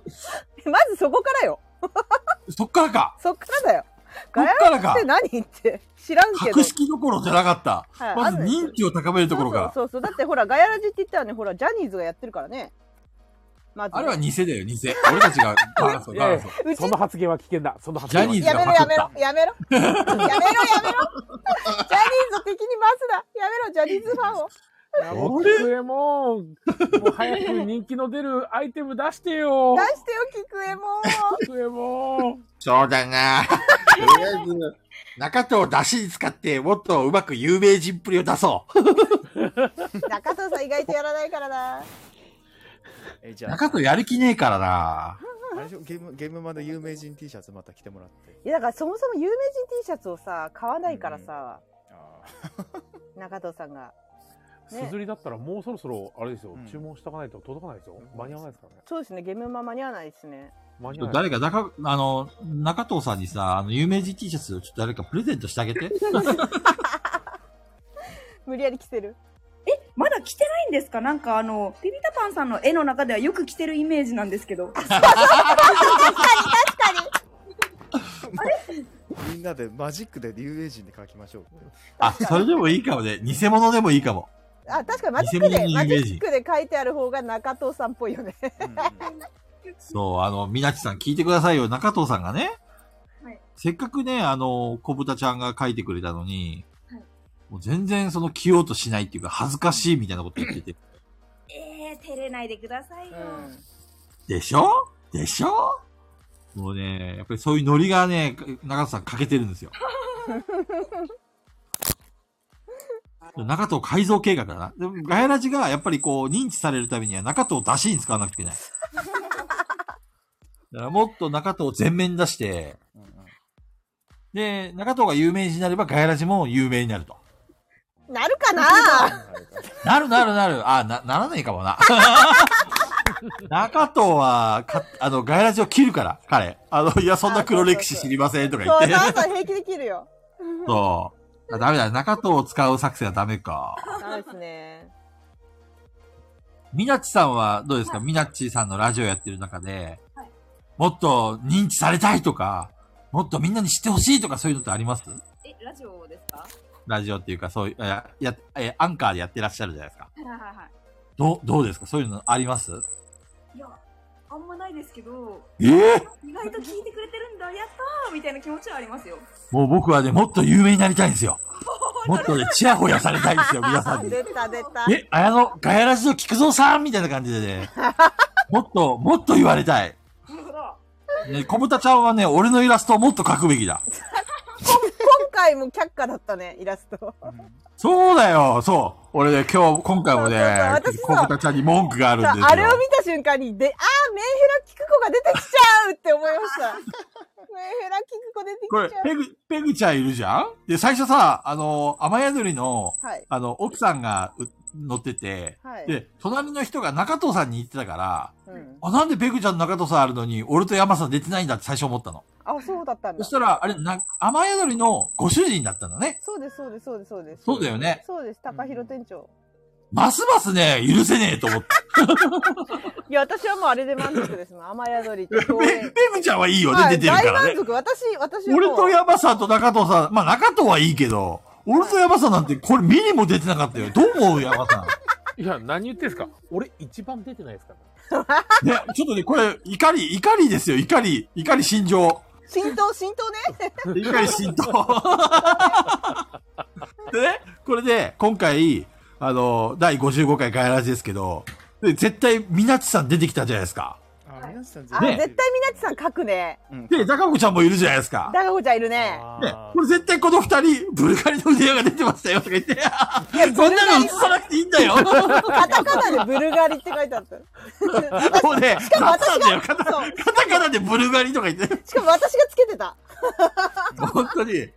まずそこからよ。 そっからか。 そっからだよ。 そっからか。 って何って知らんけど。 格式どころじゃなかった。はい、まず認知を高めるところから。 そうそう。だってほら、ガヤラジって言ったらね、ほら、ジャニーズがやってるからね。 まず、ね。あれは偽だよ、偽。俺たちが。 その発言は危険だ。その発言は。 ジャニーズがやめろ。やめろ。ジャニーズ敵に回すな。やめろ、ジャニーズファンを。 キクエモン。もう早く人気の出るアイテム出してよ。 出してよ、キクエモン。 キクエモン。 そうだな。とりあえず、中藤を出しに使って、もっとうまく有名人っぷりを出そう。 中藤さん意外とやらないからな。 中藤やる気ねえからな。 あれでしょ、ゲームまで有名人 T シャツまた着てもらって。 いや、だからそもそも有名人 T シャツをさ、買わないからさ。中藤さんが。 すずりだったらもうそろそろあれですよ、注文しとかないと届かないですよ。間に合わないですからね。 そうですね、ゲーム間に合わないですね。 誰か中藤さんにさ、有名人 T シャツをちょっと誰かプレゼントしてあげて。 無理やり着せる。 まだ着てないんですか？なんかピピタパンさんの絵の中ではよく着てるイメージなんですけど。確かに。 あれみんなでマジックで有名人で描きましょう。 あ、それでもいいかもね。偽物でもいいかも。 あ、確かにマジックで書いてある方が中藤さんっぽいよね。 そう、みなちさん聞いてくださいよ。中藤さんがね、はい、せっかくね、小豚ちゃんが書いてくれたのに、はい、もう全然着ようとしないっていうか恥ずかしいみたいなこと言ってて。 照れないでくださいよ。 でしょもうね、やっぱりそういうノリがね、中藤さん欠けてるんですよ。中藤改造計画だな。でもガヤラジがやっぱり認知されるためには中藤を出しに使わなくちゃいけない。だからもっと中藤を全面に出して、で、中藤が有名人になればガヤラジも有名になると。 なるかななる。あ、ならないかもな。中藤は、ガヤラジを切るから、彼。いや、そんな黒歴史知りませんとか言って。 そう、平気で切るよ。 そう。ダメだ、中藤を使う作戦はダメか。 ダメですね。 みなっちさんはどうですか？みなっちさんのラジオやってる中で、はい、もっと認知されたいとか、もっとみんなに知ってほしいとかそういうのってあります？ ラジオですか？ ラジオっていうか、そういう、アンカーでやってらっしゃるじゃないですか。 はい。 どうですか？そういうのあります？ いや、あんまないですけど、意外と聞いてくれてるんだ、やったーみたいな気持ちはありますよ。 もう僕はね、もっと有名になりたいんですよ。もっとね、チヤホヤされたいんですよ、皆さんに。 出た。 ガヤラジの菊蔵さんみたいな感じでね、もっと言われたい。 なるほど。 ね、小豚ちゃんはね、俺のイラストをもっと描くべきだ。 今回も却下だったね、イラスト。 そうだよ、そう。俺ね、今回もね、小豚ちゃんに文句があるんですよ。 あれを見た瞬間に、メンヘラキクコが出てきちゃうって思いました。メンヘラキクコ出てきちゃう。 これ、ペグちゃんいるじゃん？で、最初さ、雨宿りの、はい、奥さんが乗ってて、はい、で、隣の人が中藤さんに言ってたから、なんでペグちゃんの中藤さんあるのに、俺と山さん出てないんだって最初思ったの。 あ、そうだったんだ。 そしたら、雨宿りのご主人だったんだね。 そうです。 そうだよね。 そうです、高弘店長。 ますますね、許せねえと思って。 いや、私はもうあれで満足ですもん。雨宿りとペグちゃんはいいよね、出てるからね。 大満足。私は俺と山さんと中藤さん、まあ中藤はいいけど、俺と山さんなんてこれミリも出てなかったよ。どう思う山さん。いや、何言ってんすか？俺一番出てないですからね。ね、ちょっとね、これ、怒りですよ、怒り心情。 浸透ね。 怒り浸透。でね、これで、今回、第55回ガヤラジですけど、絶対、みなちさん出てきたじゃないですか。 絶対みなちさん書くね。 で、高子ちゃんもいるじゃないですか。 高子ちゃんいるね。 ね、これ絶対この二人、ブルガリの腕が出てましたよとか言って。いや、そんなの映さなくていいんだよ。 カタカナでブルガリって書いてあった。 もうね、しかも私が、カタカナでブルガリとか言って。 しかも私がつけてた。 本当に。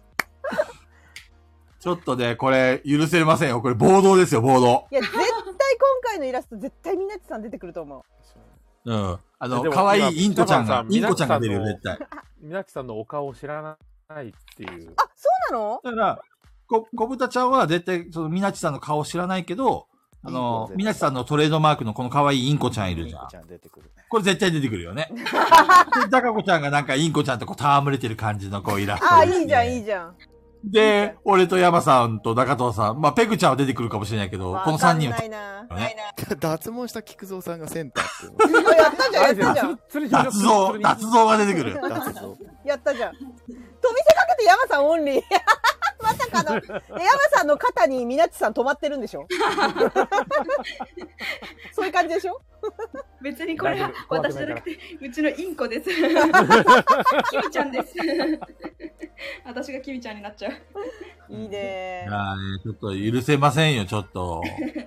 ちょっとね、これ、許せませんよ。これ、暴動ですよ、暴動。 いや、絶対今回のイラスト、絶対みなちさん出てくると思う。 うん。可愛いインコちゃんが出るよ、絶対。 みなちさんのお顔を知らないっていう。 あ、そうなの？ だから、小豚ちゃんは絶対、みなちさんの顔を知らないけど、 みなしさんのトレードマークのこの可愛いインコちゃんいるじゃん。インコちゃん出てくるね。これ絶対出てくるよね。たかこちゃんがなんかインコちゃんとこう戯れてる感じのこうイラスト。 あ、いいじゃん、いいじゃん。 で、俺と山さんと中藤さん、まあ、ペグちゃんは出てくるかもしれないけど、この3人は。ないな。 脱毛した菊蔵さんがセンターっていう。 やったじゃん、やったじゃん。 脱毛が出てくる。 やったじゃん。と見せかけて山さんオンリー。まさかの、山さんの肩にみなっちさん止まってるんでしょそういう感じでしょ別にこれは私じゃなくて、うちのインコです。キミちゃんです。私がキミちゃんになっちゃう。 いいねいやね、ちょっと許せませんよ、ちょっと。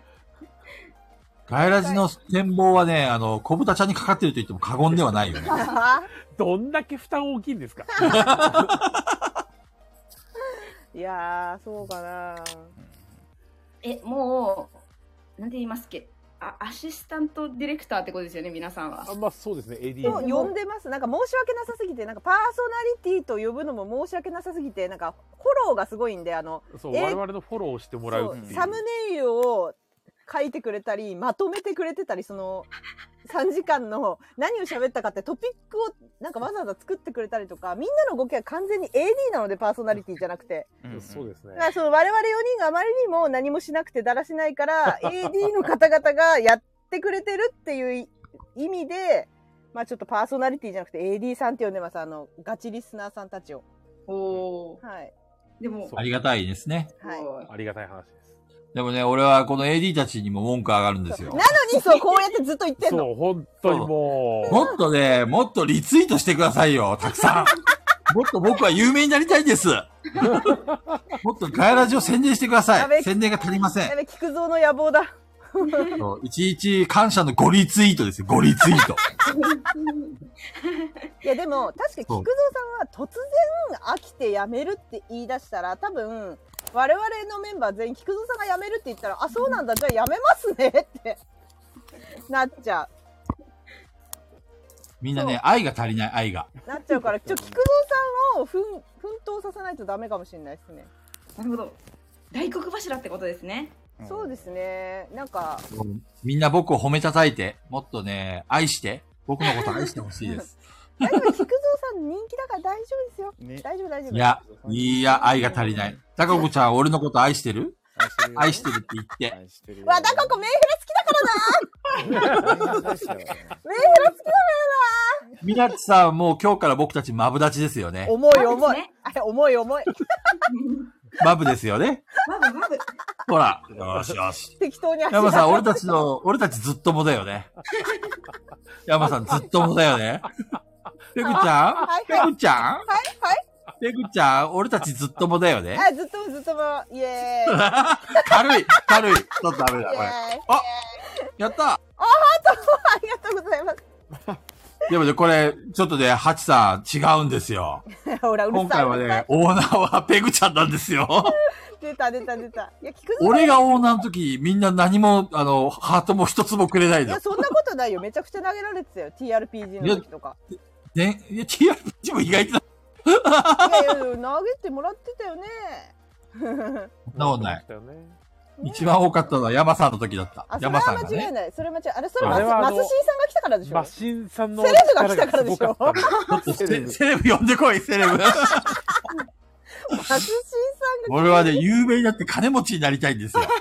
ガイラジの展望はね、小豚ちゃんにかかってると言っても過言ではないよね。 どんだけ負担大きいんですかいやー、そうかな。 もう、なんて言いますっけ、アシスタントディレクターってことですよね、皆さんは。 まあそうですね、AD。 呼んでます。なんか申し訳なさすぎて、なんかパーソナリティと呼ぶのも申し訳なさすぎて、なんかフォローがすごいんで、 そう、我々のフォローをしてもらうっていう。 サムネイルを書いてくれたり、まとめてくれてたり、その、3時間の何を喋ったかってトピックをなんかわざわざ作ってくれたりとか、みんなの動きは完全に AD なので、パーソナリティじゃなくて。 そうですね。 だからその我々4人があまりにも何もしなくてだらしないから、AD の方々がやってくれてるっていう意味で、まあちょっとパーソナリティじゃなくて AD さんって呼んでます。ガチリスナーさんたちを。はい。 でも、 ありがたいですね。 はい。 ありがたい話です。 でもね、俺はこの AD たちにも文句上がるんですよ。 なのにそう、こうやってずっと言ってんの。 そう、本当にもう。 もっとね、もっとリツイートしてくださいよ、たくさん。もっと僕は有名になりたいです。もっとガヤラジを宣伝してください。宣伝が足りません。 やべ、菊蔵の野望だ。 そう、いちいち感謝の5リツイートですよ、5リツイート。 いや、でも、確か菊蔵さんは突然飽きて辞めるって言い出したら、多分、我々のメンバー全員菊蔵さんが辞めるって言ったら、あ、そうなんだ、じゃあ辞めますねってなっちゃう。 みんなね、愛が足りない、愛が。 なっちゃうから、菊蔵さんを奮闘させないとダメかもしれないですね。 なるほど。大黒柱ってことですね。 そうですね。なんか。 みんな僕を褒めたたいて、もっとね、愛して、僕のこと愛してほしいです。 大丈夫、菊蔵さん人気だから大丈夫ですよ。ね、大丈夫、大丈夫。 いや、愛が足りない。たかこちゃん、俺のこと愛してる？愛してるって言って。 わ、たかこメンヘラ好きだからなメンヘラ好きだからなみなっちさん、もう今日から僕たちマブダチですよね。 重い重い。あれ、重い重い。 マブですよね。 マブ。 ほら。よしよし。 適当に山さん、俺たちずっともだよね。山さん、ずっともだよね。ペグちゃんペグちゃんはいペグちゃん、俺たちずっともだよね。 あ、ずっとも、イェーイ。 軽い。ちょっとダメだ、これ。あ、やった。 ありがとうございます。 でもね、これ、ちょっとね、ハチさん、違うんですよ。 ほら、 今回はね、オーナーはペグちゃんなんですよ。 出た。いや、 俺がオーナーの時、みんな何も、ハートも一つもくれないの。 いや、そんなことないよ。めちゃくちゃ投げられてたよ。TRPG の時とか。 ね、いや、TRPG も意外と。 いや、投げてもらってたよね。 そんなことない。一番多かったのは山さんの時だった。山さんがね。 それは間違いない。それマスシーさんが来たからでしょ。 マシンさんのセレブが来たからでしょ。 セレブ呼んでこい、セレブ。マスシーさんが。 俺はね、有名になって金持ちになりたいんですよ。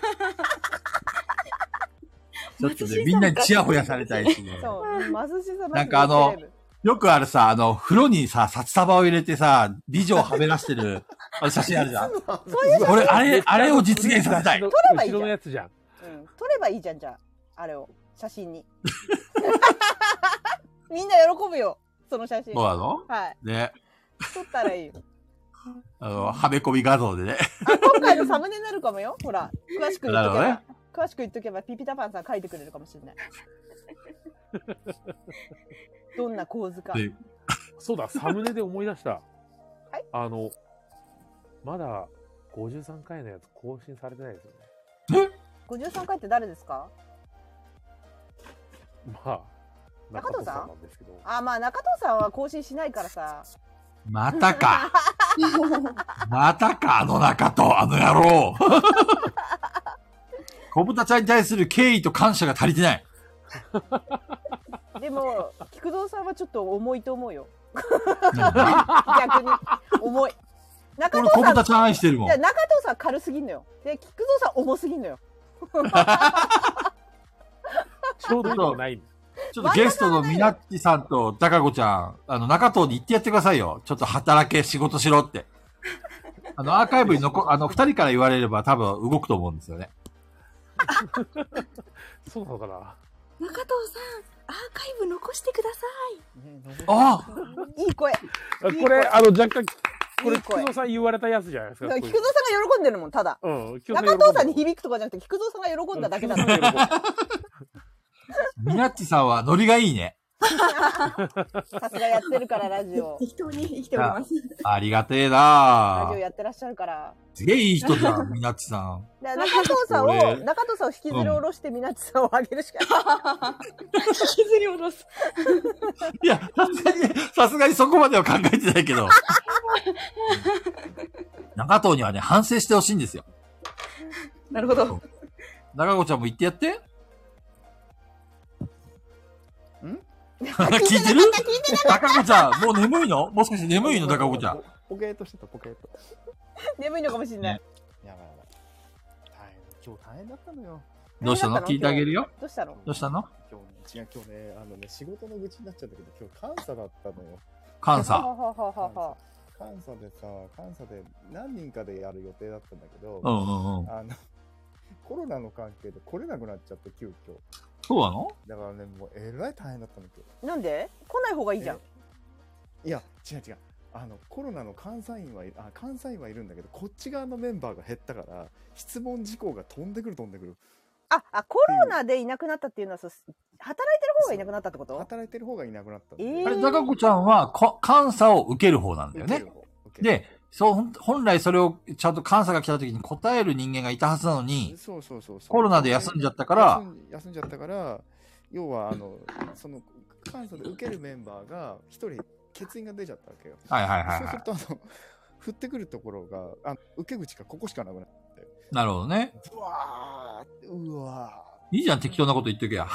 ちょっとね、みんなにチヤホヤされたいしね。 そう、マスシーさん。 なんかよくあるさ、風呂にさ、札束を入れてさ、美女をはべらしてる、写真あるじゃん。俺、あれを実現させたい。 撮ればいいじゃん。 後ろのやつじゃん。 撮ればいいじゃん、じゃあ。あれを。写真に。みんな喜ぶよ。その写真。 そうなの？ はい。 ね。 撮ったらいいよ。 はめ込み画像でね。 今回のサムネになるかもよ。ほら、詳しく言っとけば。ね、詳しく言っとけば、ピピタパンさん書いてくれるかもしれない。どんな構図か。 そうだ、サムネで思い出した。 はい。 まだ53回のやつ更新されてないですよね。 53回って誰ですか？ まあ、中藤さんなんですけど。 あ、まあ中藤さんは更新しないからさ。 またか。またか、あの中藤、あの野郎。 小豚ちゃんに対する敬意と感謝が足りてない。 でも、菊蔵さんはちょっと重いと思うよ。逆に。重い。 中藤さん。俺小豚ちゃん愛してるもん。 いや、中藤さん軽すぎんのよ。で、菊蔵さん重すぎんのよ。 ちょうどいいのないんです。 ちょっとゲストのみなっちさんと高子ちゃん、中藤に言ってやってくださいよ。ちょっと働け、仕事しろって。アーカイブに二人から言われれば多分動くと思うんですよね。 そうなのかな。 中藤さん、アーカイブ残してください。ああいい声。 これ、若干、これ、菊蔵さん言われたやつじゃないですか。 菊蔵さんが喜んでるもん、ただ。 うん。 中藤さんに響くとかじゃなくて、菊蔵さんが喜んだだけだった。 みなっちさんはノリがいいね。 さすがやってるから、ラジオ。 適当に生きております。 ありがてえなラジオやってらっしゃるから。 すげえいい人じゃん、みなっちさん。 中藤さんを引きずり下ろして、みなっちさんを上げるしかない。 引きずり下ろす。 いや、さすがにそこまでは考えてないけど。中藤にはね、反省してほしいんですよ。 なるほど。 中子ちゃんも言ってやって。 聞いてる？高子ちゃん、もう眠いの？もしかして眠いの高子ちゃん。 ポケーとしてた、ポケーと。 眠いのかもしれない。 やばいやばい。今日大変だったのよ。 どうしたの？聞いてあげるよ。 どうしたの？ 今日ね、仕事の愚痴になっちゃったけど、今日監査だったのよ。 監査。 監査で何人かでやる予定だったんだけど、コロナの関係で来れなくなっちゃって、急遽。 そうなの？ だからね、もうえらい大変だったんだけど。 なんで？来ない方がいいじゃん。 いや、違う。コロナの監査員はいるんだけど、こっち側のメンバーが減ったから、質問事項が飛んでくる。 コロナでいなくなったっていうのは、働いてる方がいなくなったってこと？ 働いてる方がいなくなった。 あれ、高子ちゃんは、監査を受ける方なんだよね。で、本来それをちゃんと監査が来た時に答える人間がいたはずなのに、 そうコロナで休んじゃったから、 要はその監査で受けるメンバーが一人欠員が出ちゃったわけよ。 はい。 そうすると降ってくるところが受け口がここしかなくなって。 なるほどね。 うわー。いいじゃん、適当なこと言っとけや。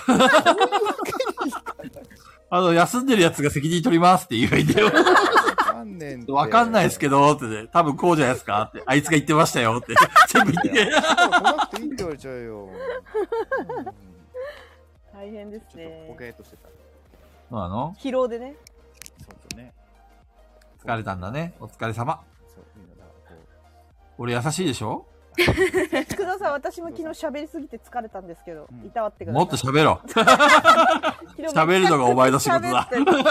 休んでるやつが責任取りますって言えばいいんだよ。わかんないですけど、ってね、多分こうじゃないですかって、あいつが言ってましたよって、全部言って。 来なくていいって言われちゃうよ。 大変ですね。 ちょっとポケーっとしてた。 そうなの？ 疲労でね。 そうね。 疲れたんだね。お疲れ様。俺優しいでしょ？ 福田さん、私も昨日喋りすぎて疲れたなですけど、いたわってください。 もっと喋ろう。喋るのがお前の仕事だ。 疲れた。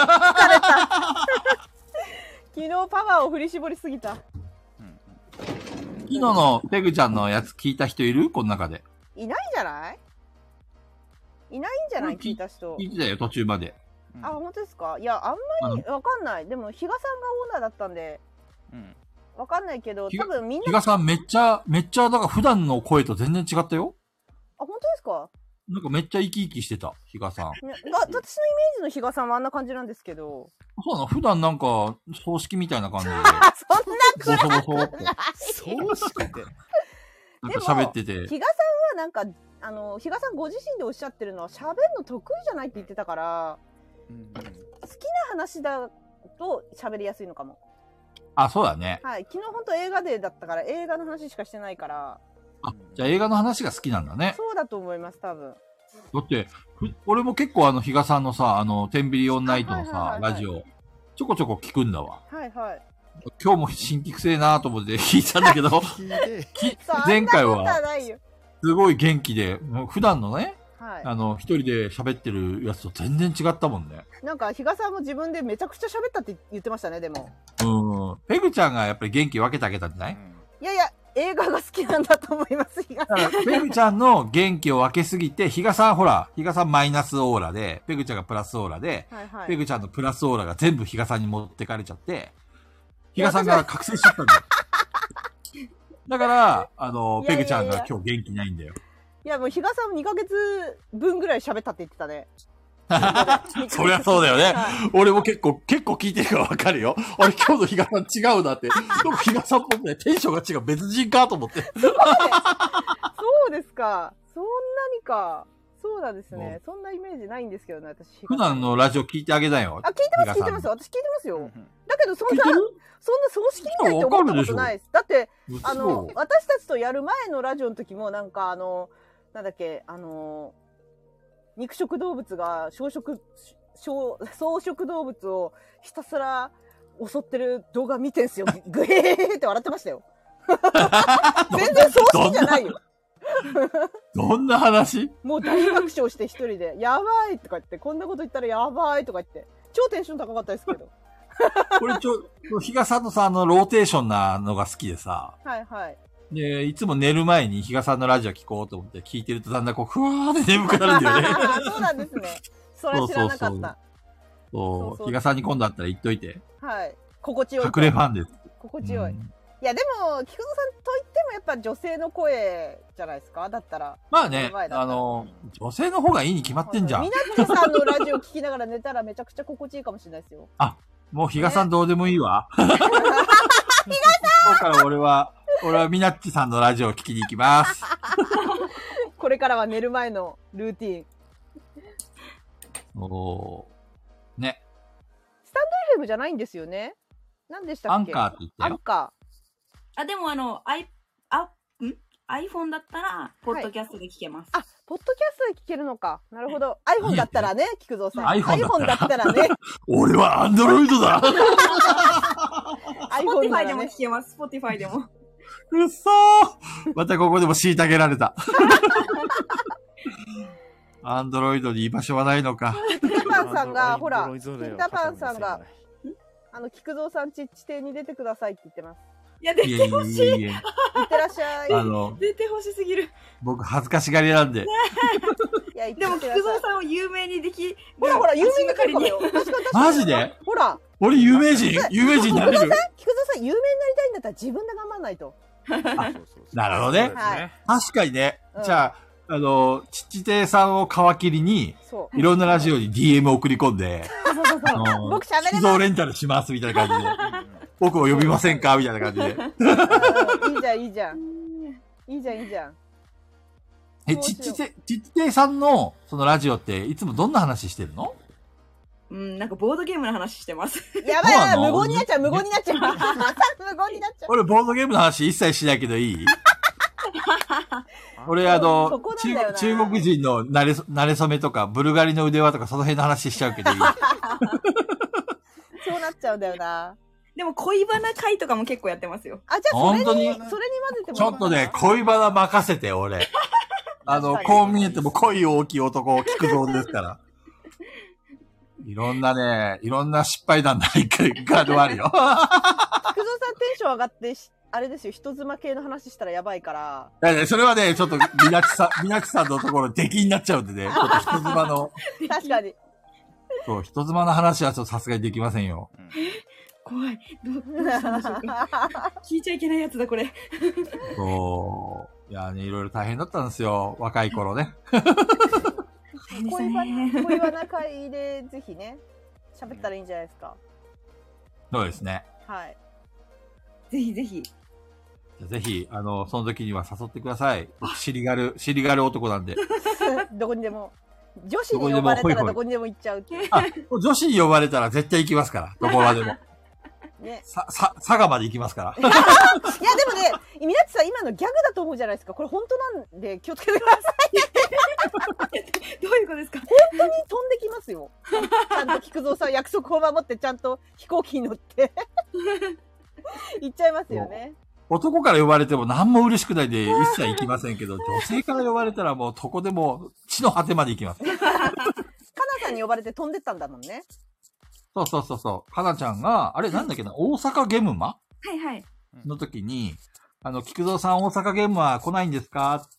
昨日パワーを振り絞りすぎた。 昨日のペグちゃんのやつ聞いた人いる？この中で。 いないんじゃない？いないんじゃない？聞いた人。 聞いてたよ、途中まで。 あ、本当ですか？いや、あんまりわかんない。でも、比嘉さんがオーナーだったんで、わかんないけど、多分みんな。 比嘉さんめっちゃ、だから普段の声と全然違ったよ。 あ、本当ですか？ なんかめっちゃ生き生きしてた、比嘉さん。 私のイメージの比嘉さんはあんな感じなんですけど。 そうなの？普段なんか、葬式みたいな感じで。 そんな暗くない。 葬式って。 なんか喋ってて。 比嘉さんはなんか、比嘉さんご自身でおっしゃってるのは、喋るの得意じゃないって言ってたから、好きな話だと喋りやすいのかも。 あ、そうだね。 はい。昨日本当映画デーだったから、映画の話しかしてないから。 じゃあ映画の話が好きなんだね。 そうだと思います、多分。 だって、俺も結構比嘉さんのさ、天秤オンナイトのさ、ラジオ、ちょこちょこ聞くんだわ。 はいはい。 今日も新規くせえなと思って聞いたんだけど、前回は、すごい元気で、普段のね、一人で喋ってるやつと全然違ったもんね。 なんか、比嘉さんも自分でめちゃくちゃ喋ったって言ってましたね、でも。 ペグちゃんがやっぱり元気分けてあげたんじゃない？ いやいや、映画が好きなんだと思います、比嘉さん。 ペグちゃんの元気を分けすぎて、比嘉さんマイナスオーラで、ペグちゃんがプラスオーラで、ペグちゃんのプラスオーラが全部比嘉さんに持ってかれちゃって、比嘉さんが覚醒しちゃったんだよ。だから、ペグちゃんが今日元気ないんだよ。 いや、もう比嘉さんも2ヶ月分ぐらい喋ったって言ってたね。 そりゃそうだよね。俺も結構聞いてるからわかるよ。俺今日の比嘉さん違うなって。でも比嘉さんもね、テンションが違う。別人かと思って。 そうそうですか。そんなにか。そうなんですね。そんなイメージないんですけどね、私。 普段のラジオ聞いてあげなよ。 あ、聞いてます、聞いてます。私聞いてますよ。だけど、そんな葬式みたいって思ったことないです。だって、私たちとやる前のラジオの時も、なんかなんだっけ、肉食動物が草食動物をひたすら襲ってる動画見てんすよ。グヘーって笑ってましたよ。全然葬式じゃないよ。 どんな話？ もう大爆笑して一人で、やばいとか言って、こんなこと言ったらやばいとか言って、超テンション高かったですけど。 これ比嘉さんのさ、ローテーションなのが好きでさ。 はいはい。 で、いつも寝る前に比嘉さんのラジオ聞こうと思って聞いてるとだんだんこう、ふわーって眠くなるんだよね。 そうなんですね。それは知らなかった。 そう。比嘉さんに今度会ったら言っといて。 はい。心地よい。 隠れファンです。 心地よい。いや、でも、菊蔵さんといってもやっぱ女性の声じゃないですかだったら。 まあね、女性の方がいいに決まってんじゃん。 みなっちさんのラジオ聞きながら寝たらめちゃくちゃ心地いいかもしれないですよ。 あ、もう比嘉さんどうでもいいわ。比嘉さん今から俺はみなっちさんのラジオを聞きに行きます。 これからは寝る前のルーティン。 ね。 スタンド FM じゃないんですよね。何でしたっけ？ アンカーって言ってよ。 アンカー。あ、でもiPhone だったら、ポッドキャストで聞けます。 あ、ポッドキャストで聞けるのか。なるほど。iPhone だったらね、菊蔵さん。 iPhone だったらね。 俺は Android だ。 Spotify でも聞けます。Spotify でも。 うっそー。またここでも虐げられた。Android に居場所はないのか。 ピタパンさんが、ほら、ピタパンさんが、菊蔵さん地底に出てくださいって言ってます。 いや、出てほしい。いってらっしゃい。 出てほしすぎる。 僕、恥ずかしがりなんで。 でも、菊蔵さんを有名にでき、 ほら、有名になるかもよ。 マジで？ ほら。 俺、有名人になれる？ 菊蔵さん、有名になりたいんだったら自分で頑張んないと。 なるほどね。確かにね。じゃあ、ちちてさんを皮切りに、いろんなラジオに DM 送り込んで、 僕喋れます。 寄贈レンタルします、みたいな感じで。僕を呼びませんかみたいな感じで。 いいじゃん。 ちっちてさんの、そのラジオって、いつもどんな話してるの？ なんかボードゲームの話してます。 やばいやばい、無言になっちゃう。 俺、ボードゲームの話一切しないけどいい？俺、中国人の慣れ初めとか、ブルガリの腕輪とか、その辺の話しちゃうけどいい？ そうなっちゃうんだよな。 でも恋バナ会とかも結構やってますよ。 あ、じゃあそれに混ぜてもちょっとね、恋バナ任せて、俺。こう見えても恋大きい男を聞くぞですから。いろんな失敗談の一回ガードあるよ。 菊蔵さんテンション上がって、あれですよ、人妻系の話したらやばいから。 それはね、ちょっと、みなちさんのところ敵になっちゃうんでね、ちょっと人妻の。 確かに。 そう、人妻の話はちょっとさすがにできませんよ。 怖い。どうしたんでしょうか。聞いちゃいけないやつだ、これ。 そう。いやね、いろいろ大変だったんですよ。若い頃ね。 恋バナ会でぜひね、喋ったらいいんじゃないですか。 そうですね。 はい。 ぜひぜひ。 ぜひ、その時には誘ってください。シリガル男なんで。 どこにでも。女子に呼ばれたらどこにでも行っちゃうっていう。 女子に呼ばれたら絶対行きますから。どこまでも。ね。佐賀まで行きますから。いや、でもね、みなっちさん今のギャグだと思うじゃないですか。これ本当なんで気をつけてください。どういうことですか？ 本当に飛んできますよ。ちゃんと菊蔵さん約束を守ってちゃんと飛行機に乗って。行っちゃいますよね。 男から呼ばれても何も嬉しくないで一切行きませんけど、女性から呼ばれたらもうどこでも地の果てまで行きます。かなさんに呼ばれて飛んでったんだもんね。 そう。かなちゃんが、あれなんだっけな、大阪ゲムマ？ はいはい。 の時に、菊蔵さん大阪ゲームは来ないんですかって、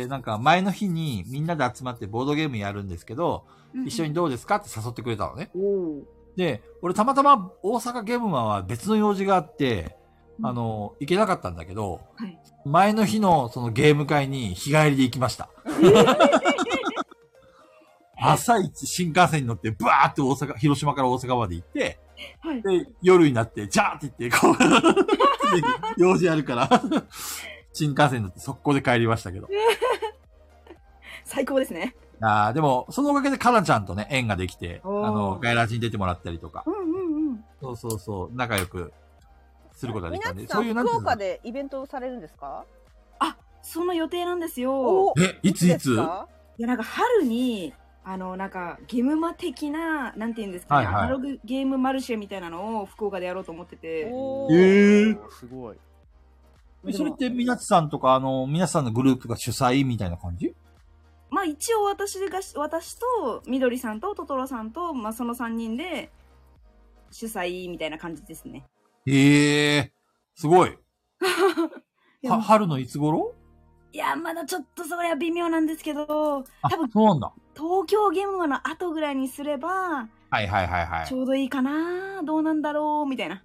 なんか前の日にみんなで集まってボードゲームやるんですけど、一緒にどうですかって誘ってくれたのね。で、俺たまたま大阪ゲームマは別の用事があって、行けなかったんだけど、はい、前の日のそのゲーム会に日帰りで行きました。朝一新幹線に乗ってバーって広島から大阪まで行って、はい、で、夜になって、ジャーって言って、こう、用事あるから、 新幹線乗って速攻で帰りましたけど。 最高ですね。 でも、そのおかげでかなちゃんとね、縁ができて、ガイラジに出てもらったりとか。そう、仲良くすることができたんで、 そういう福岡でイベントをされるんですか？ その予定なんですよ。 いついや、なんか春に、なんか、ゲームマ的な、なんて言うんですかね、アナログゲームマルシェみたいなのを福岡でやろうと思ってて。 すごい。 それって、みなちさんとか、皆さんのグループが主催みたいな感じ？ まあ一応私と、みどりさんと、トトロさんと、まあその3人で、主催みたいな感じですね。 すごい。春のいつ頃？ いや、まだちょっとそれは微妙なんですけど、多分、 そうなんだ。 東京ゲームマの後ぐらいにすれば、ちょうどいいかな、どうなんだろう、みたいな。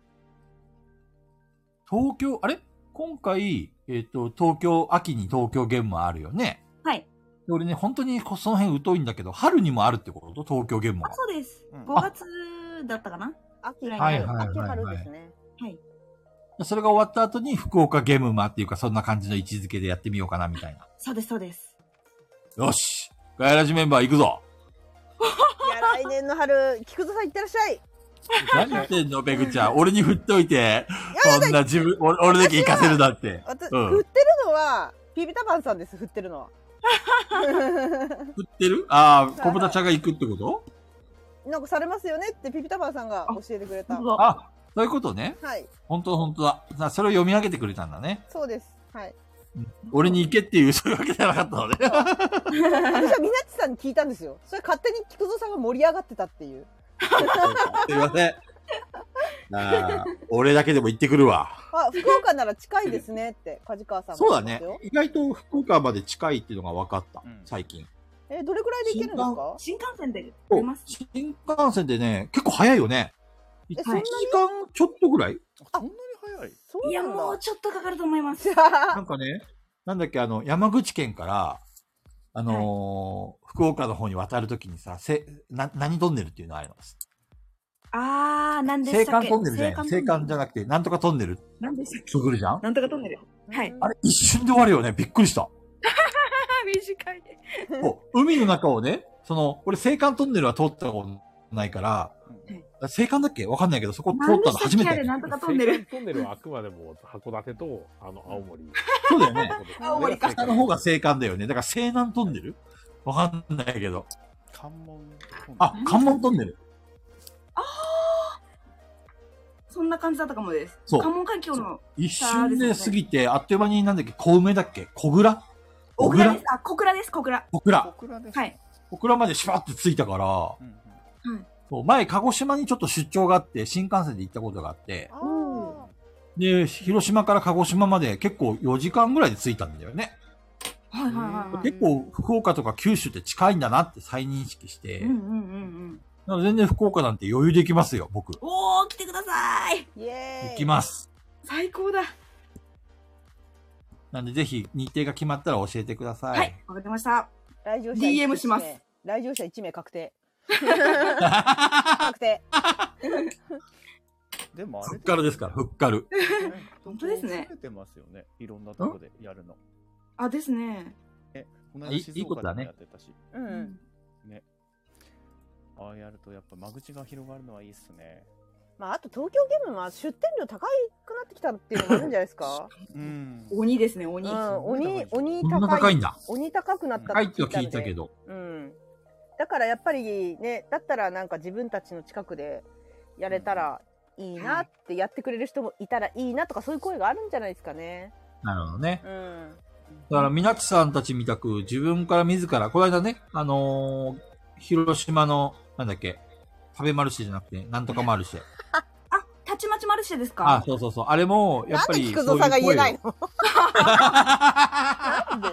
東京、今回、東京、秋に東京ゲームマあるよね。 はい。 俺ね、本当にその辺疎いんだけど、春にもあるってこと？東京ゲームマ。 そうです。5月だったかな？ 秋ぐらいになる。秋春ですね。 はい。 それが終わった後に福岡ゲームマっていうか、そんな感じの位置づけでやってみようかなみたいな。 そうです、そうです。 よし、ガヤラジメンバー行くぞ。 いや、来年の春、菊蔵さん行ってらっしゃい。 何言ってんの、ペグちゃん。俺に振っといて、そんな俺だけ行かせるだって。 振ってるのは、ピピタパンさんです、振ってるのは。 振ってる？小豚ちゃんが行くってこと？ なんかされますよねってピピタパンさんが教えてくれた。 そういうことね。 はい。 本当だ。それを読み上げてくれたんだね。 そうです。はい。 俺に行けっていう、そういうわけじゃなかったのね。私はみなっちさんに聞いたんですよ。それ勝手に菊蔵さんが盛り上がってたっていう。 すいません。俺だけでも行ってくるわ。 福岡なら近いですねって、梶川さんも。 そうだね。意外と福岡まで近いっていうのが分かった、最近。 どれくらいで行けるんですか？ 新幹線で出ます。 新幹線でね、結構早いよね。1時間ちょっとぐらい？ そんなに早い？ いや、もうちょっとかかると思います。 なんかね、なんだっけ、山口県から、福岡の方に渡るときにさ、何トンネルっていうのあります。 何でしたっけ？ 青函トンネルじゃない。青函じゃなくて、なんとかトンネル。 何でしたっけ？ くぐるじゃん？ なんとかトンネル。はい。 あれ、一瞬で終わるよね。びっくりした。 短いね。 海の中をね、俺青函トンネルは通ったことないから、青函だっけ？わかんないけど、そこ通ったの初めて。 なんとかトンネル。 青函トンネルはあくまでも函館と、青森。 そうだよね。 青森か。 下の方が青函だよね。だから西南トンネル？わかんないけど。 関門。 関門トンネル。 そんな感じだったかもです。 そう。 関門海峡の。 一瞬で過ぎて、あっという間になんだっけ、小梅だっけ？小倉？ 小倉です。小倉です、小倉。 小倉。 はい。 小倉までシュワって着いたから、前、鹿児島にちょっと出張があって、新幹線で行ったことがあって、で、広島から鹿児島まで結構4時間ぐらいで着いたんだよね。結構福岡とか九州って近いんだなって再認識して、全然福岡なんて余裕で行きますよ、僕。 来てください。 イエーイ。 行きます。 最高だ。 なんでぜひ日程が決まったら教えてください。 はい、わかりました。 来場者 DM します。 来場者1名確定。確定。 でもふっかるですから、ふっかる。 本当ですね。 増えてますよね。いろんなとこでやるの。 ですね。 いいことだね。 ね。 やるとやっぱ間口が広がるのはいいっすね。 あと東京ゲームは出店料高くなってきたっていうのもあるんじゃないですか？ 鬼ですね、鬼。 鬼高いんだ。 鬼高くなったって聞いたけど。 だからやっぱりね、だったらなんか自分たちの近くでやれたらいいなって、やってくれる人もいたらいいなとか、そういう声があるんじゃないですかね。 なるほどね。だから、みなちさんたちみたく自分から自ら、この間ね、広島の、なんだっけ、食べマルシェじゃなくて、なんとかマルシェ。 たちまちマルシェですか？ そう。あれも、やっぱり。 なんで菊蔵さんが言えないの？なんで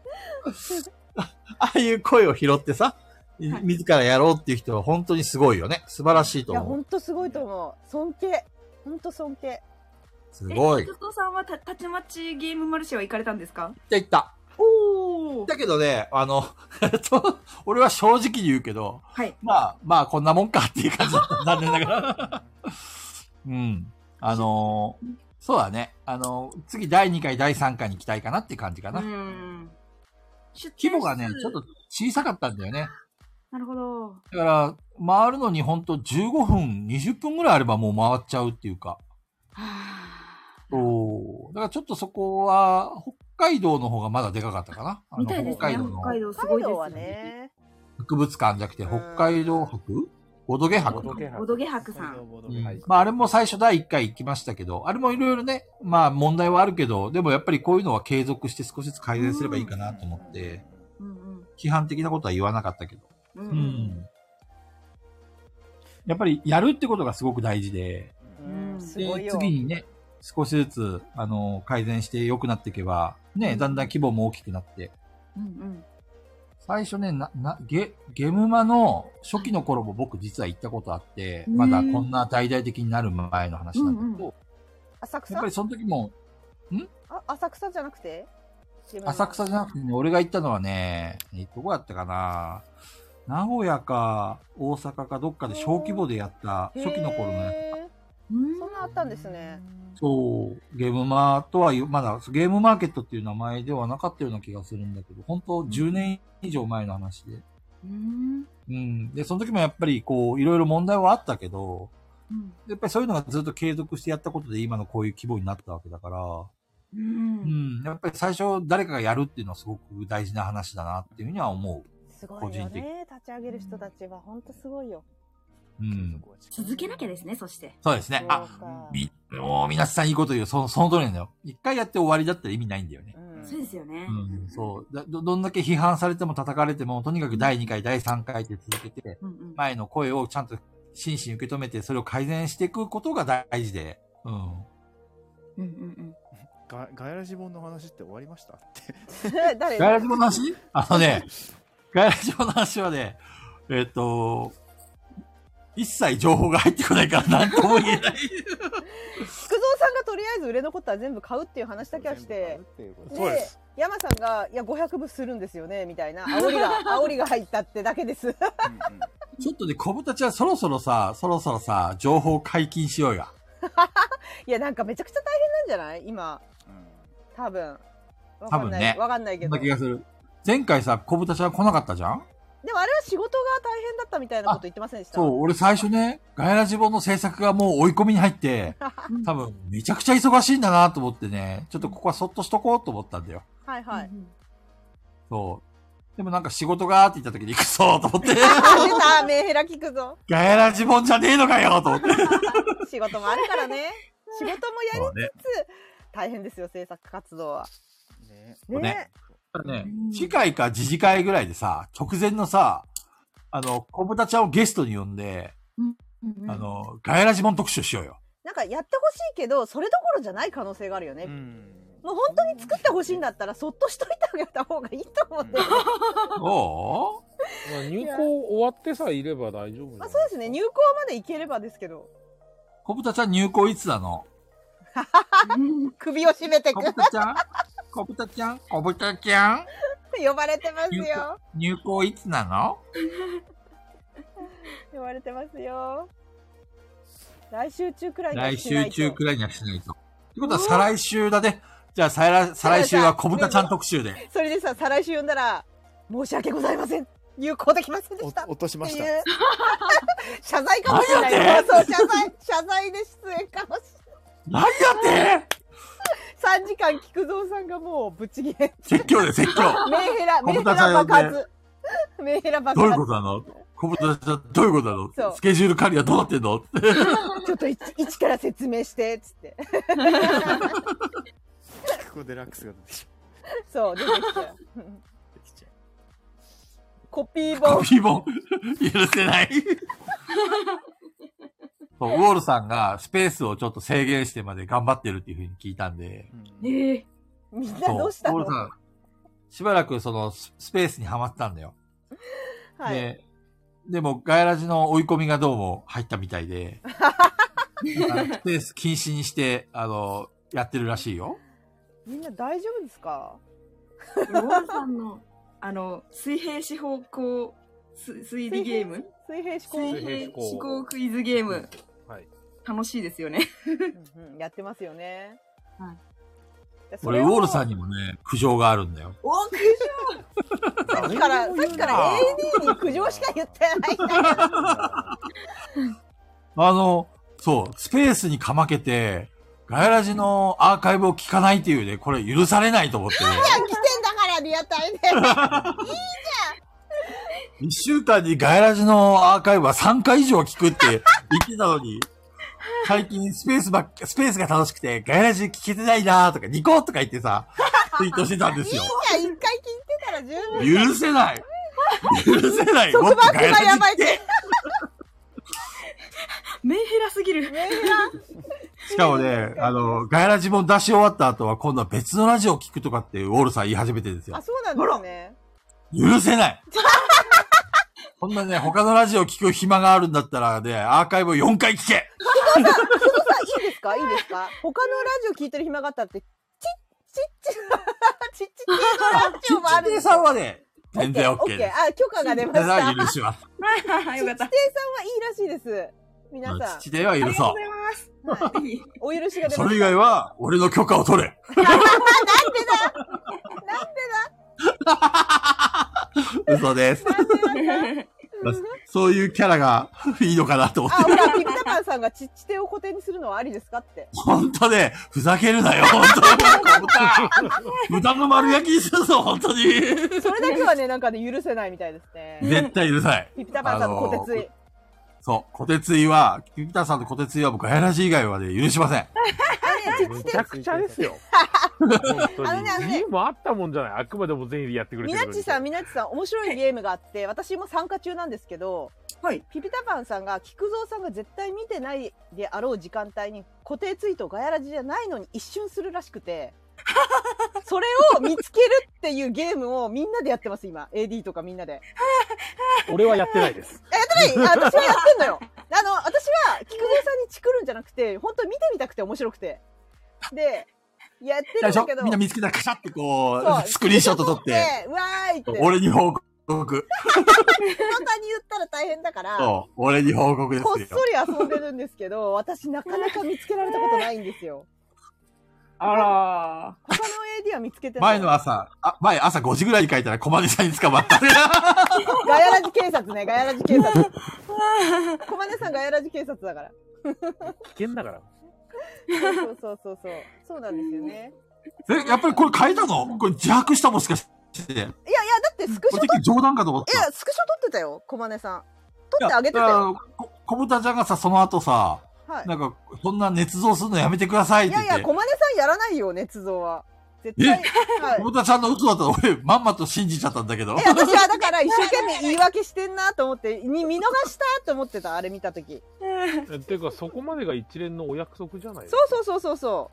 ああいう声を拾ってさ、自らやろうっていう人は本当にすごいよね。素晴らしいと思う。 いや、本当すごいと思う。尊敬。本当尊敬。 すごい。 菊蔵さんはたちまちゲームマルシェは行かれたんですか？ 行った。だけどね、俺は正直に言うけど、まあ、こんなもんかっていう感じだった。残念ながら。 そうだね。次第2回、第3回に期待かなって感じかな。規模がね、ちょっと小さかったんだよね。 なるほど。 だから、回るのにほんと15分、20分ぐらいあればもう回っちゃうっていうか。そう。だからちょっとそこは、北海道の方がまだでかかったかな。 みたいですね。北海道すごいですよね。 博物館じゃなくて、北海道博ボドゲ博。 ボドゲ博さん。 まあ、あれも最初第1回行きましたけど、あれもいろいろね、まあ問題はあるけど、でもやっぱりこういうのは継続して少しずつ改善すればいいかなと思って、批判的なことは言わなかったけど。やっぱりやるってことがすごく大事で、で、次にね、少しずつ、改善して良くなっていけば、ね、だんだん規模も大きくなって、最初ね、ゲームマの初期の頃も僕実は行ったことあって、まだこんな大々的になる前の話なんだけど、 浅草？ やっぱりその時も、 浅草じゃなくて？ 浅草じゃなくてね、俺が行ったのはね、どこやったかな、名古屋か大阪かどっかで小規模でやった初期の頃のやつ。 そんなあったんですね。 そう、ゲームマとはまだゲームマーケットっていう名前ではなかったような気がするんだけど、本当10年以上前の話で。で、その時もやっぱりこう、いろいろ問題はあったけど、やっぱりそういうのがずっと継続してやったことで今のこういう規模になったわけだから、やっぱり最初誰かがやるっていうのはすごく大事な話だなっていうふうには思う。 すごいよね。立ち上げる人たちは本当すごいよ。 続けなきゃですね、そして。 そうですね。もう皆さんいいこと言う。その通りなんだよ。一回やって終わりだったら意味ないんだよね。 そうですよね。 そう。どんだけ批判されても叩かれても、とにかく第2回、第3回って続けて、前の声をちゃんと真摯に受け止めて、それを改善していくことが大事で。 ガヤラジ本の話って終わりましたって。 ガヤラジ本の話？ガヤラジ本の話はね、一切情報が入ってこないから何とも言えない。 菊蔵さんがとりあえず売れ残ったら全部買うっていう話だけはして、で、山さんが、いや、500部するんですよね、みたいな、煽りが入ったってだけです。 ちょっとね、小豚ちゃんそろそろさ、情報解禁しようや。 いや、なんかめちゃくちゃ大変なんじゃない今。多分ね。わかんないけど。 そんな気がする。前回さ、小豚ちゃん来なかったじゃん？ でもあれは仕事が大変だったみたいなこと言ってませんでした？ そう、俺最初ね、ガヤラジ本の制作がもう追い込みに入って、多分めちゃくちゃ忙しいんだなと思ってね、ちょっとここはそっとしとこうと思ったんだよ。 はいはい。 そう。でもなんか仕事がーって言った時に行くぞと思って。 出た、メンヘラ聞くぞ。 ガヤラジ本じゃねえのかよと思って。 仕事もあるからね。仕事もやりつつ、大変ですよ、制作活動は。 ね。次回か次次回ぐらいでさ、直前のさ、小豚ちゃんをゲストに呼んで、ガヤラジモン特集しようよ。 なんかやってほしいけど、それどころじゃない可能性があるよね。もう本当に作ってほしいんだったら、そっとしといてあげた方がいいと思うんだよね。 入校終わってさえいれば大丈夫。 そうですね。入校まで行ければですけど。 小豚ちゃん入校いつなの？ 首を絞めてく。 小豚ちゃん呼ばれてますよ。 入校いつなの？ 呼ばれてますよ。来週中くらいにはしないと。来週中くらいにはしないと。ってことは再来週だね。じゃあ再来週は小豚ちゃん特集で。 それでさ、再来週呼んだら、申し訳ございません。入校できませんでした。 落としました。 謝罪かもしれないよ。そう、謝罪で出演かもしれない。 何やって 3時間菊蔵さんがもうぶっちぎれ。 説教で説教。 メンヘラ爆発。メンヘラ爆発。 どういうことなの？小豚ちゃんどういうことなの？スケジュール管理はどうなってんの？ ちょっと一から説明して、つって。 キクコデラックスが出てきちゃう。そう、出てきちゃう。コピー本。 許せない。そう、ウォールさんがスペースをちょっと制限してまで頑張ってるっていう風に聞いたんで。 みんなどうしたの？ ウォールさん、しばらくそのスペースにはまってたんだよ。 はい。 でも、ガヤラジの追い込みがどうも入ったみたいで、スペース禁止にして、やってるらしいよ。 みんな大丈夫ですか？ ウォールさんの、水平思考推理ゲーム？ 水平思考クイズゲーム。 はい。 楽しいですよね。 やってますよね。 はい。 俺、ウォールさんにもね、苦情があるんだよ。 お、苦情さっきから AD に苦情しか言ってないんだけど。そう、スペースにかまけて、ガヤラジのアーカイブを聞かないっていうね、これ許されないと思ってね。 いや、来てんだからリアタイで。いいじゃん。 1週間にガヤラジのアーカイブは3回以上聞くって言ってたのに、最近スペースが楽しくて、ガヤラジ聞けてないなーとか、ニコーとか言ってさ、ツイートしてたんですよ。 いいじゃん、1回聞いてたら十分。 許せない許せない束縛がやばいって。 メンヘラすぎる。 メンヘラしかもね、ガヤラジも出し終わった後は、今度は別のラジオを聞くとかってウォールさん言い始めてるんですよ。 あ、そうなんですね。 許せないこんなね、他のラジオ聞く暇があるんだったらね、アーカイブを4回聞け工藤さん、いいですかいいですか他のラジオ聞いてる暇があったって、ちっち系のラジオもあるんですよ。 ちっちさんはね、全然 OK です。 あ、許可が出ました。 許します。 よかった。 ちっちさんはいいらしいです。皆さん。 ちっちは許そう。 はい、お許しが出ました。 それ以外は、俺の許可を取れ。 なんでだ嘘です。そういうキャラがいいのかなと思って。 あ、ほら、ピピタパンさんがちっちてを固定にするのはありですかって。 ほんとね、ふざけるなよ、ほんとに。豚の丸焼きにするぞ、ほんとに。 それだけはね、なんかね、許せないみたいですね。 絶対許さない。 ピピタパンさんの小鉄井。 そう、小鉄井は、ピピタさんの小鉄井は僕、ガヤラジ以外はね、許しません。 めちゃくちゃですよ。ゲームあったもんじゃない。あくまでも全員でやってくれてる。 みなっちさん、面白いゲームがあって、私も参加中なんですけど、はい。ピピタパンさんが、菊蔵さんが絶対見てないであろう時間帯に、固定ツイートガヤラジじゃないのに一瞬するらしくて、それを見つけるっていうゲームをみんなでやってます、今。AD とかみんなで。 俺はやってないです。 やってない私はやってんのよ。私は、菊蔵さんにチクるんじゃなくて、本当に見てみたくて面白くて。で、やってるんだけど。 みんな見つけたらカシャってこう、スクリーンショット撮って、 うわーいって。 俺に報告。 簡単に言ったら大変だから。 そう、俺に報告ですよ。 こっそり遊んでるんですけど、私なかなか見つけられたことないんですよ。 あら他の AD は見つけてない。 前朝5時ぐらいに書いたら小金さんに捕まった。 ガヤラジ警察ね、ガヤラジ警察。小金さんガヤラジ警察だから。 危険だから。 そうなんですよね。 やっぱりこれ変えたの？これ自白したもしかして。いや、 だってスクショ冗談かと思った。 いや、スクショ撮ってたよ、小金さん。撮ってあげてたよ。 小豚ちゃんがさ、その後さ、はい、なんか、そんな捏造するのやめてくださいって言って。 いや、小金さんやらないよ、捏造は。絶対。 小豚ちゃんの嘘だったら俺、まんまと信じちゃったんだけど。 私はだから一生懸命言い訳してんなと思って、見逃したと思ってた、あれ見たとき。 ていうか、そこまでが一連のお約束じゃないそう。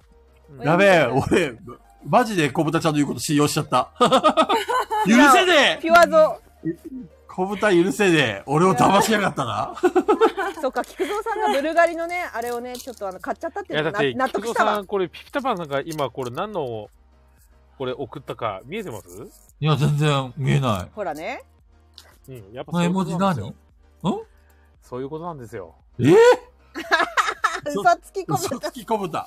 やべえ、俺、マジで小豚ちゃんの言うこと信用しちゃった。許せねえピュアゾ。 小豚許せねえ。俺を騙しやがったな。 そっか、菊蔵さんがブルガリのね、あれをね、ちょっと買っちゃったっていうの納得したわ。菊蔵さん、これ、ピピタパンさんが今、これ何の、これ送ったか、見えてます？ いや、全然見えない。 ほらね。 うん、やっぱそういうことなんですよ。そういうことなんですよ。 嘘つき小豚。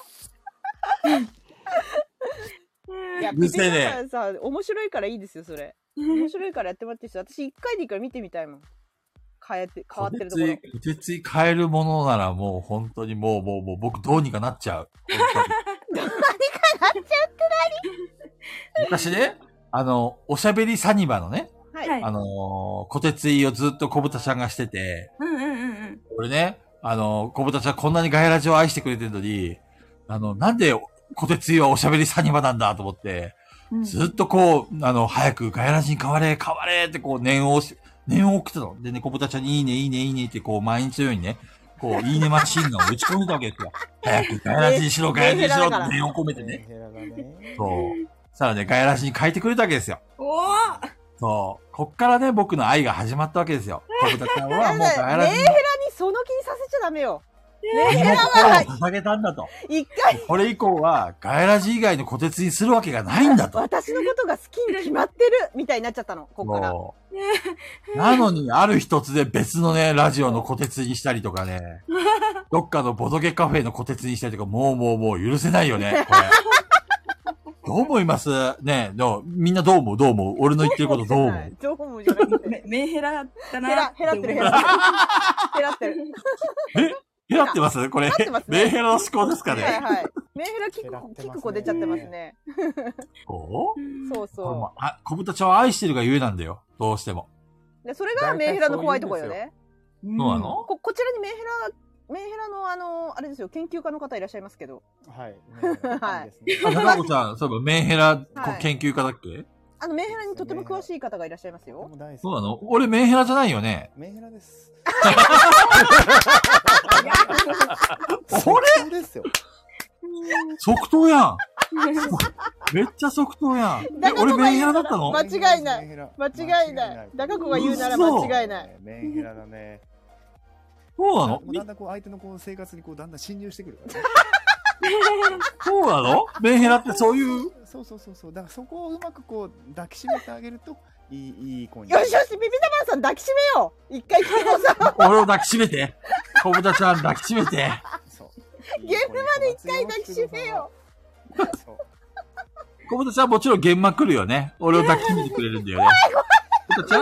いや、ピピタパンさ、面白いからいいですよ、それ。面白いからやってもらっていいですよ。私一回でいいから見てみたいもん。変わってるところ。 小鉄井変えるものならもう本当にもう僕どうにかなっちゃう。 どうにかなっちゃうって何？昔ね、おしゃべりサニバのね、 はい。 小鉄井をずっと小豚ちゃんがしてて、俺ね、小豚ちゃんこんなにガヤラジを愛してくれてるのに、なんで小鉄井はおしゃべりサニバなんだと思って、ずっとこう、早くガヤラジに変われってこう念を送ってたの。でね、小豚ちゃんにいいねってこう毎日のようにね、こう、いいねマシンガンを打ち込んでたわけですよ。早くガヤラジにしろって念を込めてね。そう。さらね、ガヤラジに変えてくれたわけですよ。そう。こっからね、僕の愛が始まったわけですよ。小豚ちゃんはもうガヤラジに。 メンヘラにその気にさせちゃダメよ。 身の心を捧げたんだと。 一回。 これ以降は、ガヤラジ以外の小鉄にするわけがないんだと。 私のことが好きに決まってるみたいになっちゃったの、ここから。 なのに、ある一つで別のね、ラジオの小鉄にしたりとかね、どっかのボドゲカフェの小鉄にしたりとか、もう許せないよね、これ。どう思いますねえ、みんなどう思う俺の言ってることどう思うどう思うじゃなくて。 メンヘラだな。 ヘラってる。ヘラってる。 ヘラってますこれ。メンヘラの思考ですかね。 はいはい。メンヘラキクコ出ちゃってますね。そうそう。 小豚ちゃんを愛してるがゆえなんだよ。どうしても。 それがメンヘラの怖いところよね。 そうなの？ こちらにメンヘラのあれですよ、研究家の方いらっしゃいますけど。 はい。 はい。 中子ちゃん、そういえばメンヘラ研究家だっけ？ メンヘラにとても詳しい方がいらっしゃいますよ。 そうなの？俺メンヘラじゃないよね。 メンヘラです。 それですよ。即答やん。めっちゃ即答やん。俺メンヘラだったの？ 間違いない。中子が言うなら間違いない。 メンヘラだね。 そうなの？ だんだん相手の生活にだんだん侵入してくるからね。 そうなの？メンヘラってそういう。 そう。だからそこをうまく抱きしめてあげると、いい子に。 よし、ビビタマンさん抱きしめよう。一回聞いてさ。 俺を抱きしめて。小豚ちゃん抱きしめて。 そう。ゲームまで一回抱きしめよう。 小豚ちゃんもちろん現場来るよね。俺を抱きしめてくれるんだよね。小豚ちゃん？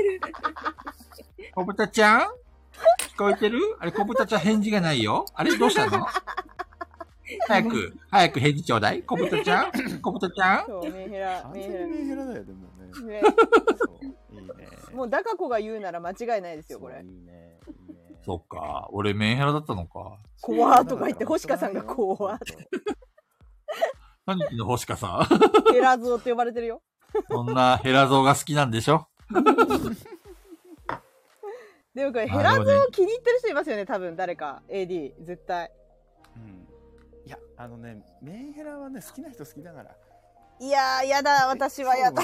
小豚ちゃん？聞こえてる？あれ、小豚ちゃん返事がないよ。あれ、どうしたの？早く返事ちょうだい。小豚ちゃん？小豚ちゃん？ そう、メンヘラ。 メンヘラだよ、でもね。 いいね。もう、ダカ子が言うなら間違いないですよ、これ。いいね。 そっか。俺、メンヘラだったのか。 怖ーとか言って、星香さんが怖ーって。 何言ってんの、星香さん。 ヘラゾーって呼ばれてるよ。 そんなヘラゾーが好きなんでしょ？ でもこれヘラゾー気に入ってる人いますよね、多分誰か AD 絶対。 いやメンヘラはね好きな人好きだから。 いやーやだ、私はやだ。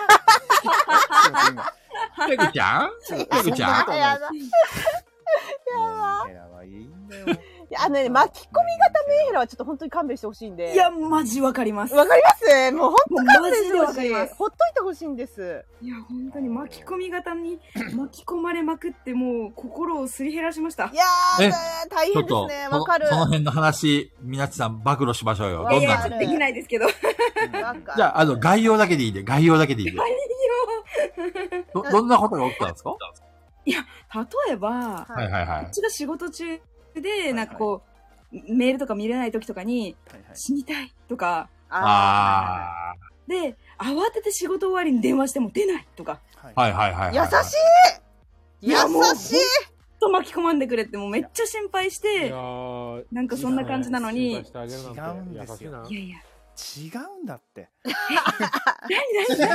ペグちゃん？ペグちゃん？ やだ。 メンヘラはいいんだよ。 いや、巻き込み型メンヘラはちょっと本当に勘弁してほしいんで。 いや、マジわかります。 わかりますもう本当勘弁してほしい。ほっといてほしいんです。 いや、本当に巻き込み型に巻き込まれまくってもう心をすり減らしました。 いやー、大変ですね。わかる。 その辺の話、みなちさん暴露しましょうよ。 どんなできないですけど。 じゃあ、概要だけでいいで、概要だけでいいで。どんなことが起きたんですか？ いや、例えば、こっちが仕事中で、なんかメールとか見れない時とかに、死にたいとか、で、慌てて仕事終わりに電話しても出ないとか。 優しい優しいと巻き込まんでくれってもうめっちゃ心配して、なんかそんな感じなのに、 違うんですよ。 いやいや。 違うんだって。 来た。いら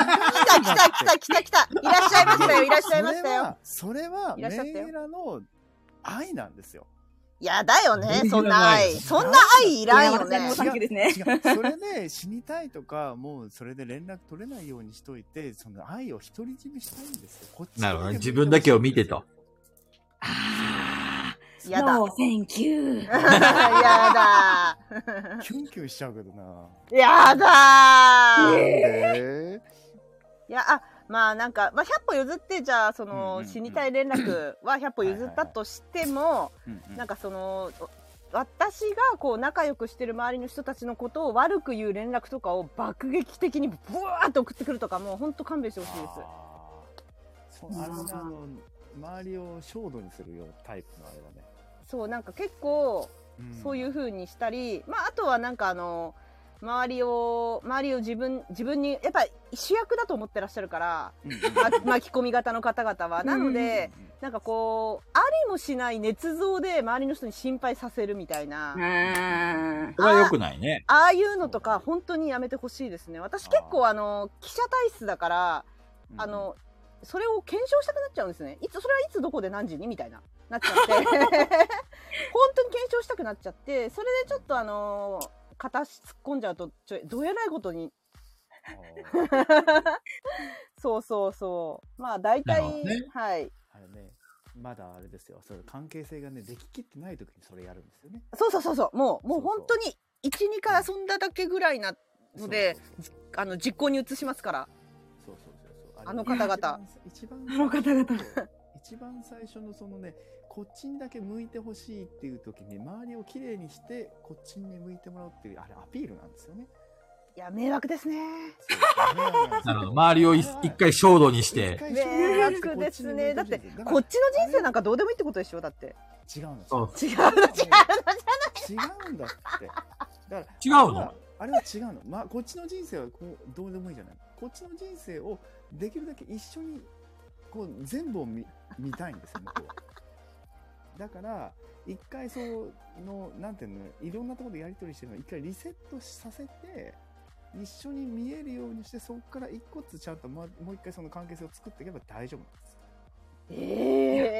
っしゃいましたよ。 それは、メンヘラの愛なんですよ。 いやだよね、そんな愛いらんよね。 それで死にたいとか、もうそれで連絡取れないようにしといて、その愛を独り占めしたいんですよ。こっちなるほどね。自分だけを見てと。 やだ。 ノーセンキュー。 やだ。 キュンキュンしちゃうけどな。 やだー。 なんで？ いや、まあなんか、100歩譲って、じゃあ、死にたい連絡は100歩譲ったとしても、なんか私が仲良くしてる周りの人たちのことを悪く言う連絡とかを爆撃的にブワーって送ってくるとか、もうほんと勘弁してほしいです。 周りを焦土にするようなタイプのあれだね。 そう、なんか結構、そういう風にしたり、あとはなんか周りを自分にやっぱり主役だと思ってらっしゃるから、巻き込み型の方々は。なので、なんかありもしない捏造で周りの人に心配させるみたいな。 それは良くないね。 ああいうのとか本当にやめてほしいですね。私結構記者体質だから、それを検証したくなっちゃうんですね。それはいつどこで何時にみたいなっちゃって本当に検証したくなっちゃって、それでちょっと片足突っ込んじゃうとどうやらないことにそうまあ大体、はい。 あれね、 まだあれですよ。それ関係性がね、でききってない時にそれやるんですよね。 そう。もう本当に1、2回遊んだだけぐらいなので、実行に移しますから。 そう。 あの方々。 あの方々。 一番最初のそのね、こっちにだけ向いてほしいっていう時に、周りをきれいにして、こっちに向いてもらうっていう、あれアピールなんですよね。 いや、迷惑ですね。 なるほど。周りを一回衝動にして。 迷惑ですね。だって、こっちの人生なんかどうでもいいってことでしょだって。 違うんですよ。 違うんだって。 だから違うの？ あれは違うの。まあ、こっちの人生はこうどうでもいいじゃない。こっちの人生をできるだけ一緒にこう全部を見たいんですよ、向こうは。だから一回なんていうの、いろんなところでやり取りしてるのを一回リセットさせて。一緒に見えるようにして、そこから一個ずつちゃんともう一回その関係性を作っていけば大丈夫なんです。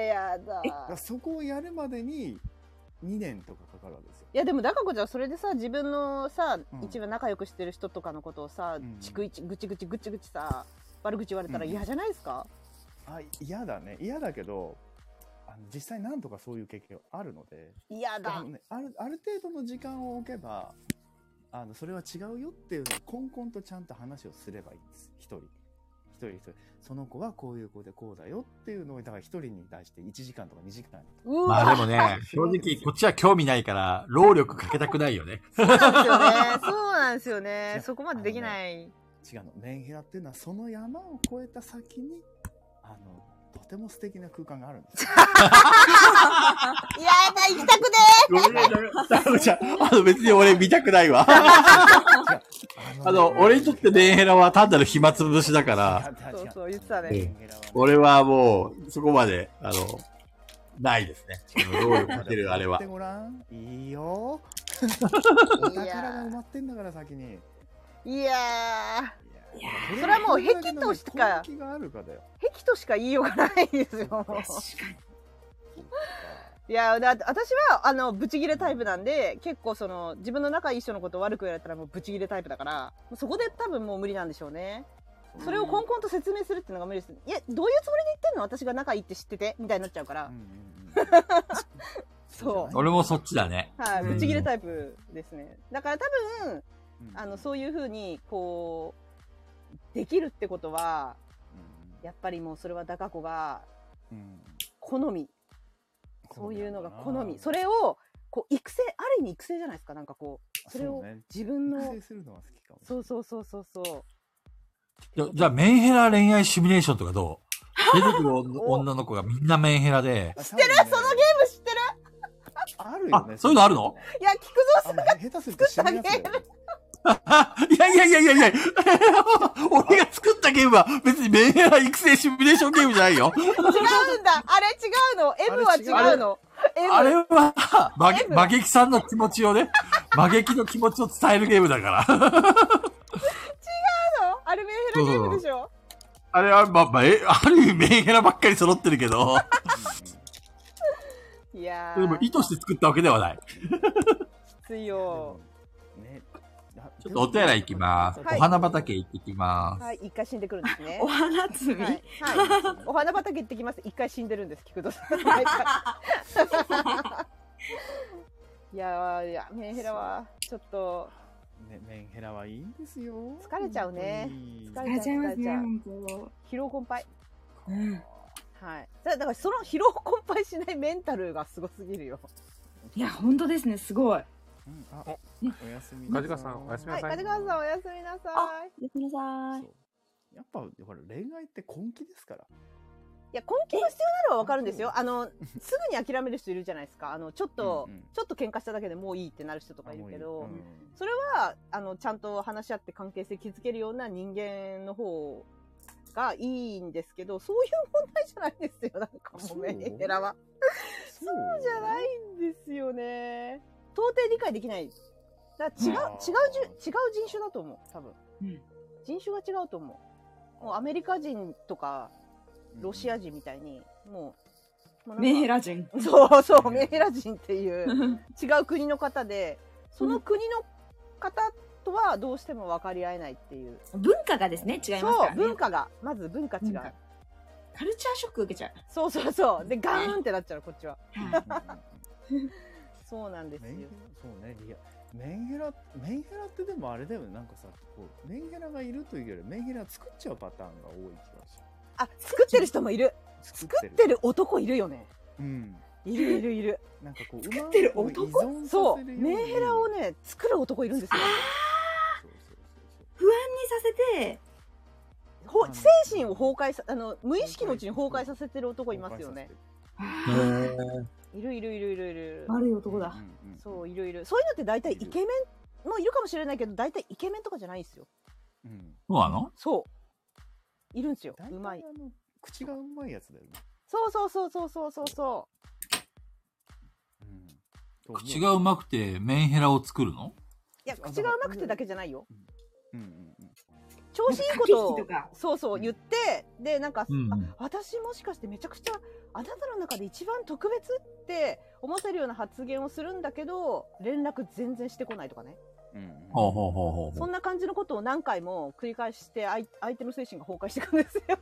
やだ。 そこをやるまでに2年とかかかるわけですよ。 いやでもだかこちゃんそれでさ、自分のさ、一番仲良くしてる人とかのことをさ、ぐちぐちさ、悪口言われたら嫌じゃないですか？ 嫌だね。嫌だけど、実際なんとかそういう経験あるので。 嫌だ。 ある程度の時間を置けば、それは違うよっていうのをこんこんとちゃんと話をすればいいんです。一人。その子はこういう子でこうだよっていうのを、だから一人に対して1時間とか2時間とか。 まあでもね、正直こっちは興味ないから、労力かけたくないよね。 そうなんですよね。そこまでできない。 違うの。メンヘラっていうのはその山を越えた先に、とても素敵な空間があるんです。 いやだ、行きたくねー。別に俺見たくないわ。俺にとってメンヘラは単なる暇つぶしだから。 そう、言ってたね。 俺はもう、そこまで、ないですね。労力かけるあれは。 いいよ。お宝が埋まってんだから先に。 いやー。それはもう壁としか言いようがないですよ。確かに。いや、私はブチギレタイプなんで、結構自分の仲いい人のことを悪く言われたらもうブチギレタイプだから、そこで多分もう無理なんでしょうね。それをコンコンと説明するっていうのが無理です。いや、どういうつもりで言ってんの？私が仲いいって知っててみたいになっちゃうから。そう。 俺もそっちだね。 はい、ブチギレタイプですね。だから多分、そういう風にこうできるってことは、やっぱりもうそれはダカ子が好み、そういうのが好み、それをこう育成、ある意味育成じゃないですか。なんかこうそれを自分の育成するのは好きかも。 そうじゃあメンヘラ恋愛シミュレーションとかどう？出てくる女の子がみんなメンヘラで。 知ってる？そのゲーム知ってる？ あるよね。 そういうのあるの？ いや、菊蔵さんが作ったゲーム。 いや。俺が作ったゲームは別にメンヘラ育成シミュレーションゲームじゃないよ。 違うんだ。あれ違うの。M は違うの。 あれは、マゲキさんの気持ちをね、マゲキの気持ちを伝えるゲームだから。違うの？ あれメンヘラゲームでしょ？ あれは、ある意味メンヘラばっかり揃ってるけど。 いやー。でも意図して作ったわけではない。 きついよ。 ちょっとお手洗い行きます。お花畑行ってきます。 はい、一回死んでくるんですね。 お花摘み？ はい。お花畑行ってきます。一回死んでるんです、菊戸さん。いや、メンヘラは、ちょっと。 メンヘラはいいんですよ。 疲れちゃうね。 疲れちゃいますね、本当。 疲労困憊。はい。だからその疲労困憊しないメンタルがすごすぎるよ。 いや、本当ですね、すごい。 おやすみなさい。梶川さん、おやすみなさい。 梶川さん、おやすみなさい。 おやすみなさい。 やっぱ、ほら、恋愛って根気ですから。 いや、根気が必要なのはわかるんですよ。すぐに諦める人いるじゃないですか。ちょっと喧嘩しただけでもういいってなる人とかいるけど、それは、ちゃんと話し合って関係性築けるような人間の方がいいんですけど、そういう問題じゃないんですよ。なんかもうメンヘラは。そうじゃないんですよね。到底理解できない。だから違う人種だと思う、多分。人種が違うと思う。もうアメリカ人とか、ロシア人みたいに、もうメンヘラ人。 そう、メンヘラ人っていう違う国の方で、その国の方とはどうしても分かり合えないっていう。 文化がですね、違いますからね。 そう、まず文化違う。 カルチャーショック受けちゃう。 そうそうそう。で、ガーンってなっちゃう、こっちは。そうなんですよ。 そうね、メンヘラってでもあれだよね、なんかさ、こうメンヘラがいるというよりメンヘラ作っちゃうパターンが多い気がする。 あ、作ってる人もいる。作ってる男いるよね。 うん。 いるいるいる。 なんかこう、作ってる男？ そう。メンヘラをね、作る男いるんですよ。 不安にさせて、 精神を崩壊さ、無意識のうちに崩壊させてる男いますよね。いるいるいるいるいる。 悪い男だ。 そう、いるいる。そういうのって大体イケメンもいるかもしれないけど、大体イケメンとかじゃないんですよ。 そうなの？ そう。いるんですよ。うまい。 口がうまいやつだよね。 そうそうそうそうそうそうそう。 口がうまくてメンヘラを作るの？ いや、口がうまくてだけじゃないよ。調子いいことをそうそう言って、でなんか、私もしかしてめちゃくちゃあなたの中で一番特別って思わせるような発言をするんだけど、連絡全然してこないとかね。そんな感じのことを何回も繰り返して相手の精神が崩壊していくんですよ。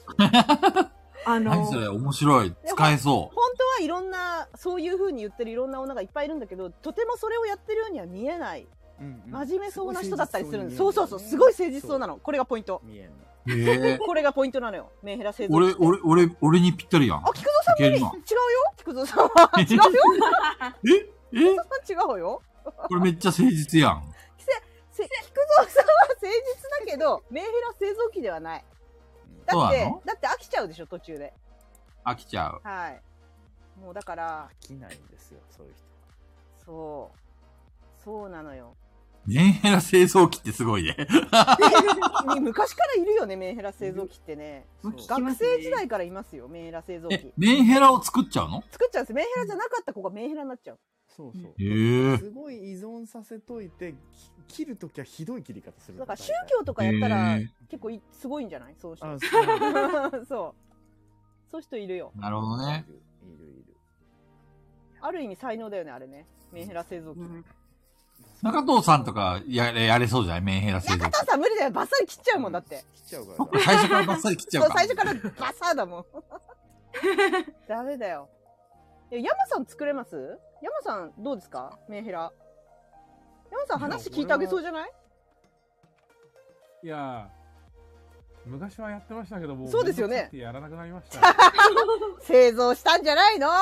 何それ面白い、使えそう。 本当はいろんなそういう風に言ってるいろんな女がいっぱいいるんだけど、とてもそれをやってるようには見えない。真面目そうな人だったりするんです。そうそうそう、すごい誠実そうなの。これがポイント。これがポイントなのよ。メンヘラ製造。 俺にぴったりやん。 あ、菊蔵さん無理。違うよ。菊蔵さんは違うよ。菊蔵さん違うよ。 これめっちゃ誠実やん。 菊蔵さんは誠実だけどメンヘラ製造機ではない。だって飽きちゃうでしょ、途中で。 飽きちゃう。 はい。もうだから飽きないんですよ、そういう人は。そうなのよ。 メンヘラ製造機ってすごいね。 昔からいるよね、メンヘラ製造機ってね。学生時代からいますよ、メンヘラ製造機。 メンヘラを作っちゃうの？ 作っちゃうんです。メンヘラじゃなかった子がメンヘラになっちゃう。 そうそう。すごい依存させといて、切るときはひどい切り方する。 だから宗教とかやったら結構すごいんじゃない？そういう人。そう。そういう人いるよ。 なるほどね。 いる。 ある意味才能だよね、あれね。メンヘラ製造機。 中藤さんとかやれそうじゃない？メンヘラ製造機。 中藤さん無理だよ。バッサリ切っちゃうもんだって。 切っちゃうから。 最初からバッサリ切っちゃうから。 そう、最初からバッサーだもん。ダメだよ。山さん作れます？山さんどうですか？メンヘラ。山さん話聞いてあげそうじゃない？ いや昔はやってましたけども、 そうですよね。 やらなくなりました。 製造したんじゃないの？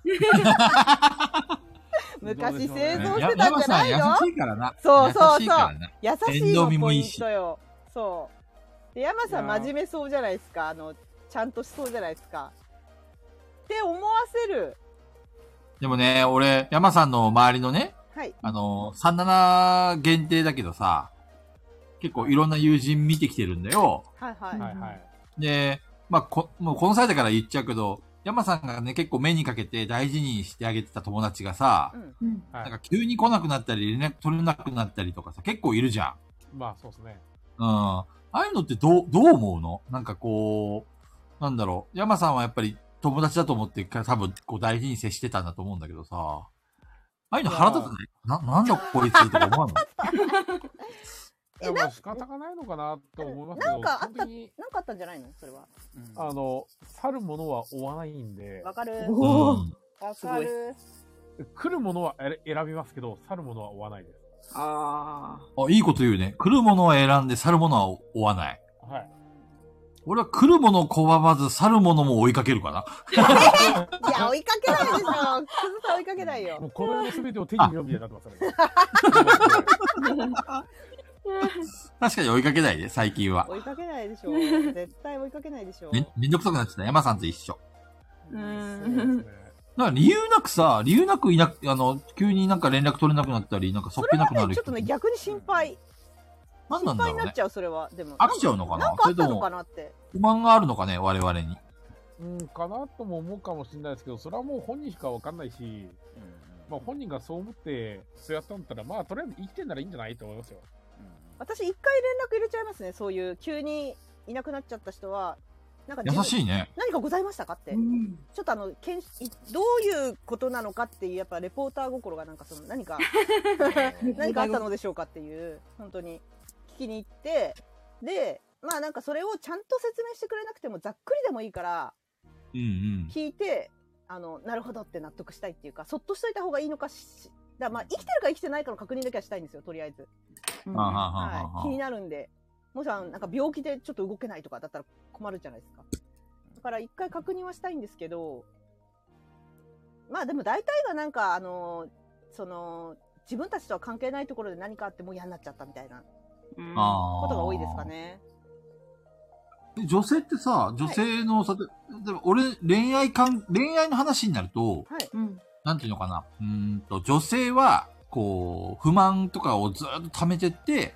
昔製造してたんじゃないの？ 山さん優しいからな。 そうそうそう。優しいのポイントよ。そう。で山さん真面目そうじゃないですか。ちゃんとしそうじゃないですか。って思わせる。 でもね、俺、山さんの周りのね、 はい。 37限定だけどさ、結構いろんな友人見てきてるんだよ。 はいはい。はいはい。 で、まあ、もうこの際だから言っちゃうけど、山さんがね、結構目にかけて大事にしてあげてた友達がさ、なんか急に来なくなったり、連絡取れなくなったりとかさ、結構いるじゃん。まあ、そうですね。 ああいうのってどう思うの？なんかこう、なんだろう、山さんはやっぱり友達だと思って多分こう大事に接してたんだと思うんだけどさ、ああいうの腹立つね。なんだこいつとか思わんの？ いや、まあ仕方がないのかなと思いますけど、 なんかあったんじゃないの？それは。 去るものは追わないんで。 わかる。わかる。 来るものは選びますけど、去るものは追わないです。 いいこと言うね。来るものは選んで、去るものは追わない。 はい。 俺は来るものを拒まず、去るものも追いかけるかな。 いや、追いかけないでしょ。クズさん追いかけないよ。 もうこの世の全てを手に入れようみたいになってますね。 確かに追いかけないで、最近は。 追いかけないでしょ。絶対追いかけないでしょ。 めんどくさくなっちゃった。山さんと一緒。だから理由なく急になんか連絡取れなくなったり、なんかそっけなくなる。 それはね、ちょっとね、逆に心配。 何なんだろうね。 心配になっちゃう、それは。でも。 飽きちゃうのかな？ なんかあったのかなって。 不満があるのかね、我々に。 かなとも思うかもしれないですけど、それはもう本人しかわかんないし、まあ本人がそう思って、そうやったんだったら、まあとりあえず生きてんならいいんじゃないと思いますよ。 私一回連絡入れちゃいますね。そういう急にいなくなっちゃった人は、なんか優しいね。 何かございましたかって、ちょっとどういうことなのかっていうやっぱレポーター心がなんか何かあったのでしょうかっていう本当に聞きに行って、でまあなんかそれをちゃんと説明してくれなくてもざっくりでもいいから、聞いて、なるほどって納得したいっていうか、そっとしといた方がいいのかだまあ生きてるか生きてないかの確認だけはしたいんですよ、とりあえず。はい、気になるんで。もしなんか病気でちょっと動けないとかだったら困るじゃないですか。だから一回確認はしたいんですけど、まあでも大体がなんか自分たちとは関係ないところで何かあってもう嫌になっちゃったみたいなことが多いですかね。 女性ってさ、女性の、はい、俺、恋愛の話になると、はい、なんていうのかな、女性は、こう、不満とかをずっと溜めてって、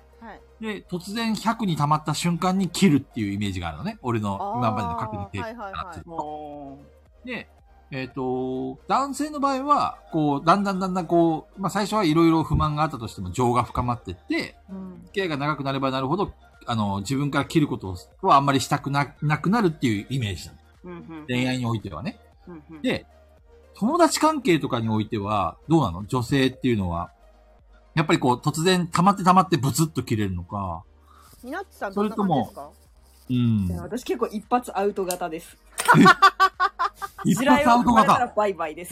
はい、で、突然100に溜まった瞬間に切るっていうイメージがあるのね。俺の今までの確認経験からすると。で、男性の場合は、こう、だんだんこう、まあ、最初はいろいろ不満があったとしても情が深まってって、付き合いが長くなればなるほど、自分から切ることはあんまりしたくなくなるっていうイメージだ、恋愛においてはね。で、友達関係とかにおいては、どうなの？女性っていうのは。やっぱりこう、突然溜まってブツッと切れるのか。 みなっちさんどんな感じですか？ 私結構一発アウト型です。 一発アウト型。 バイバイです。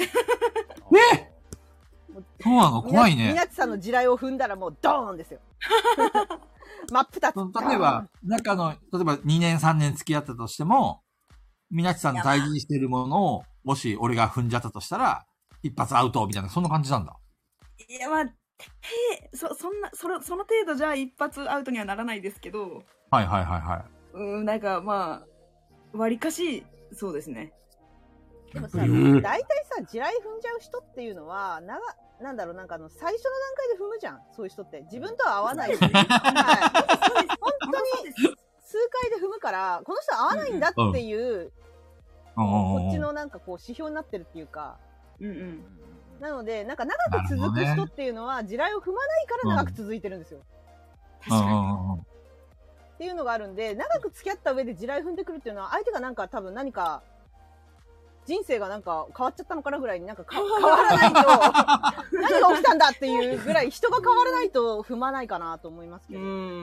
そうなの？怖いね。 みなっちさんの地雷を踏んだらもうドーンですよ。真っ二つ。 例えば2年3年付き合ったとしても、みなっちさんの大事にしているものを、もし俺が踏んじゃったとしたら、一発アウトみたいな、そんな感じなんだ。 いや、まあ、その程度じゃ一発アウトにはならないですけど。なんかまあ、割かし、そうですね。 でもさ、大体さ、地雷踏んじゃう人っていうのは、なんだろう、なんか最初の段階で踏むじゃん。そういう人って。自分とは合わないし。はい。本当に、数回で踏むから、この人は合わないんだっていう、こっちのなんかこう、指標になってるっていうか。なので、なんか長く続く人っていうのは、地雷を踏まないから長く続いてるんですよ。 確かに。 っていうのがあるんで、長く付き合った上で地雷踏んでくるっていうのは、相手がなんか多分何か、人生がなんか変わっちゃったのかなぐらいになんか変わらないと、何が起きたんだっていうぐらい人が変わらないと踏まないかなと思いますけど。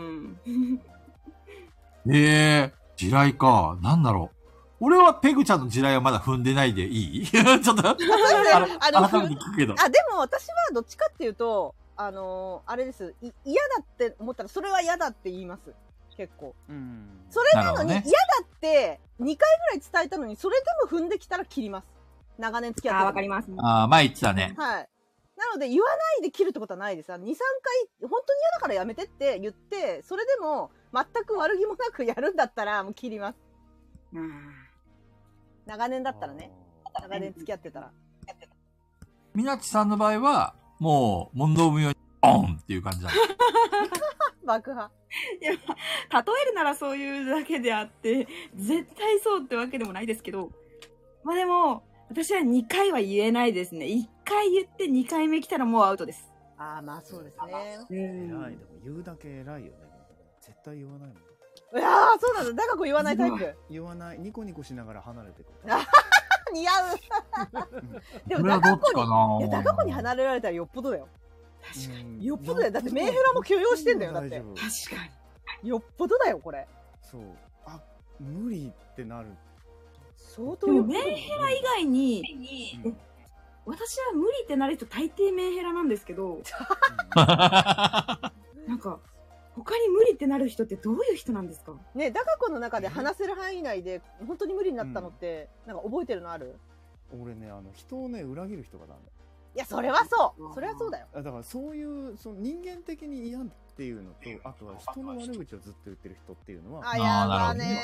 地雷か。なんだろう。俺はペグちゃんの地雷はまだ踏んでないでいい？ちょっと、改めて聞くけど。 でも私はどっちかっていうと、あれです。嫌だって思ったら、それは嫌だって言います。結構。それなのに、嫌だって2回ぐらい伝えたのに、それでも踏んできたら切ります。長年付き合ってる。 わかります。 前言ってたね。 はい。なので、言わないで切るってことはないです。2、3回、本当に嫌だからやめてって言って、それでも全く悪気もなくやるんだったら、もう切ります。長年だったらね。長年付き合ってたら。 みなっちさんの場合は、もう、問答無用に、ボンっていう感じだ。 爆破。 いや、例えるならそういうだけであって、絶対そうってわけでもないですけど、まあでも、私は2回は言えないですね。1回言って2回目来たらもうアウトです。 まあそうですね。 偉い。でも言うだけ偉いよね。絶対言わないもん。 いやー、そうなんだ。だかこ言わないタイプ。 言わない。ニコニコしながら離れてくる。 似合う。でも、だかこに離れられたらよっぽどだよ。確かに。よっぽどだよ。だってメンヘラも許容してんだよ、だって。 確かに。よっぽどだよ、これ。 そう。無理ってなる。 相当よ。メンヘラ以外に、私は無理ってなる人大抵メンヘラなんですけど、なんか、他に無理ってなる人ってどういう人なんですかね。ダカ子の中で話せる範囲内で本当に無理になったのって、なんか覚えてるのある？ 俺ね、人をね、裏切る人がダメ。 いや、それはそう。それはそうだよ。 だからそういう、人間的に嫌っていうのと、あとは人の悪口をずっと言ってる人っていうのは、 やだね。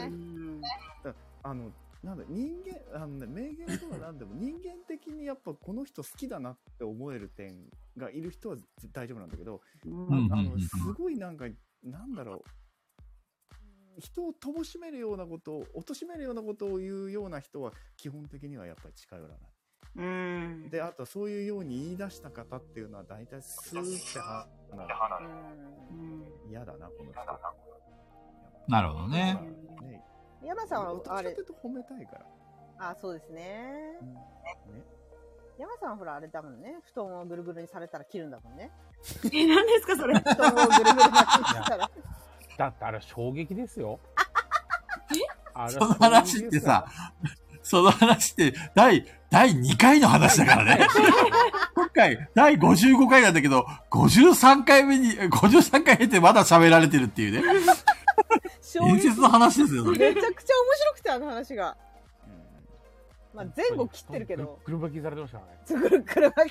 なんだ、人間、名言とかなんでも人間的にやっぱこの人好きだなって思える点がいる人は大丈夫なんだけど、すごいなんか、なんだろう、人を貶めるようなことを、貶めるようなことを言うような人は基本的にはやっぱり近寄らない。で、あとそういうように言い出した方っていうのは大体スーって離れる。嫌だな、この人。 なるほどね。 山さんはあれ。 ちょっと褒めたいから。 そうですね。山さんはほらあれだもんね。布団をぐるぐるにされたら切るんだもんね。 何ですかそれ。 布団をぐるぐるにしたら。 だってあれ衝撃ですよ。 その話ってさ、その話って第2回の話だからね。今回第55回なんだけど、53回経てまだ喋られてるっていうね。伝説の話ですよ、 めちゃくちゃ面白くて、あの話が。まあ、前後切ってるけど。 ぐる巻きされてましたね。 ぐる巻き。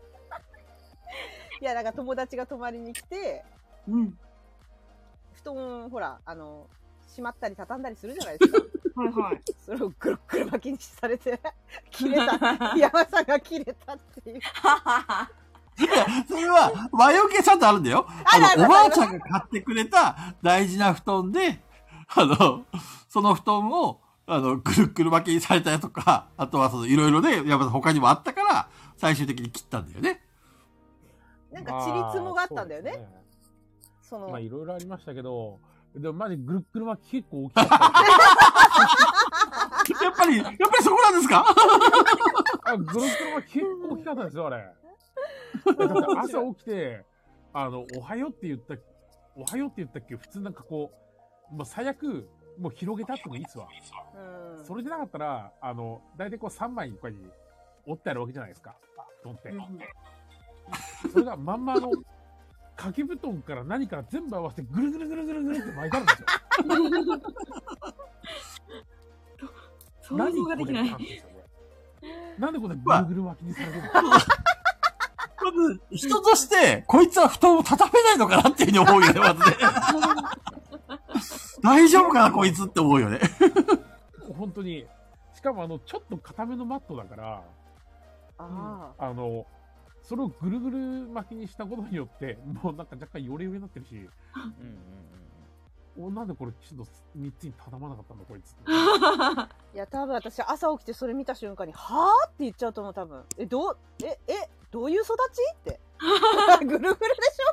いや、なんか友達が泊まりに来て、布団、ほら、しまったり畳んだりするじゃないですか。 はいはい。 それをぐるぐる巻きにされて、切れた。山さんが切れたっていう。 いや、それは、魔除けちゃんとあるんだよ。おばあちゃんが買ってくれた大事な布団で、その布団を、ぐるぐる巻きにされたやとか、あとはいろいろね、やっぱ他にもあったから、最終的に切ったんだよね。 なんか、ちりつもがあったんだよね。 まあ、いろいろありましたけど、でもマジぐるぐる巻き結構大きかった。 やっぱりそこなんですか？ ぐるぐる巻き結構大きかったんですよ、あれ。だって朝起きて、おはようって言ったっけ普通なんかこう、もう最悪、もう広げたってもいいっすわ。それでなかったら、だいたいこう3枚とかに折ってあるわけじゃないですか。布団って。それがまんま掛け布団から何から全部合わせてぐるぐるぐるぐるぐるって巻いてあるんですよ。 想像ができない。 なんでこんなぐるぐる巻きにされてるの？ まず、人として、こいつは布団を畳めないのかなっていうふうに思うよね、まずね。大丈夫かな、こいつって思うよね。 本当に。しかもちょっと硬めのマットだから、それをぐるぐる巻きにしたことによって、もうなんか若干ヨレヨレになってるし、なんでこれちょっと3つに畳まなかったんだこいつ。 いや、多分私朝起きてそれ見た瞬間に、はぁって言っちゃうと思う、多分。どういう育ちって。ぐるぐるでし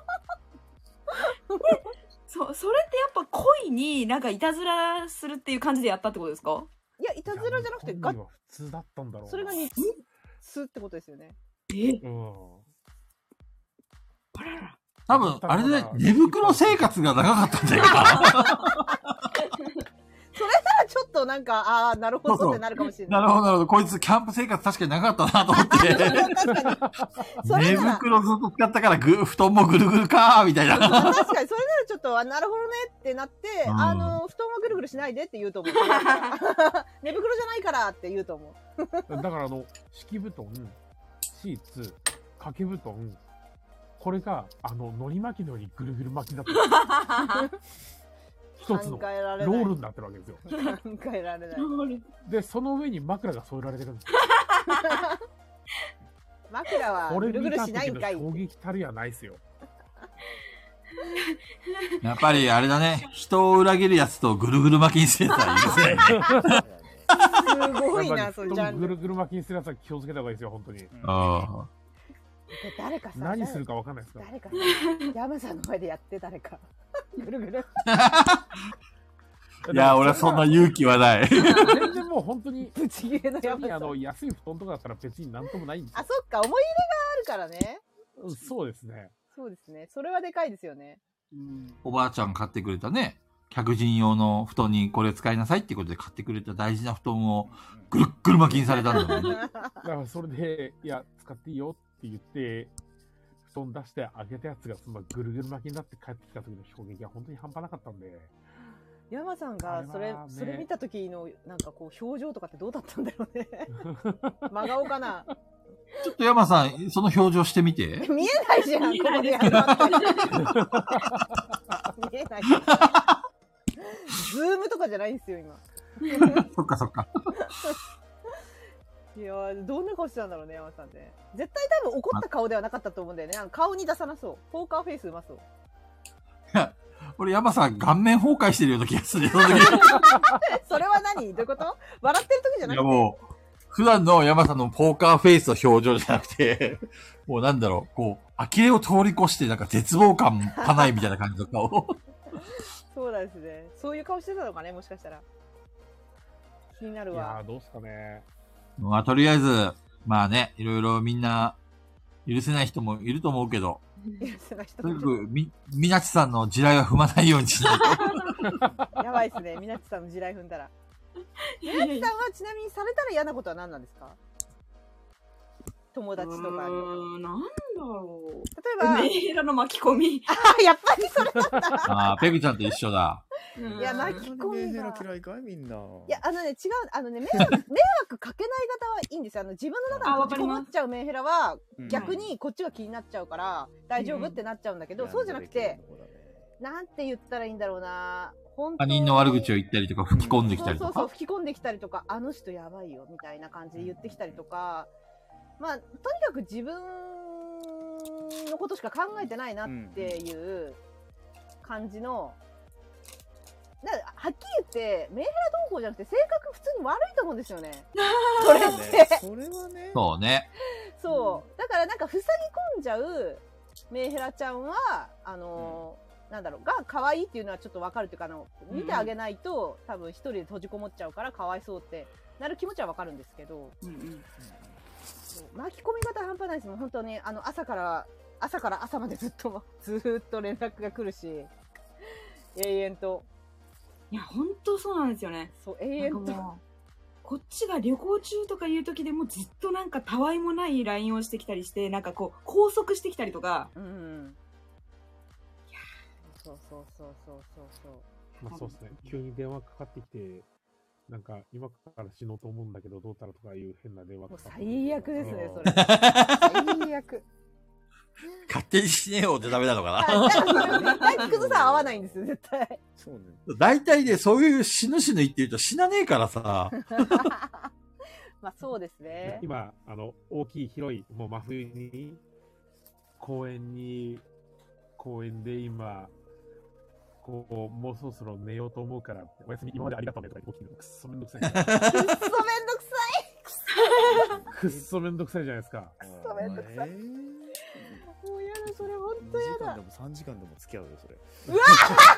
ょそれってやっぱ恋になんかいたずらするっていう感じでやったってことですか？ いや、いたずらじゃなくて、 普通だったんだろう。 それが日数ってことですよね。 多分、あれで、寝袋生活が長かったんじゃないかな。 それならちょっとなんか、なるほどってなるかもしれない。 なるほど。こいつキャンプ生活確かに長かったなと思って。寝袋ずっと使ったから布団もぐるぐるかーみたいな。 確かに、それならちょっと、なるほどねってなって、布団はぐるぐるしないでって言うと思う。寝袋じゃないからって言うと思う。 だから敷布団、シーツ、掛け布団、これが、のり巻きのようにぐるぐる巻きだった。一つのロールになってるわけですよ。 考えられない。 で、その上に枕が添えられてるんですよ。 枕はぐるぐるしないんかい。 衝撃たるやないっすよ。 やっぱりあれだね、人を裏切るやつとぐるぐる巻きにするやつはいるね。 すごいな、それ。 ぐるぐる巻きにするやつは気をつけた方がいいですよ、本当に。 誰かさ、 何するか分かんないですか？ 誰かさ、山さんの前でやって誰か。ぐるぐる。 いや、俺はそんな勇気はない。 全然もう本当に、 ぶち切れの山さん。 安い布団とかだったら別になんともないんですよ。 あ、そっか、思い入れがあるからね。 そうですね。 そうですね。それはでかいですよね。 おばあちゃん買ってくれたね、客人用の布団にこれ使いなさいってことで買ってくれた大事な布団をぐるっぐる巻きにされたんだよね。 だからそれで、いや、使っていいよって言って、布団出してあげたやつがそのぐるぐる巻きになって帰ってきた時の衝撃は本当に半端なかったんで。 山さんがそれ見た時のなんかこう表情とかってどうだったんだろうね。真顔かな。 ちょっと山さん、その表情してみて。 見えないじゃん。見えないです。見えない。ズームとかじゃないんですよ、今。 そっかそっか。 いやー、どんな顔してたんだろうね、山さんね。絶対多分怒った顔ではなかったと思うんだよね。顔に出さなそう。ポーカーフェイスうまそう。 いや、俺山さん顔面崩壊してるような気がするよ。 それは何？どういうこと？笑ってる時じゃなくて。 いやもう、普段の山さんのポーカーフェイスの表情じゃなくて、もうなんだろう、こう、呆れを通り越してなんか絶望感ぱないみたいな感じの顔。 そうですね。そういう顔してたのかね、もしかしたら。気になるわ。 いやー、どうすかね。 まあ、とりあえず、まあね、いろいろみんな、 許せない人もいると思うけど。許せない人もいる。とにかく、みなちさんの地雷は踏まないようにしないと。やばいっすね。みなちさんの地雷踏んだら。みなちさんはちなみにされたら嫌なことは何なんですか？友達とかに。 なんだろう。 例えば。 メンヘラの巻き込み。 あ、やっぱりそれなんだ。 ああ、ペグちゃんと一緒だ。 いや、巻き込み。 メンヘラ嫌いかいみんな。いや、違う。迷惑かけない方はいいんですよ。自分の中に閉じこもっちゃうメンヘラは、逆にこっちが気になっちゃうから、大丈夫ってなっちゃうんだけど、そうじゃなくて、なんて言ったらいいんだろうな。 他人の悪口を言ったりとか、吹き込んできたりとか。 そう、吹き込んできたりとか、あの人やばいよ、みたいな感じで言ってきたりとか、まあ、とにかく自分のことしか考えてないなっていう感じの、だからはっきり言ってメンヘラどうこうじゃなくて性格普通に悪いと思うんですよね。それって。 それはね。 そうね。 そう。だからなんか塞ぎ込んじゃうメンヘラちゃんは、なんだろう、が可愛いっていうのはちょっとわかるっていうか、見てあげないと、多分一人で閉じこもっちゃうからかわいそうってなる気持ちはわかるんですけど、巻き込み方半端ないですもん。本当に、朝から朝までずっと連絡が来るし、永遠と。 いや、本当そうなんですよね。 そう、永遠と。 こっちが旅行中とかいう時でもずっとなんかたわいもない LINE をしてきたりして、なんかこう、拘束してきたりとか。 うん。いやそう。 まあそうですね。急に電話かかってきて、なんか今から死のうと思うんだけどどうたらとかいう変な電話かかってきて。 最悪ですね、それ。最悪。 勝手にしねえよってダメなのかな。 絶対菊池さん合わないんですよ、絶対。 そうね。 大体ね、そういう死ぬ言って言うと死なねえからさ。 まあそうですね。 今、大きい広い、もう真冬に、公園で今、こう、もうそろそろ寝ようと思うから、おやすみ、今までありがとうねとか言って起きてる。くっそめんどくさい。くっそめんどくさいじゃないですか。 くっそめんどくさい。もうやだ、それほんとやだ。 2時間でも3時間でも付き合うよ、それ。 うわ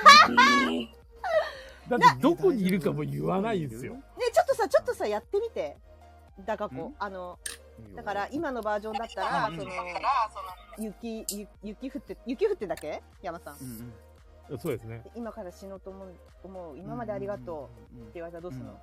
だってどこにいるかも言わないんですよ。 ね、ちょっとさ、やってみて。だから今のバージョンだったら、雪降ってだっけ山さん。 そうですね。 今から死のうと思う。今までありがとうって言われたらどうするの？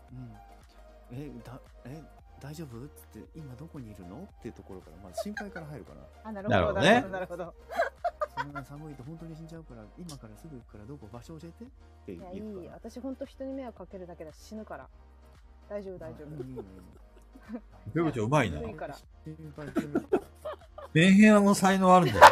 大丈夫って言って、今どこにいるのっていうところから、まあ心配から入るかな。 あ、なるほどね。なるほど。 そんな寒いと本当に死んじゃうから、今からすぐ行くからどこ場所教えてって言うから。いや、いい。 私本当人に迷惑かけるだけだし死ぬから。大丈夫。 ペグちゃんうまいな。メンヘラの才能あるんだよ。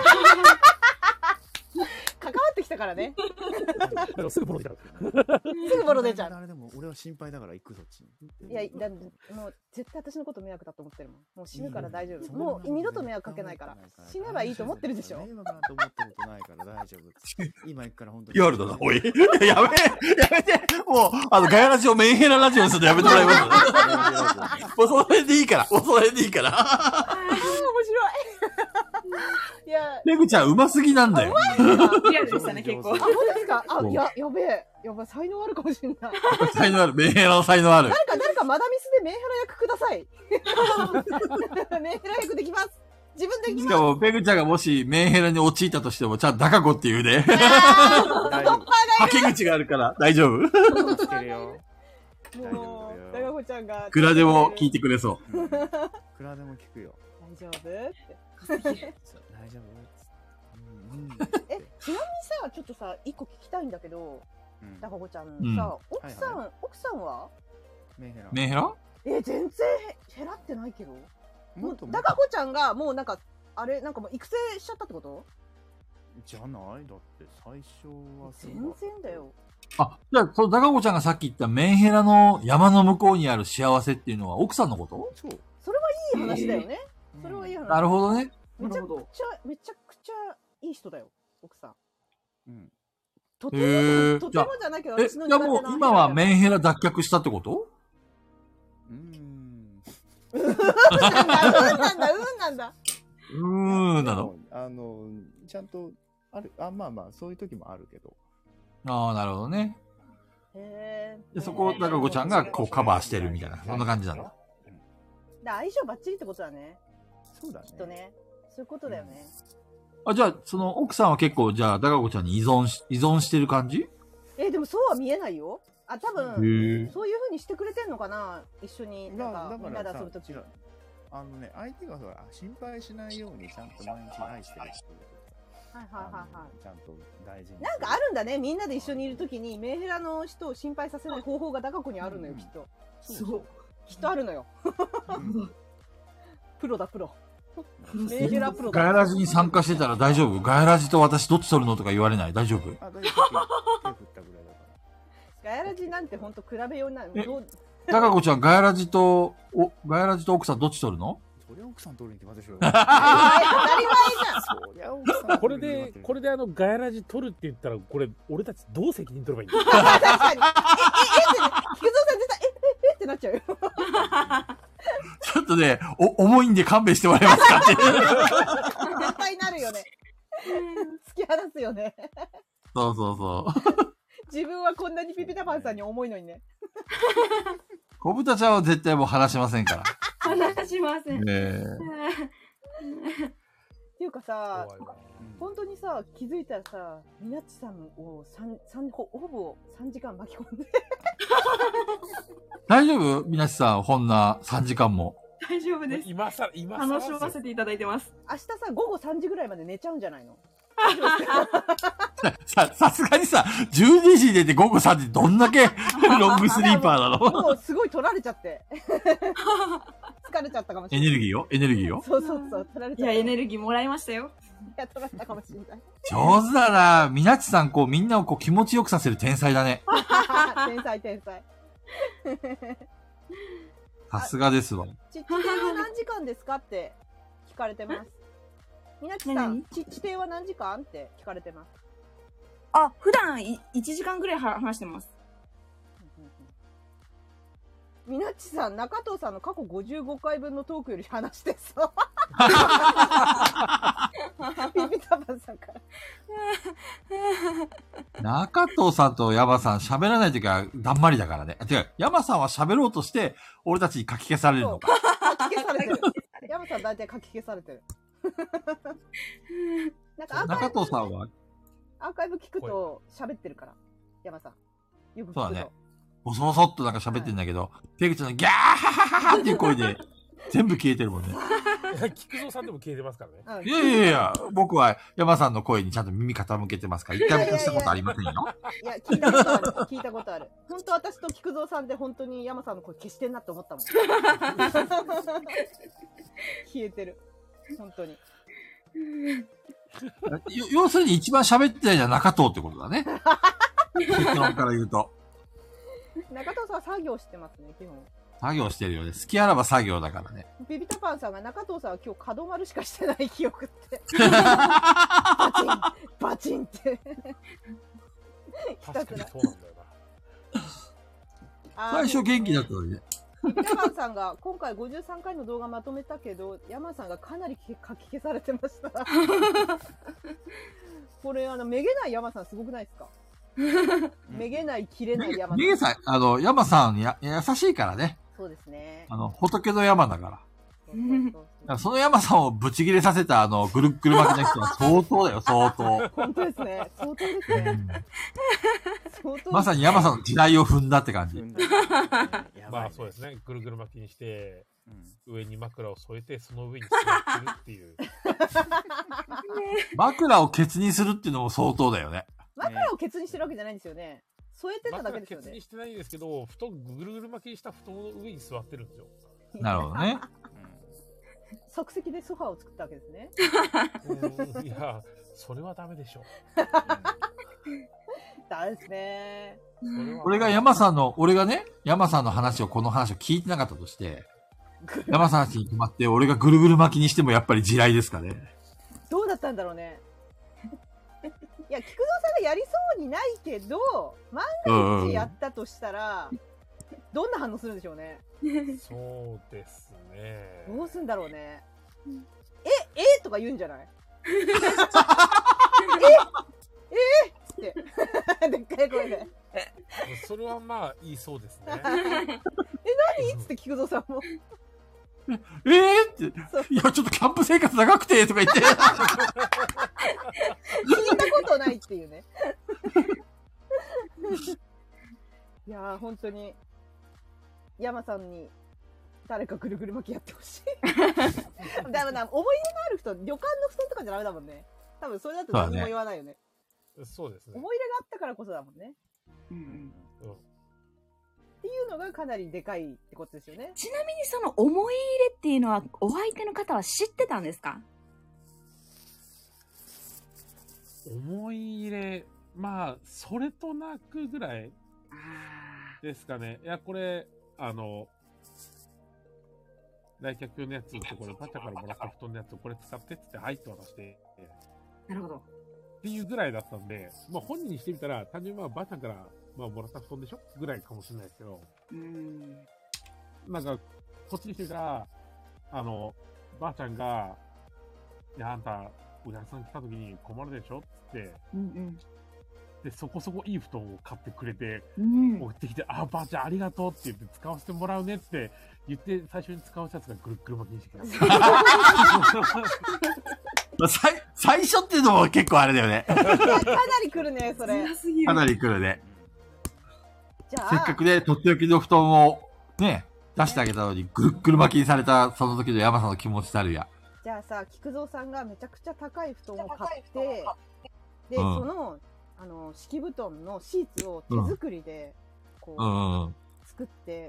関わってきたからね。 すぐボロ出ちゃう。 すぐボロ出ちゃう。 あれでも俺は心配だから行くそっちに。 いや、もう絶対私のこと迷惑だと思ってるもん。もう死ぬから大丈夫。もう二度と迷惑かけないから。死ねばいいと思ってるでしょ。 迷惑だと思ったことないから大丈夫。今行くから本当に。 夜だな、おい。やめて。もう、ガヤラジオメンヘララジオにするのやめてもらいます。もうその辺でいいから。 面白い。いや、 ペグちゃんうますぎなんだよ。 リアルでしたね、結構。 あ、本当ですか？やべえ。才能あるかもしれない。 才能ある。メンヘラの才能ある。 誰かマダミスでメンヘラ役ください。メンヘラ役できます。自分できます。 しかも、ペグちゃんがもしメンヘラに陥ったとしても、ちゃんとダカ子っていうね。はけ口があるから大丈夫。 つけるよ。 もう、ダカ子ちゃんが。 いくらでも聞いてくれそう。 いくらでも聞くよ。 大丈夫って。 大丈夫ちなみにさ、ちょっとさ、一個聞きたいんだけど、ダカ子ちゃんさ、奥さんはメンヘラ。 メンヘラ？ 全然減らってないけど。もうダカ子ちゃんがもうなんかあれなんかもう育成しちゃったってこと？ じゃない？だって最初は全然だよ。 あ、じゃあ、そのダカ子ちゃんがさっき言ったメンヘラの山の向こうにある幸せっていうのは奥さんのこと？ そう。 それはいい話だよね。それはいい話。 なるほどね。 めちゃくちゃいい人だよ、奥さん。 うん。 とてもじゃないけど、私のじゃあもう今はメンヘラ脱却したってこと？ なんだ。 なの？ ちゃんと、まあまあ、そういう時もあるけど。 ああ、なるほどね。で、そこをダカ子ちゃんがこうカバーしてるみたいな、そんな感じなの？ 相性バッチリってことだね。 そうだね。 きっとね。 そういうことだよね。 あ、じゃあ、その奥さんは結構、じゃあ、ダカ子ちゃんに依存してる感じ？ でもそうは見えないよ。多分、そういう風にしてくれてんのかな、一緒に、なんか、みんなで遊ぶとき。 相手がほら、心配しないようにちゃんと毎日愛してるっていう。はい。ちゃんと大事に。 なんかあるんだね。みんなで一緒にいるときに、メンヘラの人を心配させない方法がダカ子にあるのよ、きっと。 すごい。 きっとあるのよ。プロだ、プロ。メンヘラプロだ。 ガヤラジに参加してたら大丈夫？ガヤラジと私どっち取るのとか言われない？大丈夫？ あ、大丈夫。手振ったぐらいだから。 ガヤラジなんてほんと比べようない。 ダカ子ちゃん、ガヤラジと奥さんどっち取るの？ そりゃ奥さん取るに決まってるでしょ。 当たり前じゃん。そりゃ奥さん。 これでガヤラジ取るって言ったら、これ、俺たちどう責任取ればいいんだ？ 確かに。菊蔵さん絶対、ってなっちゃうよ。 ちょっとね、重いんで勘弁してもらえますかって。 絶対なるよね。突き放すよね。 そう。 自分はこんなにピピタパンさんに重いのにね。 小豚ちゃんは絶対もう話しませんから。 話しません。 っていうかさ、本当にさ、気づいたらさ、みなっちさんをほぼ3時間巻き込んで。 大丈夫？みなっちさん、こんな3時間も。 大丈夫です。 今さ楽しませていただいてます。 明日さ、午後3時ぐらいまで寝ちゃうんじゃないの？ さすがにさ、12時出て午後3時どんだけロングスリーパーなの？ もうすごい取られちゃって。疲れちゃったかもしれない。エネルギーよそう、取られちゃった。 いや、エネルギーもらいましたよ。 いや、取られたかもしれない。 上手だな。みなっちさん、みんなを気持ちよくさせる天才だね。 天才。 さすがですわ。 地底は何時間ですかって聞かれてます。みなっちさん、地底は何時間って聞かれてます。 あ、普段1時間ぐらい話してます。 みなっちさん、中藤さんの過去55回分のトークより話してそう。ビビタパンさんから。 中藤さんと山さん喋らないときはだんまりだからね。てか、山さんは喋ろうとして、俺たちに書き消されるのか。 書き消されてる。山さん大体書き消されてる。 中藤さんはアーカイブ聞くと喋ってるから。山さん。よく聞くと。 そうだね。ボソボソっとなんか喋ってんだけど、ペグちゃんのギャーハハハハっていう声で全部消えてるもんね。 菊蔵さんでも消えてますからね。 いや、僕は山さんの声にちゃんと耳傾けてますから、一回も消したことありませんよ。 いや、聞いたことある。本当私と菊蔵さんで本当に山さんの声消してんなって思ったもん。消えてる。本当に。 要するに一番喋ってないのは中藤ってことだね。結論から言うと。 中藤さんは作業してますね、基本。 作業してるよね。好きあらば作業だからね。 ビビタパンさんが中藤さんは今日角丸しかしてない記憶って。バチンって。 確かにそうなんだよな。最初元気だったのにね。 ビビタパンさんが今回53回の動画まとめたけど、山さんがかなり書き消されてました。これめげない山さんすごくないですか？めげない、切れない山さん。 めげさん、山さん優しいからね。 そうですね。 仏の山だから。その山さんをブチ切れさせたぐるっぐる巻きの人は相当だよ、相当。 本当ですね。相当ですね。 まさに山さんの時代を踏んだって感じ。 まあそうですね。ぐるぐる巻きにして、上に枕を添えて、その上に座ってるっていう。 枕をケツにするっていうのも相当だよね。 枕をケツにしてるわけじゃないんですよね。添えてただけですよね。 ケツにしてないんですけど、ぐるぐる巻きにした布団の上に座ってるんですよ。 なるほどね。 即席でソファーを作ったわけですね。 いや、それはダメでしょ。 ダメですね。 俺が俺がね、山さんのこの話を聞いてなかったとして、山さんに決まって、俺がぐるぐる巻きにしてもやっぱり地雷ですかね。 どうだったんだろうね。いや、菊蔵さんがやりそうにないけど、万が一やったとしたら、どんな反応するんでしょうね。 そうですね。 どうすんだろうね。とか言うんじゃないって。でっかい声で。 それはまあ、言いそうですね。 何つって菊蔵さんも。 って、いや、ちょっとキャンプ生活長くて、とか言って。聞いたことないっていうね。いやー、本当に、山さんに、誰かぐるぐる巻きやってほしい。だめだ、思い出のある人、旅館の布団とかじゃダメだもんね。多分それだと何も言わないよね。 そうですね。 思い入れがあったからこそだもんね。っていうのがかなりでかいってことですよね。 ちなみにその思い入れっていうのはお相手の方は知ってたんですか？ 思い入れ、まあ、それとなくぐらいですかね。いや、これ、来客のやつのところ、パチャからもらった布団のやつをこれ使ってって言って、はいって渡して。 なるほど。 っていうぐらいだったんで、まあ本人にしてみたら、単純にばあちゃんから、まあもらった布団でしょぐらいかもしれないですけど。なんか、こっちにしてみたら、ばあちゃんが、いや、あんた、お客さん来た時に困るでしょって、で、そこそこいい布団を買ってくれて、持ってきて、あ、ばあちゃんありがとうって言って使わせてもらうねって言って、最初に使わせたやつがぐるっぐる巻きにしてきた。最初っていうのも結構あれだよね。 かなり来るね、それ。 かなり来るね。 じゃあ。 せっかくね、とっておきの布団をね、出してあげたのに、ぐるっぐる巻きにされたその時の山さんの気持ちたるや。 じゃあさ、菊蔵さんがめちゃくちゃ高い布団を買って、で、その、敷布団のシーツを手作りで、こう、作って、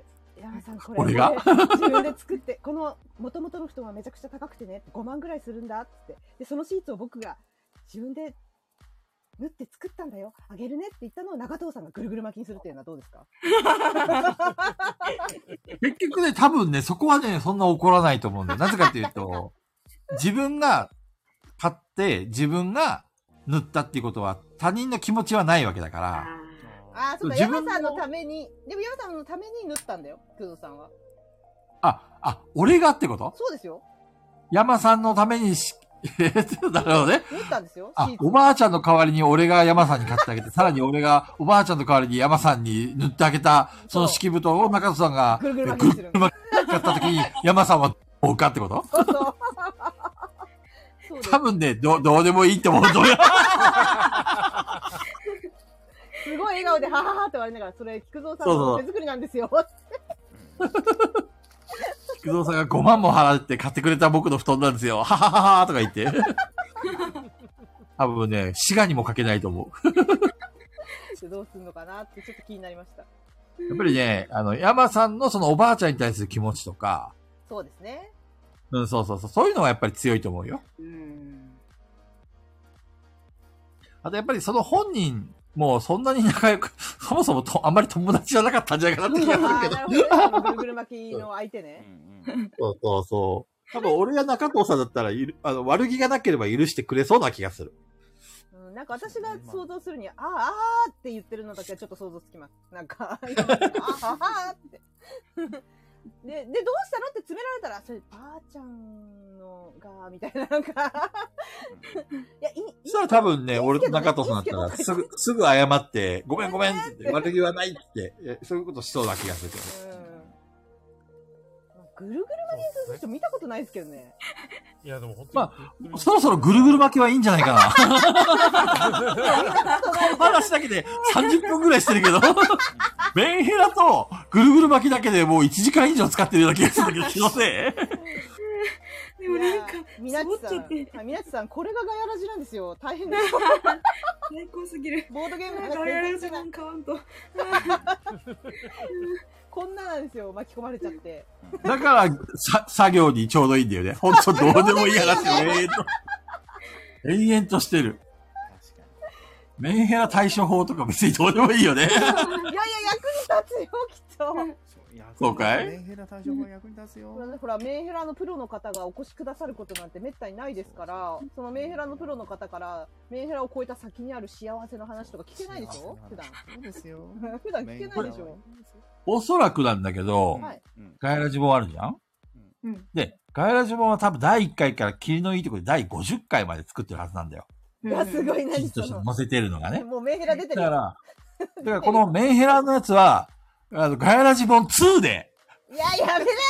山さんこれ、 俺が自分で作って、この元々の布団はめちゃくちゃ高くてね、5万ぐらいするんだって。で、そのシーツを僕が自分で縫って作ったんだよ、あげるねって言ったのを長藤さんがぐるぐる巻きにするっていうのはどうですか？ 結局ね、多分ね、そこはね、そんな怒らないと思うんだよ。なぜかっていうと、自分が買って、自分が塗ったっていうことは、他人の気持ちはないわけだから。 ああ、そうか、山さんのために、でも山さんのために塗ったんだよ、工藤さんは。 俺がってこと？ そうですよ。 山さんのためになるほどね。 塗ったんですよ。 おばあちゃんの代わりに俺が山さんに買ってあげて、さらに俺がおばあちゃんの代わりに山さんに塗ってあげた、その敷布団を中戸さんが、 ぐるぐる巻きにする。 買った時に、山さんはどうかってこと？ そうそう。 多分ね、どうでもいいって思うと思うよ。 すごい笑顔で、はははって言われながら、それ、菊蔵さんの手作りなんですよ。 菊蔵さんが5万も払って買ってくれた僕の布団なんですよ。ははははとか言って。多分ね、滋賀にも書けないと思う。どうすんのかなってちょっと気になりました。 やっぱりね、山さんのそのおばあちゃんに対する気持ちとか。 そうですね。 うん、そう。そういうのはやっぱり強いと思うよ。あとやっぱりその本人もそんなに仲良く、そもそもあんまり友達じゃなかったんじゃないかなって気がするけど。 なるほどね。ぐるぐる巻きの相手ね。 そう。多分俺が中藤さんだったら、悪気がなければ許してくれそうな気がする。 なんか私が想像するに、あーって言ってるのだけはちょっと想像つきます。なんか、あーって。で、どうしたのって詰められたら、それ、ばあちゃんのが、みたいな、なんか。いや、 そしたら多分ね、俺と中藤さんだったら、すぐ謝って、ごめんって言って、悪気はないって、そういうことしそうな気がするけど。 ぐるぐる巻きにする人見たことないですけどね。 いや、でも本当に。まあ、そろそろぐるぐる巻きはいいんじゃないかな。話だけで30分ぐらいしてるけど、メンヘラとぐるぐる巻きだけでもう1時間以上使ってるような気がするんだけど、気のせい？ でもなんか、 みなちさん、これがガヤラジなんですよ。大変です。 最高すぎる。 ボードゲームガヤラジなんかわんと。 こんななんですよ、巻き込まれちゃって。 だから、作業にちょうどいいんだよね。ほんとどうでもいい話を延々としてる。メンヘラ対処法とか別にどうでもいいよね。いや、役に立つよ、きっと。 そうかい？ メンヘラ対処法役に立つよ。 ほら、メンヘラのプロの方がお越しくださることなんてめったにないですから、そのメンヘラのプロの方から、メンヘラを超えた先にある幸せの話とか聞けないでしょ？普段。 そうですよ。 普段聞けないでしょ？ おそらくなんだけど、ガヤラジ本あるじゃん？で、ガヤラジ本は多分第1回から霧のいいところで第50回まで作ってるはずなんだよ。 いや、すごい何その載せてるのがね。 もうメンヘラ出てる。 だからこのメンヘラのやつは、ガヤラジ本2でいや、やめなって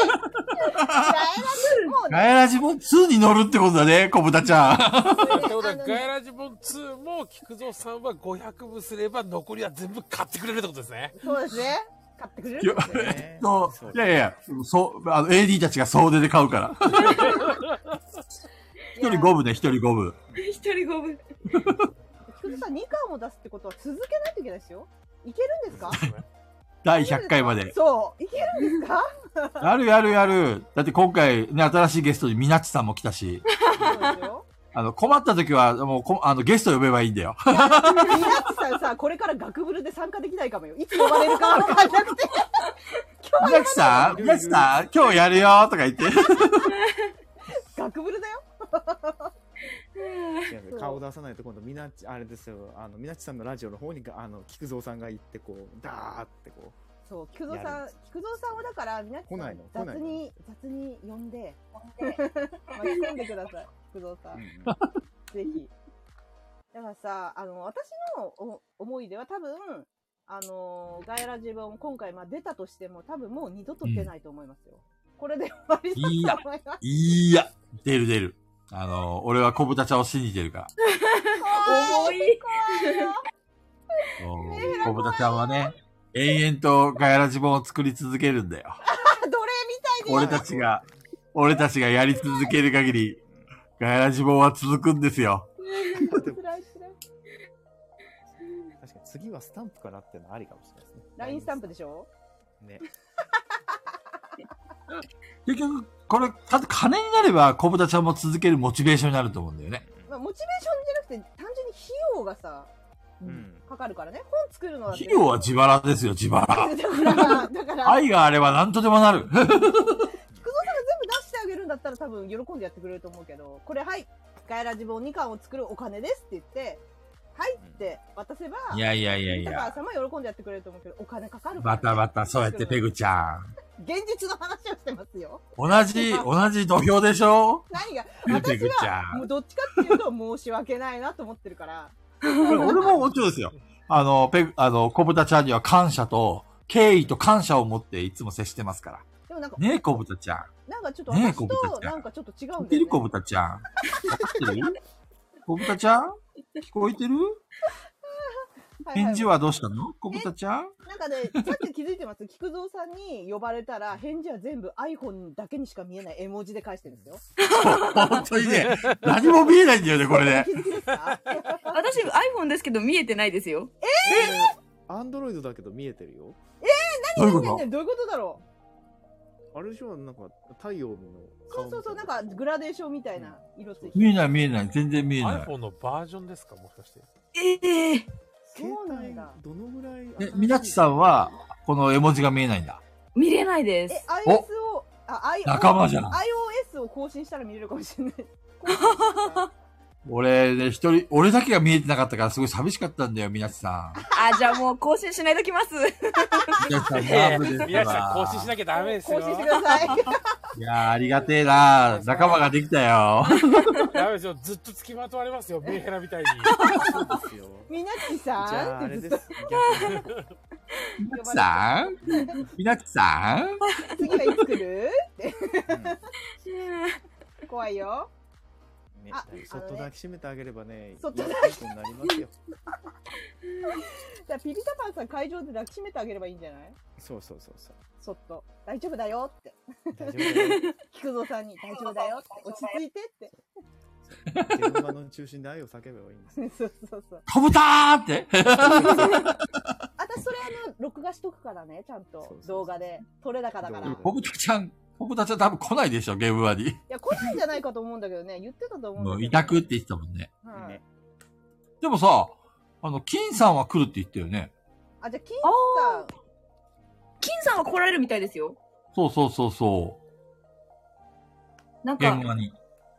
ガヤラジボン2に乗るってことだね、小豚ちゃん。 ガヤラジボン2も、菊蔵さんは500部すれば、残りは全部買ってくれるってことですね。 そうですね。買ってくれるってことですね。 いやいや、AD たちが総出で買うから。一人5部ね、一人5部。 一人5部。 菊蔵さん2巻も出すってことは続けないといけないですよ。いけるんですか？ 第100回まで。 そう。いけるんですか？ やる。だって今回ね、新しいゲストにみなっちさんも来たし。そうですよ。困った時は、もう、ゲスト呼べばいいんだよ。 みなっちさんさ、これから学ブルで参加できないかもよ。いつ呼ばれるかわかんなくて。 みなっちさん、今日やるよとか言って。 学ブルだよ。 顔出さないと今度あれですよ、みなっちさんのラジオの方に菊蔵さんが行ってこうダーってこう。 そう菊蔵さんをだからみなっちさん雑に呼んで巻き込んでください、菊蔵さん。ぜひ。だからさ、私の思いでは多分ガヤラジボン今回出たとしても多分もう二度と出ないと思いますよ。これで終わりだと思います。 いや、出る。俺は小豚ちゃんを信じてるから。 重い。 小豚ちゃんはね、延々とガヤラジボンを作り続けるんだよ。 奴隷みたいに。 俺たちがやり続ける限り、ガヤラジボンは続くんですよ。 辛い。 確かに次はスタンプからってのありかもしれないですね。 LINE スタンプでしょ？ ね。 結局、これ、金になれば小豚ちゃんも続けるモチベーションになると思うんだよね。 モチベーションじゃなくて、単純に費用がさ、かかるからね。本作るのは。 費用は自腹ですよ、自腹。だから。 愛があれば何とでもなる。菊蔵さんが全部出してあげるんだったら多分喜んでやってくれると思うけど、これはい、ガヤラジボン2巻を作るお金ですって言って、はいって渡せば、 いや。 高橋さんも喜んでやってくれると思うけど、お金かかるから、ね。また、そうやってペグちゃん。 現実の話をしてますよ。 同じ土俵でしょ？ 何が私は、もうどっちかっていうと申し訳ないなと思ってるから。 俺ももちろんですよ。小豚ちゃんには感謝と、敬意と感謝を持っていつも接してますから。 でもなんか、 ねえ、小豚ちゃん。 なんかちょっと私と、なんかちょっと違うんだよね。 聞いてる小豚ちゃん。聞いてる小豚ちゃん聞こえてる返事はどうしたの小豚ちゃん。 なんかね、さっき気づいてます。菊蔵さんに呼ばれたら、返事は全部 iPhone だけにしか見えない絵文字で返してるんですよ。 本当にね、何も見えないんだよね、これね。 私 iPhone ですけど見えてないですよ。 Android だけど見えてるよ。 何見えてんねん、どういうことだろう。あれでしょ、なんか太陽の顔。そう、なんかグラデーションみたいな色ついて。 見えない、全然見えない。 iPhone のバージョンですか、もしかして。 そうなんだ。 どのぐらい。 みなっちさんは、この絵文字が見えないんだ。 見れないです。 仲間じゃん。 iOS を更新したら見れるかもしれない。 俺だけが見えてなかったからすごい寂しかったんだよ、みなっちさん。 じゃあもう更新しないときます。 みなっちさん更新しなきゃダメですよ。 更新してください。 いやー、ありがてえな。仲間ができたよ。 ダメですよ。ずっと付きまとわれますよ。メンヘラみたいに。 そうですよ。 みなっちさん。 じゃああれです。 みなっちさん次はいつ来るって。怖いよ。 そっと抱きしめてあげればね、 そっと抱きになりますよ。 じゃあピピタパンさん会場で抱きしめてあげればいいんじゃない？ そう。 そっと大丈夫だよって。 大丈夫だよ。 菊蔵さんに大丈夫だよって落ち着いてって。 現場の中心で愛を叫べばいいんです。 そう。 飛ぶたーって。 私それ録画しとくからね、ちゃんと動画で取れ高だから。 小豚ちゃん多分来ないでしょ、ゲームワに。 いや、来ないんじゃないかと思うんだけどね。言ってたと思うんだけど、ね。 委託って言ってたもんね。でもさ、金さんは来るって言ったよね。 じゃあ金さんは来られるみたいですよ。 そう。 なんか、 現場に。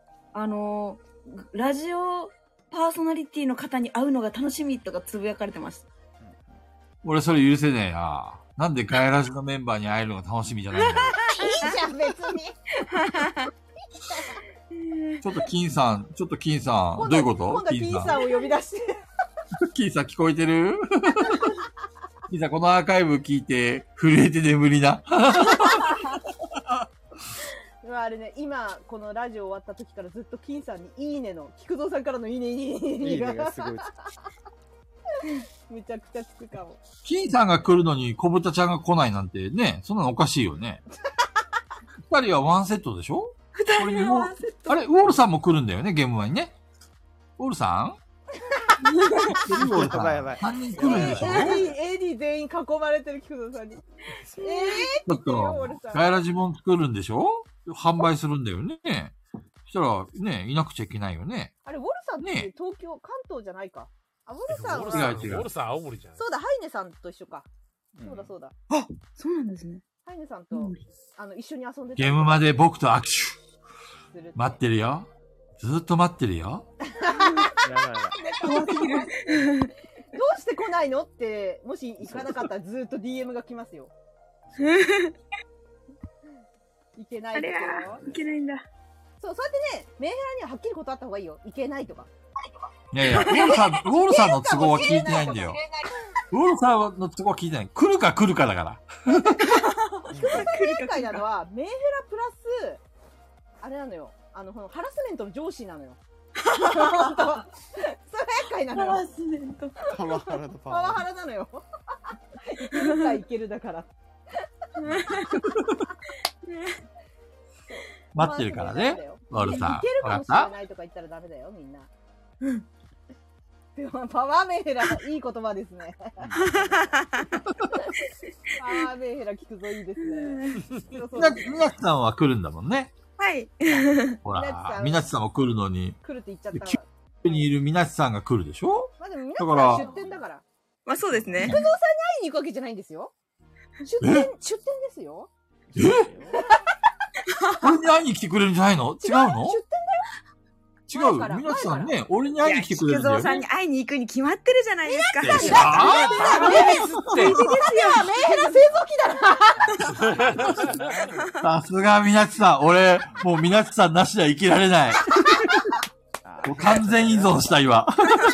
ラジオパーソナリティの方に会うのが楽しみとかつぶやかれてました。 俺それ許せねえな。なんでガヤラジのメンバーに会えるのが楽しみじゃないんだよ。 いいじゃん、別に。ちょっと金さん、どういうこと？ 今度は金さんを呼び出して。 金さん聞こえてる？ キさん、このアーカイブ聞いて、震えて眠りな。 あれね、今、このラジオ終わった時からずっと金さんにいいねの、菊蔵さんからのいいね、いいねがすごい。めちゃくちゃつくかも。 金さんが来るのに小豚ちゃんが来ないなんてね、そんなのおかしいよね。二人はワンセットでしょ？ 二人はワンセット。 あれ、ウォールさんも来るんだよね、ゲーム前にね。ウォールさんウォールさん。 やばい。 3人来るんでしょ AD 全員囲まれてる菊蔵さんに。 ちょっと、ガヤラジも作るんでしょ？販売するんだよね。そしたら、ね、いなくちゃいけないよね。 あれ、ウォルさんって東京、関東じゃないか。あ、ウォルさんは。 ウォルさん青森じゃん。 そうだ、ハイネさんと一緒か。そうだそうだ。 あ、そうなんですね。 ハイネさんと、一緒に遊んでた。ゲームまで僕と握手。待ってるよ。ずっと待ってるよ。 どうして来ないのって、もし行かなかったらずっと DM が来ますよ。いけないですよ。 いけないんだ。 そう、そうやってね、メンヘラにははっきり断った方がいいよ。いけないとか。 いやいや、ウォールさんの都合は聞いてないんだよ。ウォールさんの都合は聞いてない。来るか来るかだから。 菊蔵さんが厄介なのは、メンヘラプラス、あれなのよ。ハラスメントの上司なのよ。それ厄介なのよ。 ハラスメント。 パワハラとパワハラなのよ。いけるかいけるだから。 待ってるからね。ウォールさん。 いけるかもしれないとか言ったらダメだよ、みんな。でもパワーメンヘラ、いい言葉ですね。パワーメンヘラ聞くぞ、いいですね。 みなちさんは来るんだもんね。 はい。 ほら、みなちさんも来るのに。 来るって言っちゃった。 近くにいるみなちさんが来るでしょ？ まあでもみなちさんは出店だから。 まあそうですね。 菊蔵さんに会いに行くわけじゃないんですよ。出店ですよ。 俺に会いに来てくれるんじゃないの？違うの？ 出店違う。みなちさんね、俺に会いに来てくれるんだよね。 菊蔵さんに会いに行くに決まってるじゃないですか。 メンヘラ製造機だ。さすがみなちさん。俺、もうみなちさんなしでは生きられない。もう完全依存したいわ。 やばいよ。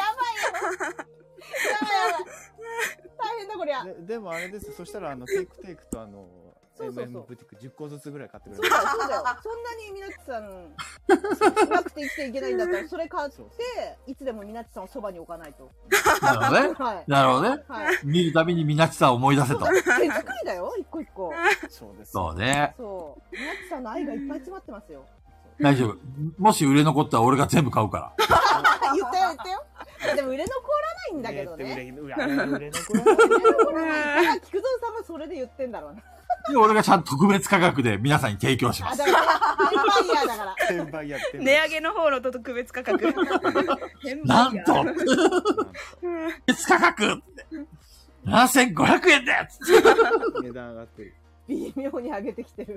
大変だこりゃ。 でもあれです。そしたらテイクとMM ブティック10個ずつぐらい買ってくれる。 そうだよ。そんなにみなちさんいなくて生きていけないんだったら、それ買って、いつでもみなちさんをそばに置かないと。 なるほどね。なるほどね。見るたびにみなちさんを思い出せと。 手作りだよ、一個一個。 そうです。 そうね。 そう。みなちさんの愛がいっぱい詰まってますよ。 大丈夫。もし売れ残ったら俺が全部買うから。 言ったよ、言ったよ。でも売れ残らないんだけどね。 売れ残らない。 菊蔵さんもそれで言ってんだろうな。 で、俺がちゃんと特別価格で皆さんに提供します。 だから、転売ヤーだから。 転売ヤー。 値上げの方の特別価格。 なんと特別価格 !7500 円で値段上がってる。 微妙に上げてきてる。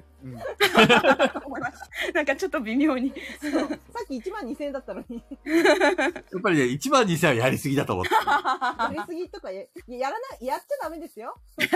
なんかちょっと微妙に。 さっき12000円だったのに。 やっぱりね、12000円はやりすぎだと思って。 やりすぎとかやっちゃダメですよ。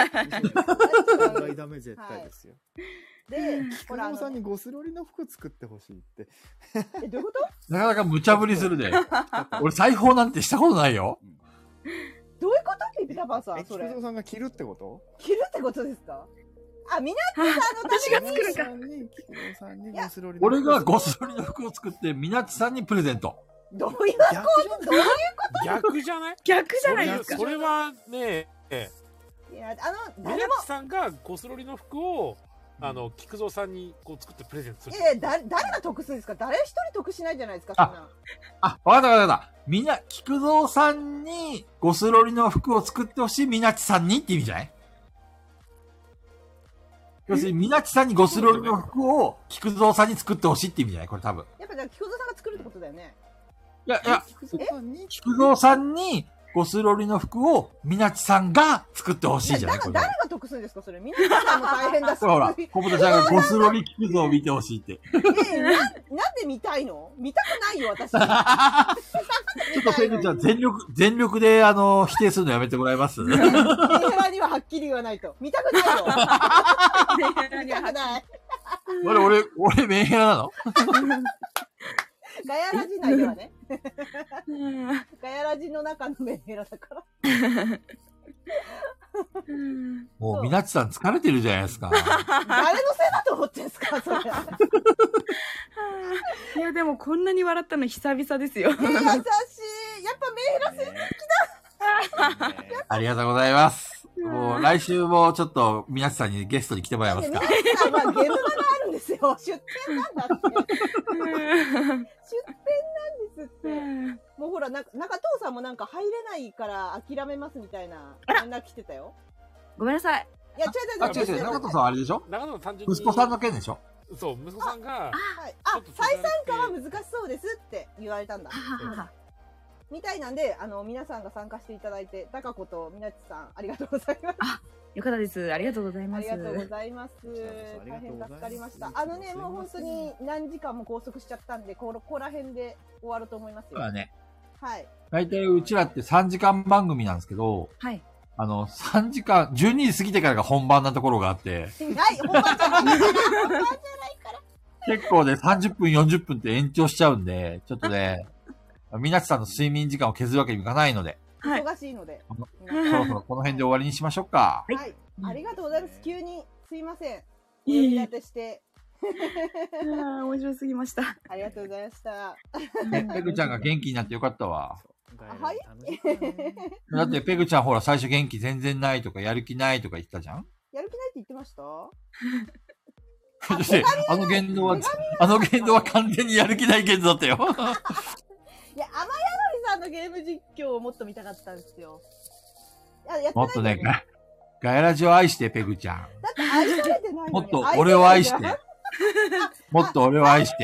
ダメ絶対ですよ。 で、 菊蔵さんにゴスロリの服作ってほしいって。 どういうこと？ なかなか無茶ぶりするね。俺裁縫なんてしたことないよ。 どういうことピピタパンさん、それ。 菊蔵さんが着るってこと？ 着るってことですか？あ、みなちさんの私が作るか。 俺がゴスロリの服を作って、みなちさんにプレゼント。 どういうこと逆じゃない？ 逆じゃないですか。 それはね、 いや、 みなちさんがゴスロリの服を、菊蔵さんにこう作ってプレゼントする。 誰が得するんですか？誰一人得しないじゃないですか、そんな。 わかった。菊蔵さんにゴスロリの服を作ってほしいみなちさんにって意味じゃない？要するに、みなちさんにゴスロリの服を菊蔵さんに作ってほしいって意味じゃない？これ多分。 やっぱじゃあ菊蔵さんが作るってことだよね。 いや、菊蔵さんにゴスロリの服をみなちさんが作ってほしいじゃない？ 誰が得するんですかそれ？みなちさんも大変だし。 ほら、小豚ちゃんがゴスロリ菊蔵を見てほしいって。 なんで見たいの？見たくないよ、私。ちょっと先生じゃあ全力で否定するのやめてもらえます？ メンヘラにははっきり言わないと。見たくないよ。見たくない。 俺メンヘラなの？ ガヤラジ内ではね。ガヤラジの中のメンヘラだから。 もう、みなっちさん疲れてるじゃないですか。 誰のせいだと思ってんすか、それ。 いや、でもこんなに笑ったの久々ですよ。 優しい。やっぱメーラセ好きだ。ありがとうございます。もう、来週もちょっと、みなっちさんにゲストに来てもらえますか。 まあ、ゲーム場があるんですよ。出店なんだって。出店なんですって。もうほら、中藤さんもなんか入れないから諦めますみたいな連絡来てたよ。 ごめんなさい。 いや、違う。 中藤さんはあれでしょ？ 中藤さん単純に。 息子さんの件でしょ？ そう、息子さんが。 はい。再参加は難しそうですって言われたんだ。みたいなんで、皆さんが参加していただいて、高子とみなっちさん、ありがとうございます。 よかったです。ありがとうございます。 ありがとうございます。大変助かりました。もう本当に何時間も拘束しちゃったんで、ここら辺で終わると思いますよ。 そうだね。 はい。 大体うちらって3時間番組なんですけど、 はい。 3時間、12時過ぎてからが本番なところがあって、 はい、本番じゃないから。 結構ね、30分、40分って延長しちゃうんで、ちょっとね、みなっちさんの睡眠時間を削るわけにいかないので。 忙しいので。 そろそろこの辺で終わりにしましょうか。 はい。ありがとうございます。急に、すいません。お呼び立てして。 面白すぎました。 ありがとうございました。 ペグちゃんが元気になってよかったわ。 はい。 だってペグちゃんほら最初元気全然ないとかやる気ないとか言ったじゃん？ やる気ないって言ってました？ そして、あの言動は完全にやる気ない言動だったよ。 いや、雨宿りさんのゲーム実況をもっと見たかったんですよ。 もっとね、ガヤラジを愛して、ペグちゃん。 だって愛されてないのに。 もっと俺を愛して。もっと俺を愛して。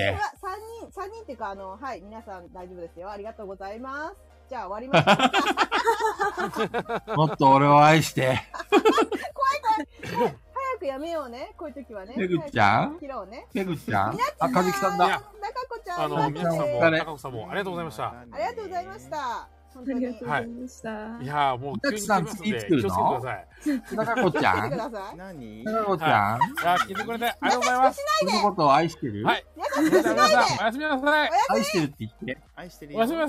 3人っていうか、はい、皆さん大丈夫ですよ。ありがとうございます。じゃあ終わりましょう。 もっと俺を愛して。 怖い。早くやめようね。こういう時はね。 ペグちゃん切ろうね。 ペグちゃんあ、かずきさんだ。 中子ちゃん。 皆さんも、高子さんも、ありがとうございました。 ありがとうございました。 本当にありがとうございました。 いやもう、 中子さん次作るの？中子ちゃん何？ 中子ちゃん聞いてくれてありがとうございます。 このことを愛してる？ はい。おやすみなさい。 愛してるって言って。 愛してる。 おやすみなさい。